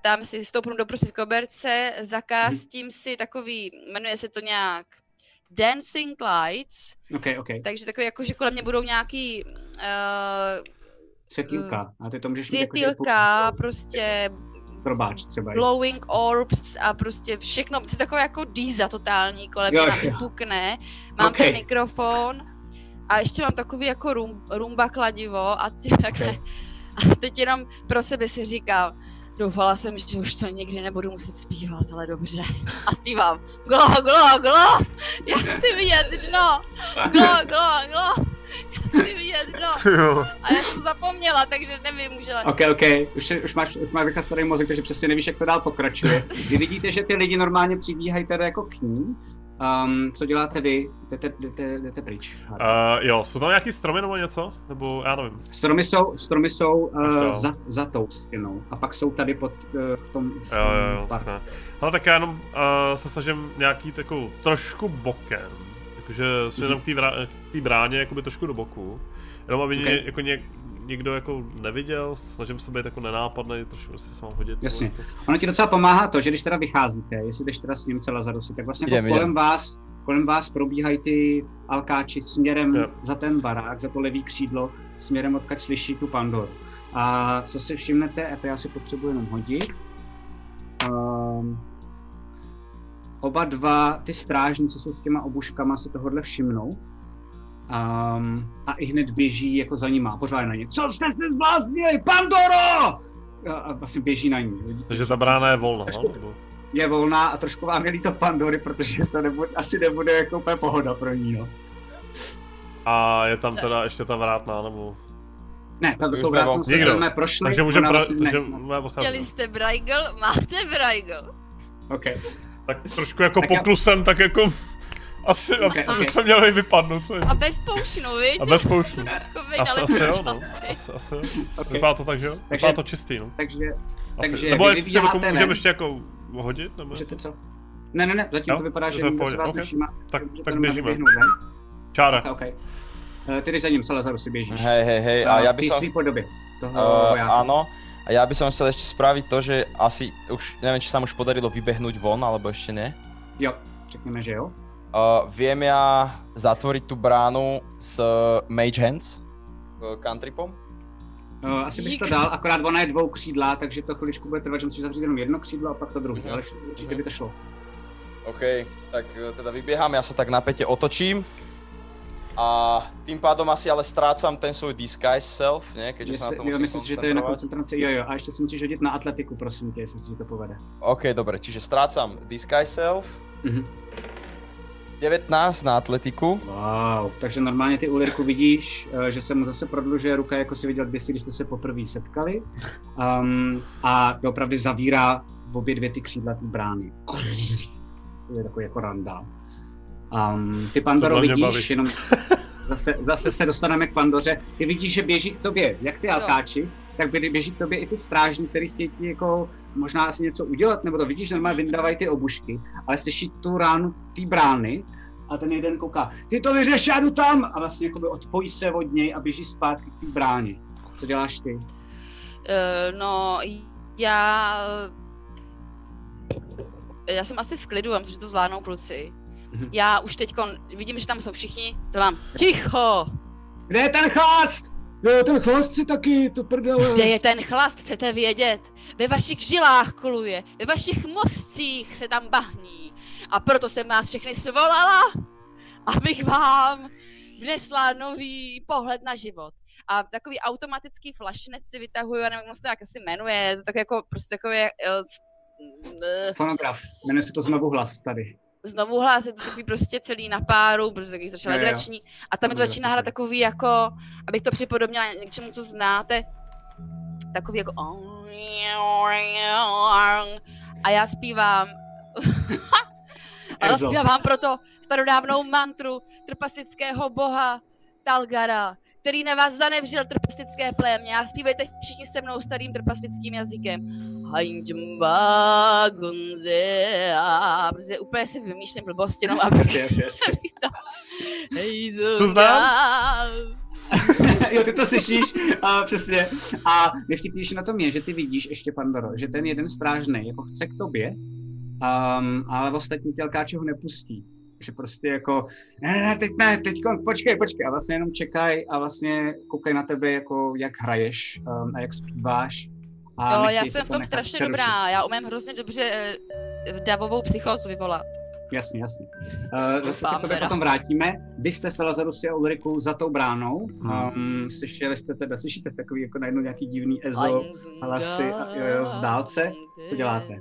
tam si stoupnu doprostřed koberce, zakástím si takový, jmenuje se to nějak Dancing Lights. Okay. Takže takový jako, že kolem mě budou nějaký světýlka. A ty to můžeš světýlka, jako, prostě probáč třeba. Glowing orbs a prostě všechno, to je takové jako dýza totální, kolem mě vypukne. Mám ten mikrofon a ještě mám takový jako rumba kladivo a takhle. A teď jenom pro sebe si říkám, doufala jsem, že už to nikdy nebudu muset zpívat, ale dobře. A zpívám glo, já chci vidět dno, glo, já chci vidět dno. A já jsem zapomněla, takže nevím, už ale... Ok, už máš vykastaný mozek, takže přesně nevíš, jak to dál pokračuje. Vy vidíte, že ty lidi normálně přibíhají teda jako k ní. Co děláte vy? Jdete pryč. Jo, jsou tam nějaký stromy nebo něco? Nebo já nevím. Stromy jsou za tou stěnou a pak jsou tady v tom parku. Ale tak já jenom se snažím nějaký takovou trošku bokem. Jakože směrem k té bráně jakoby trošku do boku. Jenom aby mě jako nikdo jako neviděl, snažím se být jako nenápadnej, trošku si se mám hodit. Jasně. Ono ti docela pomáhá to, že když teda vycházíte, jestli jdeš teda s ním celá Lazarusy, tak vlastně kolem vás probíhají ty alkáči směrem za ten barák, za to levý křídlo, směrem odkud slyší tu Pandoru. A co si všimnete, a to já si potřebuji jenom hodit, oba dva ty strážníci, co jsou s těma obuškama, si tohodle všimnou. A i hned běží jako za nima, pořád na ně. Co jste se zbláznili, Pandoro! A vlastně běží na ní. Takže ta brána je volná, no? Je volná a trošku vám je líto Pandory, protože to asi nebude jako úplně pohoda pro ní, no. A je tam teda ještě ta vrátná, nebo? Ne, to vrátnou jsme prošli. Takže můžeme Chtěli jste Braigl, máte Braigl. OK. Tak trošku jako poklusem, tak jako... Asi bychom měli vypadnout. A bez poušnu, viď? A bez poušnu. Asi jo, no. Asi jo. Vypadá to tak, že jo? Vypadá to čistý, no. Takže nebo jestli se můžeme ještě jako hodit, nebo můžete co? Ne, zatím to vypadá, že se vás nevšímá. Tak běžíme. Čára. Ty jdeš za ním, Lazarusy běžíš. Hej, a já by som... V podobě toho áno, a ja by som chcel ešte spraviť to, že asi už, neviem, či sa mu už podarilo vybehnúť von, alebo ešte nie. Jo, řekneme, že jo. Viem ja zatvoriť tú bránu s Mage Hands, cantripom? Asi bys to dal, akorát ona je dvoukřídlá, takže to chviličku bude trvat, že musíš zavřít jenom jedno křídlo a pak to druhé, ale určitě by to šlo. OK, tak teda vybieham, ja sa tak napäte otočím. A tým pádom asi ale strácam ten svoj disguise self, ne? Keďže sa na to musím myslím si, že to je na koncentraci, jo. A ještě si musíš hodit na atletiku, prosím tě, jestli si to povede. OK, dobre, čiže strácam disguise self. 19 na atletiku. Wow, takže normálně ty Ulrku vidíš, že se mu zase prodlužuje ruka, jako si viděl kdysi, když jste se poprvé setkali. A doopravdy zavírá v obě dvě ty křídla té brány. To je takový jako randál. Ty Pandoro vidíš, jenom zase se dostaneme k Pandoře. Ty vidíš, že běží k tobě, jak ty alkáči, tak běží k tobě i ty strážní, kteří chtějí ti jako možná asi něco udělat, nebo to vidíš, normálně vyndávají ty obušky, ale slyší tu ránu té brány a ten jeden kouká, ty to vyřeš, já jdu tam! A vlastně jakoby odpojí se od něj a běží zpátky k té bráně. Co děláš ty? No, já jsem asi v klidu, myslím, že to zvládnou kluci. Já už teďkon vidím, že tam jsou všichni, dělám ticho! Kde je ten chlast? Jo, ten chlast si taky, to prdele. Kde je ten chlast, chcete vědět? Ve vašich žilách koluje, ve vašich mozcích se tam bahní. A proto jsem vás všechny svolala, abych vám vnesla nový pohled na život. A takový automatický flašinec si vytahuju, já nevím, jak se to jak asi jmenuje, je to tak jako prostě takový... Fonograf, jmenuje se to znovu hlas tady. Znovu hlas, je to takový prostě celý na páru, protože taky strašně legrační. A tam mi to začíná hrát takový jako, abych to připodobnila něčemu, co znáte, takový jako a já zpívám a zaspívám proto starodávnou mantru trpaslického boha Talgara, který na vás zanevřel trpaslické plémě a zpívejte všichni se mnou starým trpaslickým jazykem. Hainjumba gunze a protože úplně si vymýšlím blbosti, no, aby to znám? Jo, ty to slyšíš, přesně. A nejvtipnější na tom je, že ty vidíš ještě, Pandoro, že ten jeden strážnej jako chce k tobě, ale ostatní tělkáči ho nepustí. Že prostě jako, ne, teď počkej. A vlastně jenom čekaj a vlastně koukaj na tebe, jako jak hraješ a jak zpíváš. Jo, já jsem v tom strašně dobrá, já umím hrozně dobře davovou psychózu vyvolat. Jasně. Zase se k tobě potom vrátíme. Vy jste se, Lazarusy a Ulriku, za tou bránou. Slyšíte takový jako najednou nějaký divný ezo, hlasy v dálce. Co děláte?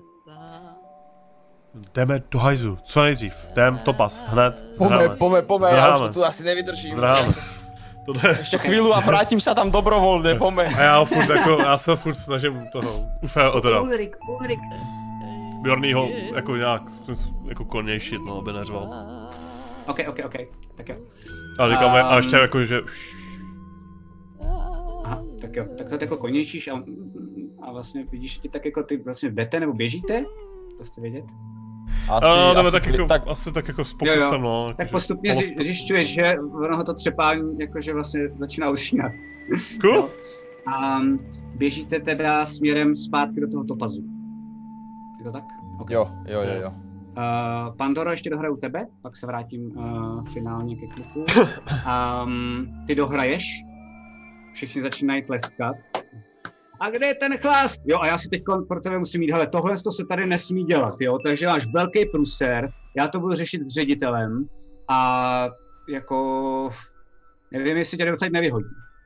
Jdeme do hajzu, co nejdřív. Jdem, Topaz, hned. Pome, já už to tu asi nevydržím. Zdráháme. Ještě chvíli a vrátím se tam dobrovolně, pome. A já se furt snažím toho Ulrik. Bjornýho jako nějak jako konějšit, no, aby neřval. OK, tak jo. A říkáme, a ještě jako, že... Aha, tak jo, tak to jako konějšíš a vlastně vidíš, že tak jako ty vlastně jdete nebo běžíte? To chci vědět. Asi tak jako s pokusem, no. Tak postupně zjišťuješ, že ono to třepání jakože vlastně začíná usínat. Cool. A běžíte teda směrem zpátky do toho Topazu. Je to tak? Okay. Jo. Pandoro, ještě dohraju tebe, pak se vrátím finálně ke kluku. Ty dohraješ, všichni začínají tleskat. A kde je ten chlast? Jo, a já si teď pro tebe musím jít, hele, tohle se tady nesmí dělat, jo, takže máš velký průser, já to budu řešit s ředitelem a jako, nevím, jestli tě docela nevyhodí.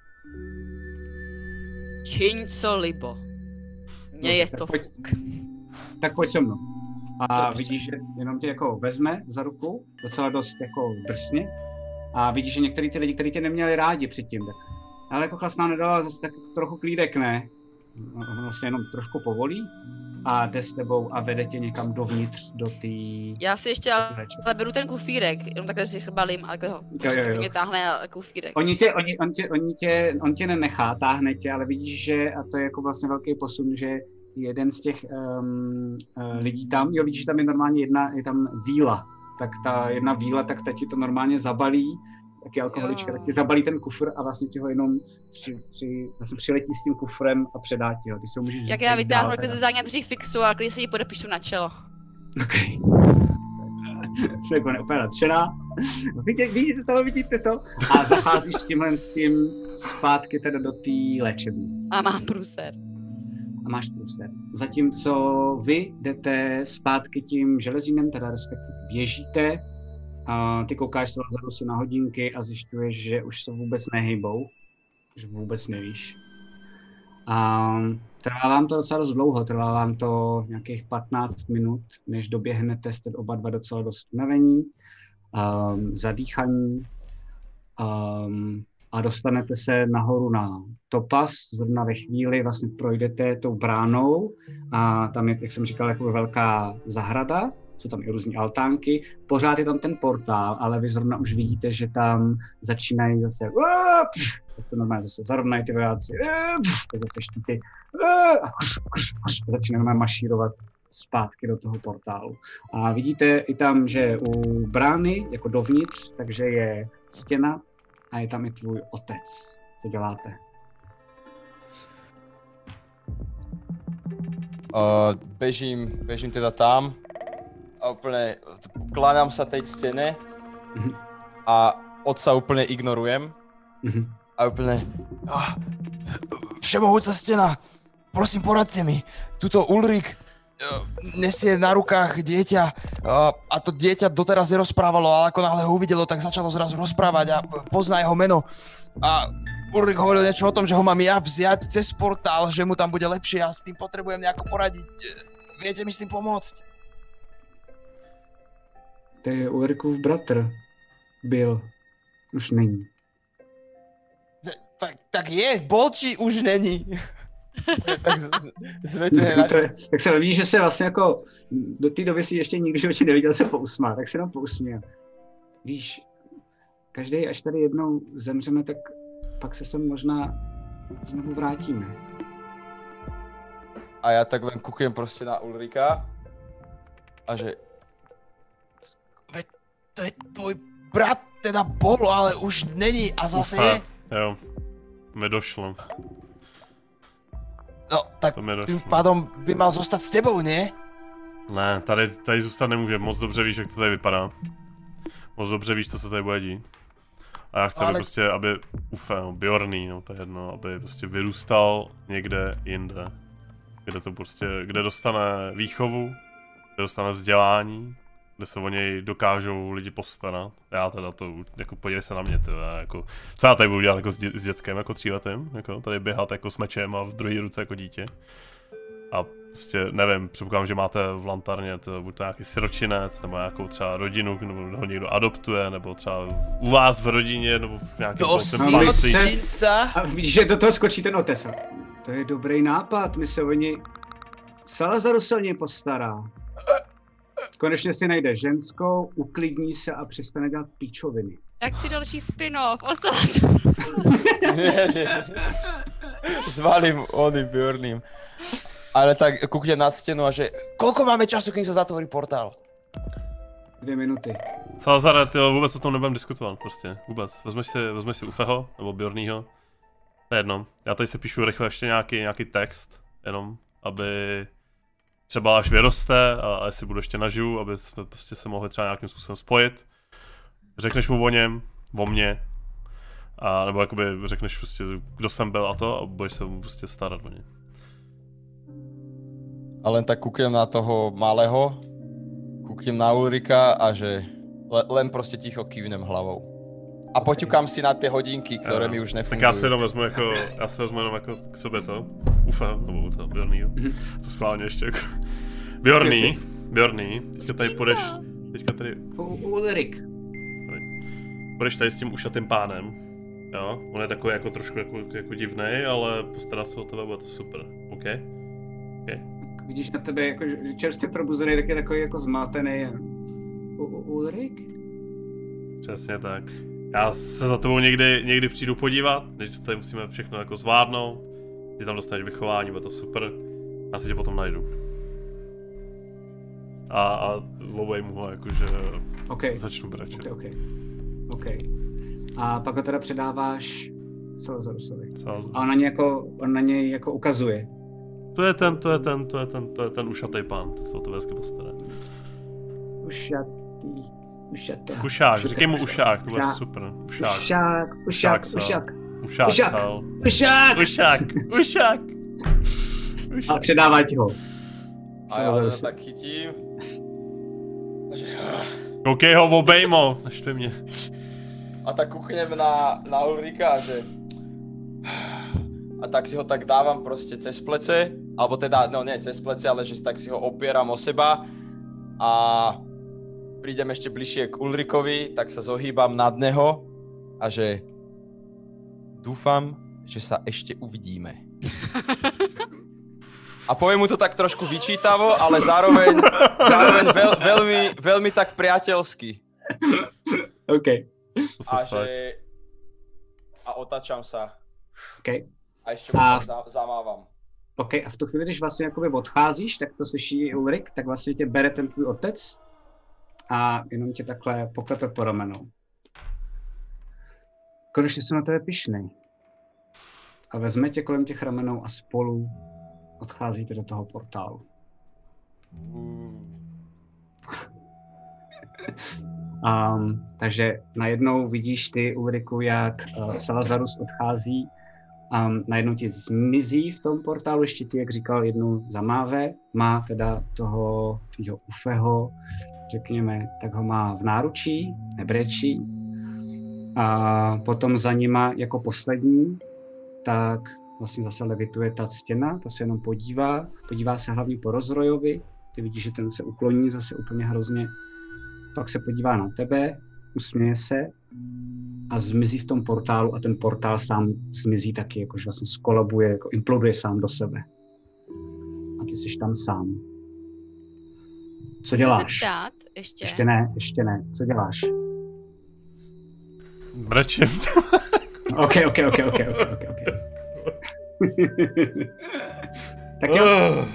Čiň co libo. Mně je to tak pojď se mnou. A vidíš, že jenom tě jako vezme za ruku, docela dost jako drsně. A vidíš, že některý ty lidi, kteří tě neměli rádi předtím, tak. Ale jako chlast nám nedala zase tak trochu klídek, ne? On se jenom trošku povolí a jde s tebou a vede tě někam dovnitř do té... Já si ještě ale beru ten kufírek, jenom takhle si balím a takhle ho mě táhne kufírek. On tě nenechá, táhne tě, ale vidíš, že, a to je jako vlastně velký posun, že jeden z těch lidí tam, jo, vidíš, že tam je normálně je tam víla, tak ta jedna víla, tak ta ti to normálně zabalí, taky alkoholička, tak ti zabalí ten kufr a vlastně ti ho jenom vlastně přiletí s tím kufrem a předá ti ho. Ty se ho můžeš... Jak já vytáhnu jako ze zánědří fixu a když se ji podepíšu na čelo. OK. Jsem jako úplně nadšená. Vidíte to? A zacházíš s tím zpátky teda do té léčebny. A mám průser. A máš průser. Zatímco vy jdete zpátky tím železínem, teda respektive běžíte, a ty koukáš se Lazarusy na hodinky a zjišťuješ, že už se vůbec nehybou, že vůbec nevíš. A trvá vám to docela dost dlouho, trvá vám to nějakých 15 minut, než doběhnete, jste oba dva docela dost unavení, zadýchaní a dostanete se nahoru na Topaz, zrovna ve chvíli vlastně projdete tou bránou a tam je, jak jsem říkal, jako velká zahrada, jsou tam i různý altánky, pořád je tam ten portál, ale vy zrovna už vidíte, že tam začínají zase tak to normálně zase zarovnají ty vojáci, tak zase štíty a začínají normálně mašírovat zpátky do toho portálu. A vidíte i tam, že u brány, jako dovnitř, takže je stěna a je tam i tvůj otec. Co děláte? Bežím teda tam a úplne kláňam sa tej stene a otca úplne ignorujem a úplne všemohúca stena, prosím poradte mi, tuto Ulrik nesie na rukách dieťa a to dieťa doteraz nerozprávalo, ale ako náhle ho uvidelo, tak začalo zrazu rozprávať a pozná jeho meno a Ulrik hovoril niečo o tom, že ho mám ja vziať cez portál, že mu tam bude lepšie a s tým potrebujem nejako poradiť. Viete mi s tým pomôcť? To je Ulrikův bratr. Byl. Už není. Tak je, bol či už není. Tak se vidíš, že se vlastně jako do té doby si ještě nikdy v životě neviděl se pousmát, tak se nám pousměl. Víš, každý, až tady jednou zemřeme, tak pak se sem možná znovu vrátíme. A já tak len kukujem prostě na Ulrika a že to je tvoj brat, teda bol, ale už není a zase je. Jo, mi došlo. No, tak tím pádom by mal zostat s tebou, ne? Ne, tady zůstat nemůže, moc dobře víš, jak to tady vypadá. Moc dobře víš, co se tady bude dít. A já chci, aby Bjorný, no to je jedno, aby prostě vyrůstal někde jinde. Kde dostane výchovu, kde dostane vzdělání, kde se o něj dokážou lidi postarat. Já teda to, jako podívej se na mě, jako, co já tady budu dělat jako s dětskem, jako 3letým, jako tady běhat jako s mečem a v druhé ruce jako dítě. A prostě nevím, předpokládám, že máte v Lantárně buď to nějaký siročinec, nebo nějakou třeba rodinu, nebo ho někdo adoptuje, nebo třeba u vás v rodině, nebo v nějakém siročince? A víš, že do toho skočí ten otec. To je dobrý nápad, my se o něj... Salazaru se o něj postará. Konečně si najde ženskou, uklidní se a přestane dělat píčoviny. Jak si další spin-off, o Salazaru. Zvalím oným Bjorným. Ale tak koukne na stěnu a že... Koľko máme času, kým se zatvorí portál? 2 minuty. Salazare, ty vůbec o tom nebudem diskutovat, prostě, vůbec. Vezmeš si Ufeho, nebo Bjornýho. To je jedno. Já tady se píšu rychle ještě nějaký text, jenom, aby třeba až vyroste a jestli budu ještě naživu, aby jsme prostě se mohli třeba nějakým způsobem spojit. Řekneš mu o něm, o mně, a nebo jakoby řekneš prostě, kdo jsem byl a to a budeš se mu prostě starat o ně. A len tak kúknem na toho malého, kúknem na Ulrika a že len prostě ticho kývnem hlavou. A poťukám si na ty hodinky, které mi už nefungují. Tak já si jenom vezmu jako k sobě to, Ufa, nebo to Bjornýho. To schválně ještě jako. Bjorný, teďka tady půjdeš, Ulrik. Půjdeš tady s tím ušatým pánem, jo, on je takový jako trošku jako divnej, ale postará se o tebe, bude to super, OK? Vidíš na tebe jako čerstvě probuzený, tak je takový jako zmatený. Ulrik? Přesně tak. Já se za tebou někdy přijdu podívat, než to tady musíme všechno jako zvládnout. Ty tam dostaneš vychování, bude to super. Já si tě potom najdu. A lobej mu ho jakože začnu brečet. Okay. A pak ho teda předáváš Salazarusovi. A on na něj jako ukazuje. To je ten ušatý pán, to se o to hezky postará. Ušák, říkej mu ušák, to bude super. Ušák. A předává ti ho. A já ho tak chytím. Koukej ho, obejmo, naštve mě. A tak kuknem na Ulrika, že... A tak si ho tak dávam prostě cez plece, alebo teda, no nie cez plece, ale že tak si ho opieram o seba a prídem ešte bližšie k Ulrikovi, tak sa zohýbam nad neho a že dúfam, že sa ešte uvidíme. A poviem mu to tak trošku vyčítavo, ale zároveň veľmi tak priateľsky. OK. A otáčam sa. OK. A ještě mu zamávám. OK, a v tu chvíli, když vlastně jakoby odcházíš, tak to slyší Ulrik, tak vlastně tě bere ten tvůj otec a jenom tě takhle poklepe po ramenou. Konečně jsem na tebe pyšnej. A vezme tě kolem těch ramenou a spolu odcházíte do toho portálu. Takže najednou vidíš ty, Ulriku, jak Salazarus odchází. Najednou ti zmizí v tom portálu, ještě ti, jak říkal, jednou zamáve, má teda toho tvýho Ufeho, řekněme, tak ho má v náručí, nebrečí. A potom za nima jako poslední, tak vlastně zase levituje ta stěna, ta se jenom podívá se hlavně po Rozrojovi, ty vidíš, že ten se ukloní zase úplně hrozně, pak se podívá na tebe, usměje se a zmizí v tom portálu a ten portál sám zmizí taky, jakože vlastně skolabuje, jako imploduje sám do sebe. A ty jsi tam sám. Co děláš? Se ptát ještě? Ještě ne. Co děláš? Brečím. OK. Tak jo.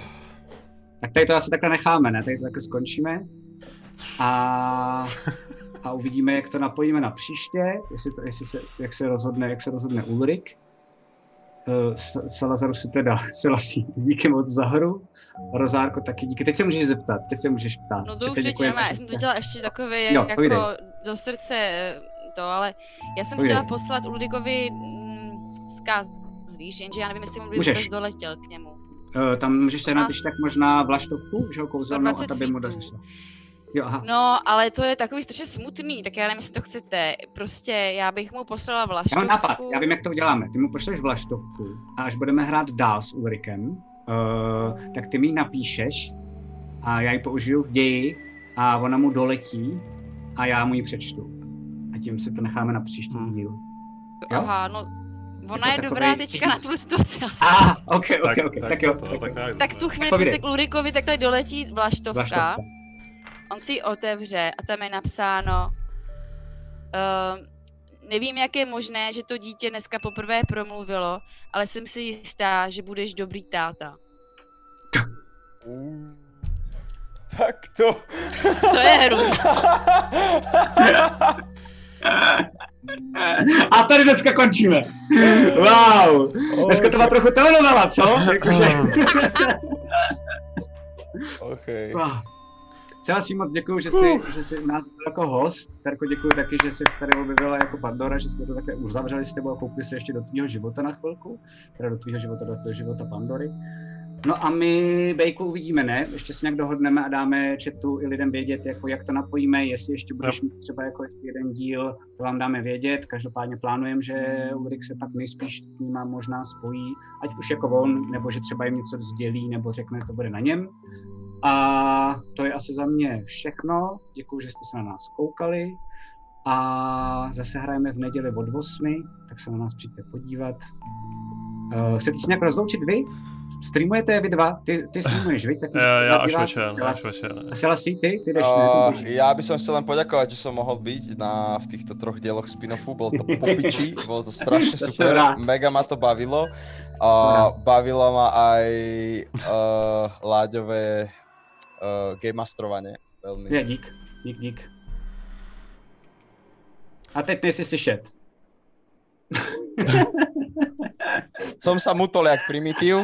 Tak tady to asi takhle necháme, ne? Tady to takhle skončíme. A a uvidíme, jak to napojíme na příště, jak se rozhodne Ulrik. Salazaru si teda souhlasí. Díky moc za hru. Rozárko taky díky. Teď se můžeš zeptat, ptát. No to už teď nemá, já jsem to dělala ještě takový jako do srdce to, ale já jsem chtěla poslat Ulrikovi vzkaz, víš, jenže já nevím, jestli on by vůbec doletěl k němu. Tam můžeš se když tak možná vlaštovku, že ho kouzelnou a ta by mu došla. Jo, aha. No, ale to je takový strašně smutný, tak já nevím, jestli to chcete. Prostě já bych mu poslala vlaštovku. Já mám nápad, já vím, jak to uděláme. Ty mu pošleš vlaštovku a až budeme hrát dál s Ulrikem, tak ty mi ji napíšeš a já ji použiju v ději a ona mu doletí a já mu ji přečtu. A tím si to necháme na příští díl. Aha, no, ona je dobrá teďka na tu situaci. Ok. Tak jo. Tak tu chvíli prostě k Ulrikovi takhle doletí vlaštovka. On si ji otevře a tam je napsáno, nevím, jak je možné, že to dítě dneska poprvé promluvilo, ale jsem si jistá, že budeš dobrý táta. Tak to... To je hrůz. A tady dneska končíme. Wow. Dneska to má trochu telenovela, co? Jakože... Okay. Wow. Celá si moc děkuju, že jsi nás jako host. Terko, děkuju taky, že jsi tady objevila jako Pandora, že jsme to takhle uzavřeli s tebou a koupili se ještě do tvýho života na chvilku. Teda do tvýho života Pandory. No a my, Bejku, uvidíme, ne? Ještě si nějak dohodneme a dáme chatu i lidem vědět, jako jak to napojíme, jestli ještě budeš mít třeba jako ještě jeden díl, to vám dáme vědět. Každopádně plánujeme, že Ulrik se pak nejspíš s nima možná spojí, ať už jako on, nebo že třeba jim něco sdělí, nebo řekne, to bude na něm. A to je asi za mě všechno. Děkuju, že jste se na nás koukali. A zase hrajeme v neděli od 8, tak se na nás přijďte podívat. Chcete se nějak rozloučit vy? Streamujete vy dva? Ty streamuješ, vy? Ja až večer. A Selassie, ty jdeš ne? Ja by som chcel len poďakovať, že som mohol byť v týchto 3 dieloch spin-offu. Bolo to popiči, bolo to strašne super, mega ma to bavilo. Bavilo ma aj Láďové game masterovanie. Veľmi. Ja, dík. A teď nejsi slyšet. Som sa mutol jak primitív.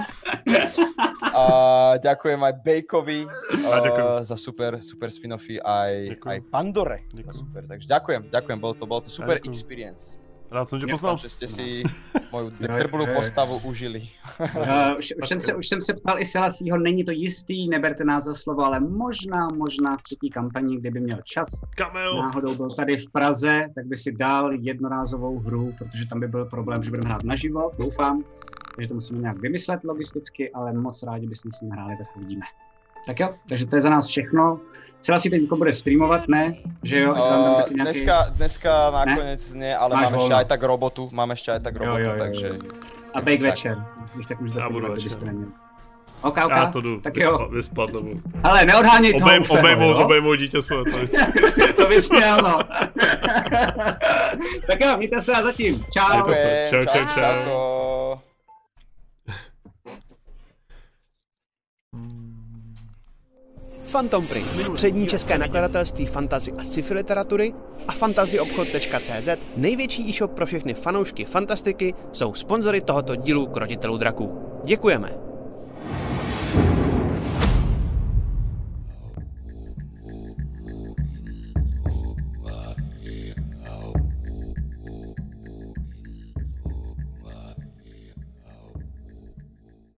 Ďakujem aj Bejkovi za super spin-offy, aj Pandore. Super, takže ďakujem, bolo to super experience. Rád som tě poznal. Že ste si moju drblú postavu užili. Už jsem se ptal i Selassieho, není to jistý, neberte nás za slovo, ale možná v třetí kampani, kdyby měl čas. Náhodou byl tady v Praze, tak by si dal jednorázovou hru, protože tam by byl problém, že budeme hrát naživo, doufám. Takže to musíme nějak vymyslet logisticky, ale moc rádi bychom s ním hráli, tak uvidíme. Tak jo, takže to je za nás všechno. Selassie teď bude streamovat, ne? Že jo? Dneska nakonec nie, ale máme ešte aj tak robotu, takže... A Bejk večer, když tak můžete podívat, kdybyste neměli. Ok. Já to jdu, tak jo. vyspat domů. Ale neodháněj toho Obejmou dítě svoje. To bys měl, no. Tak jo, mějte se a zatím. Čau. Čau. Phantom Print, střední české nakladatelství fantasy a sci-fi literatury a fantazyobchod.cz, největší e-shop pro všechny fanoušky fantastiky, jsou sponzory tohoto dílu Krotitelů draků. Děkujeme!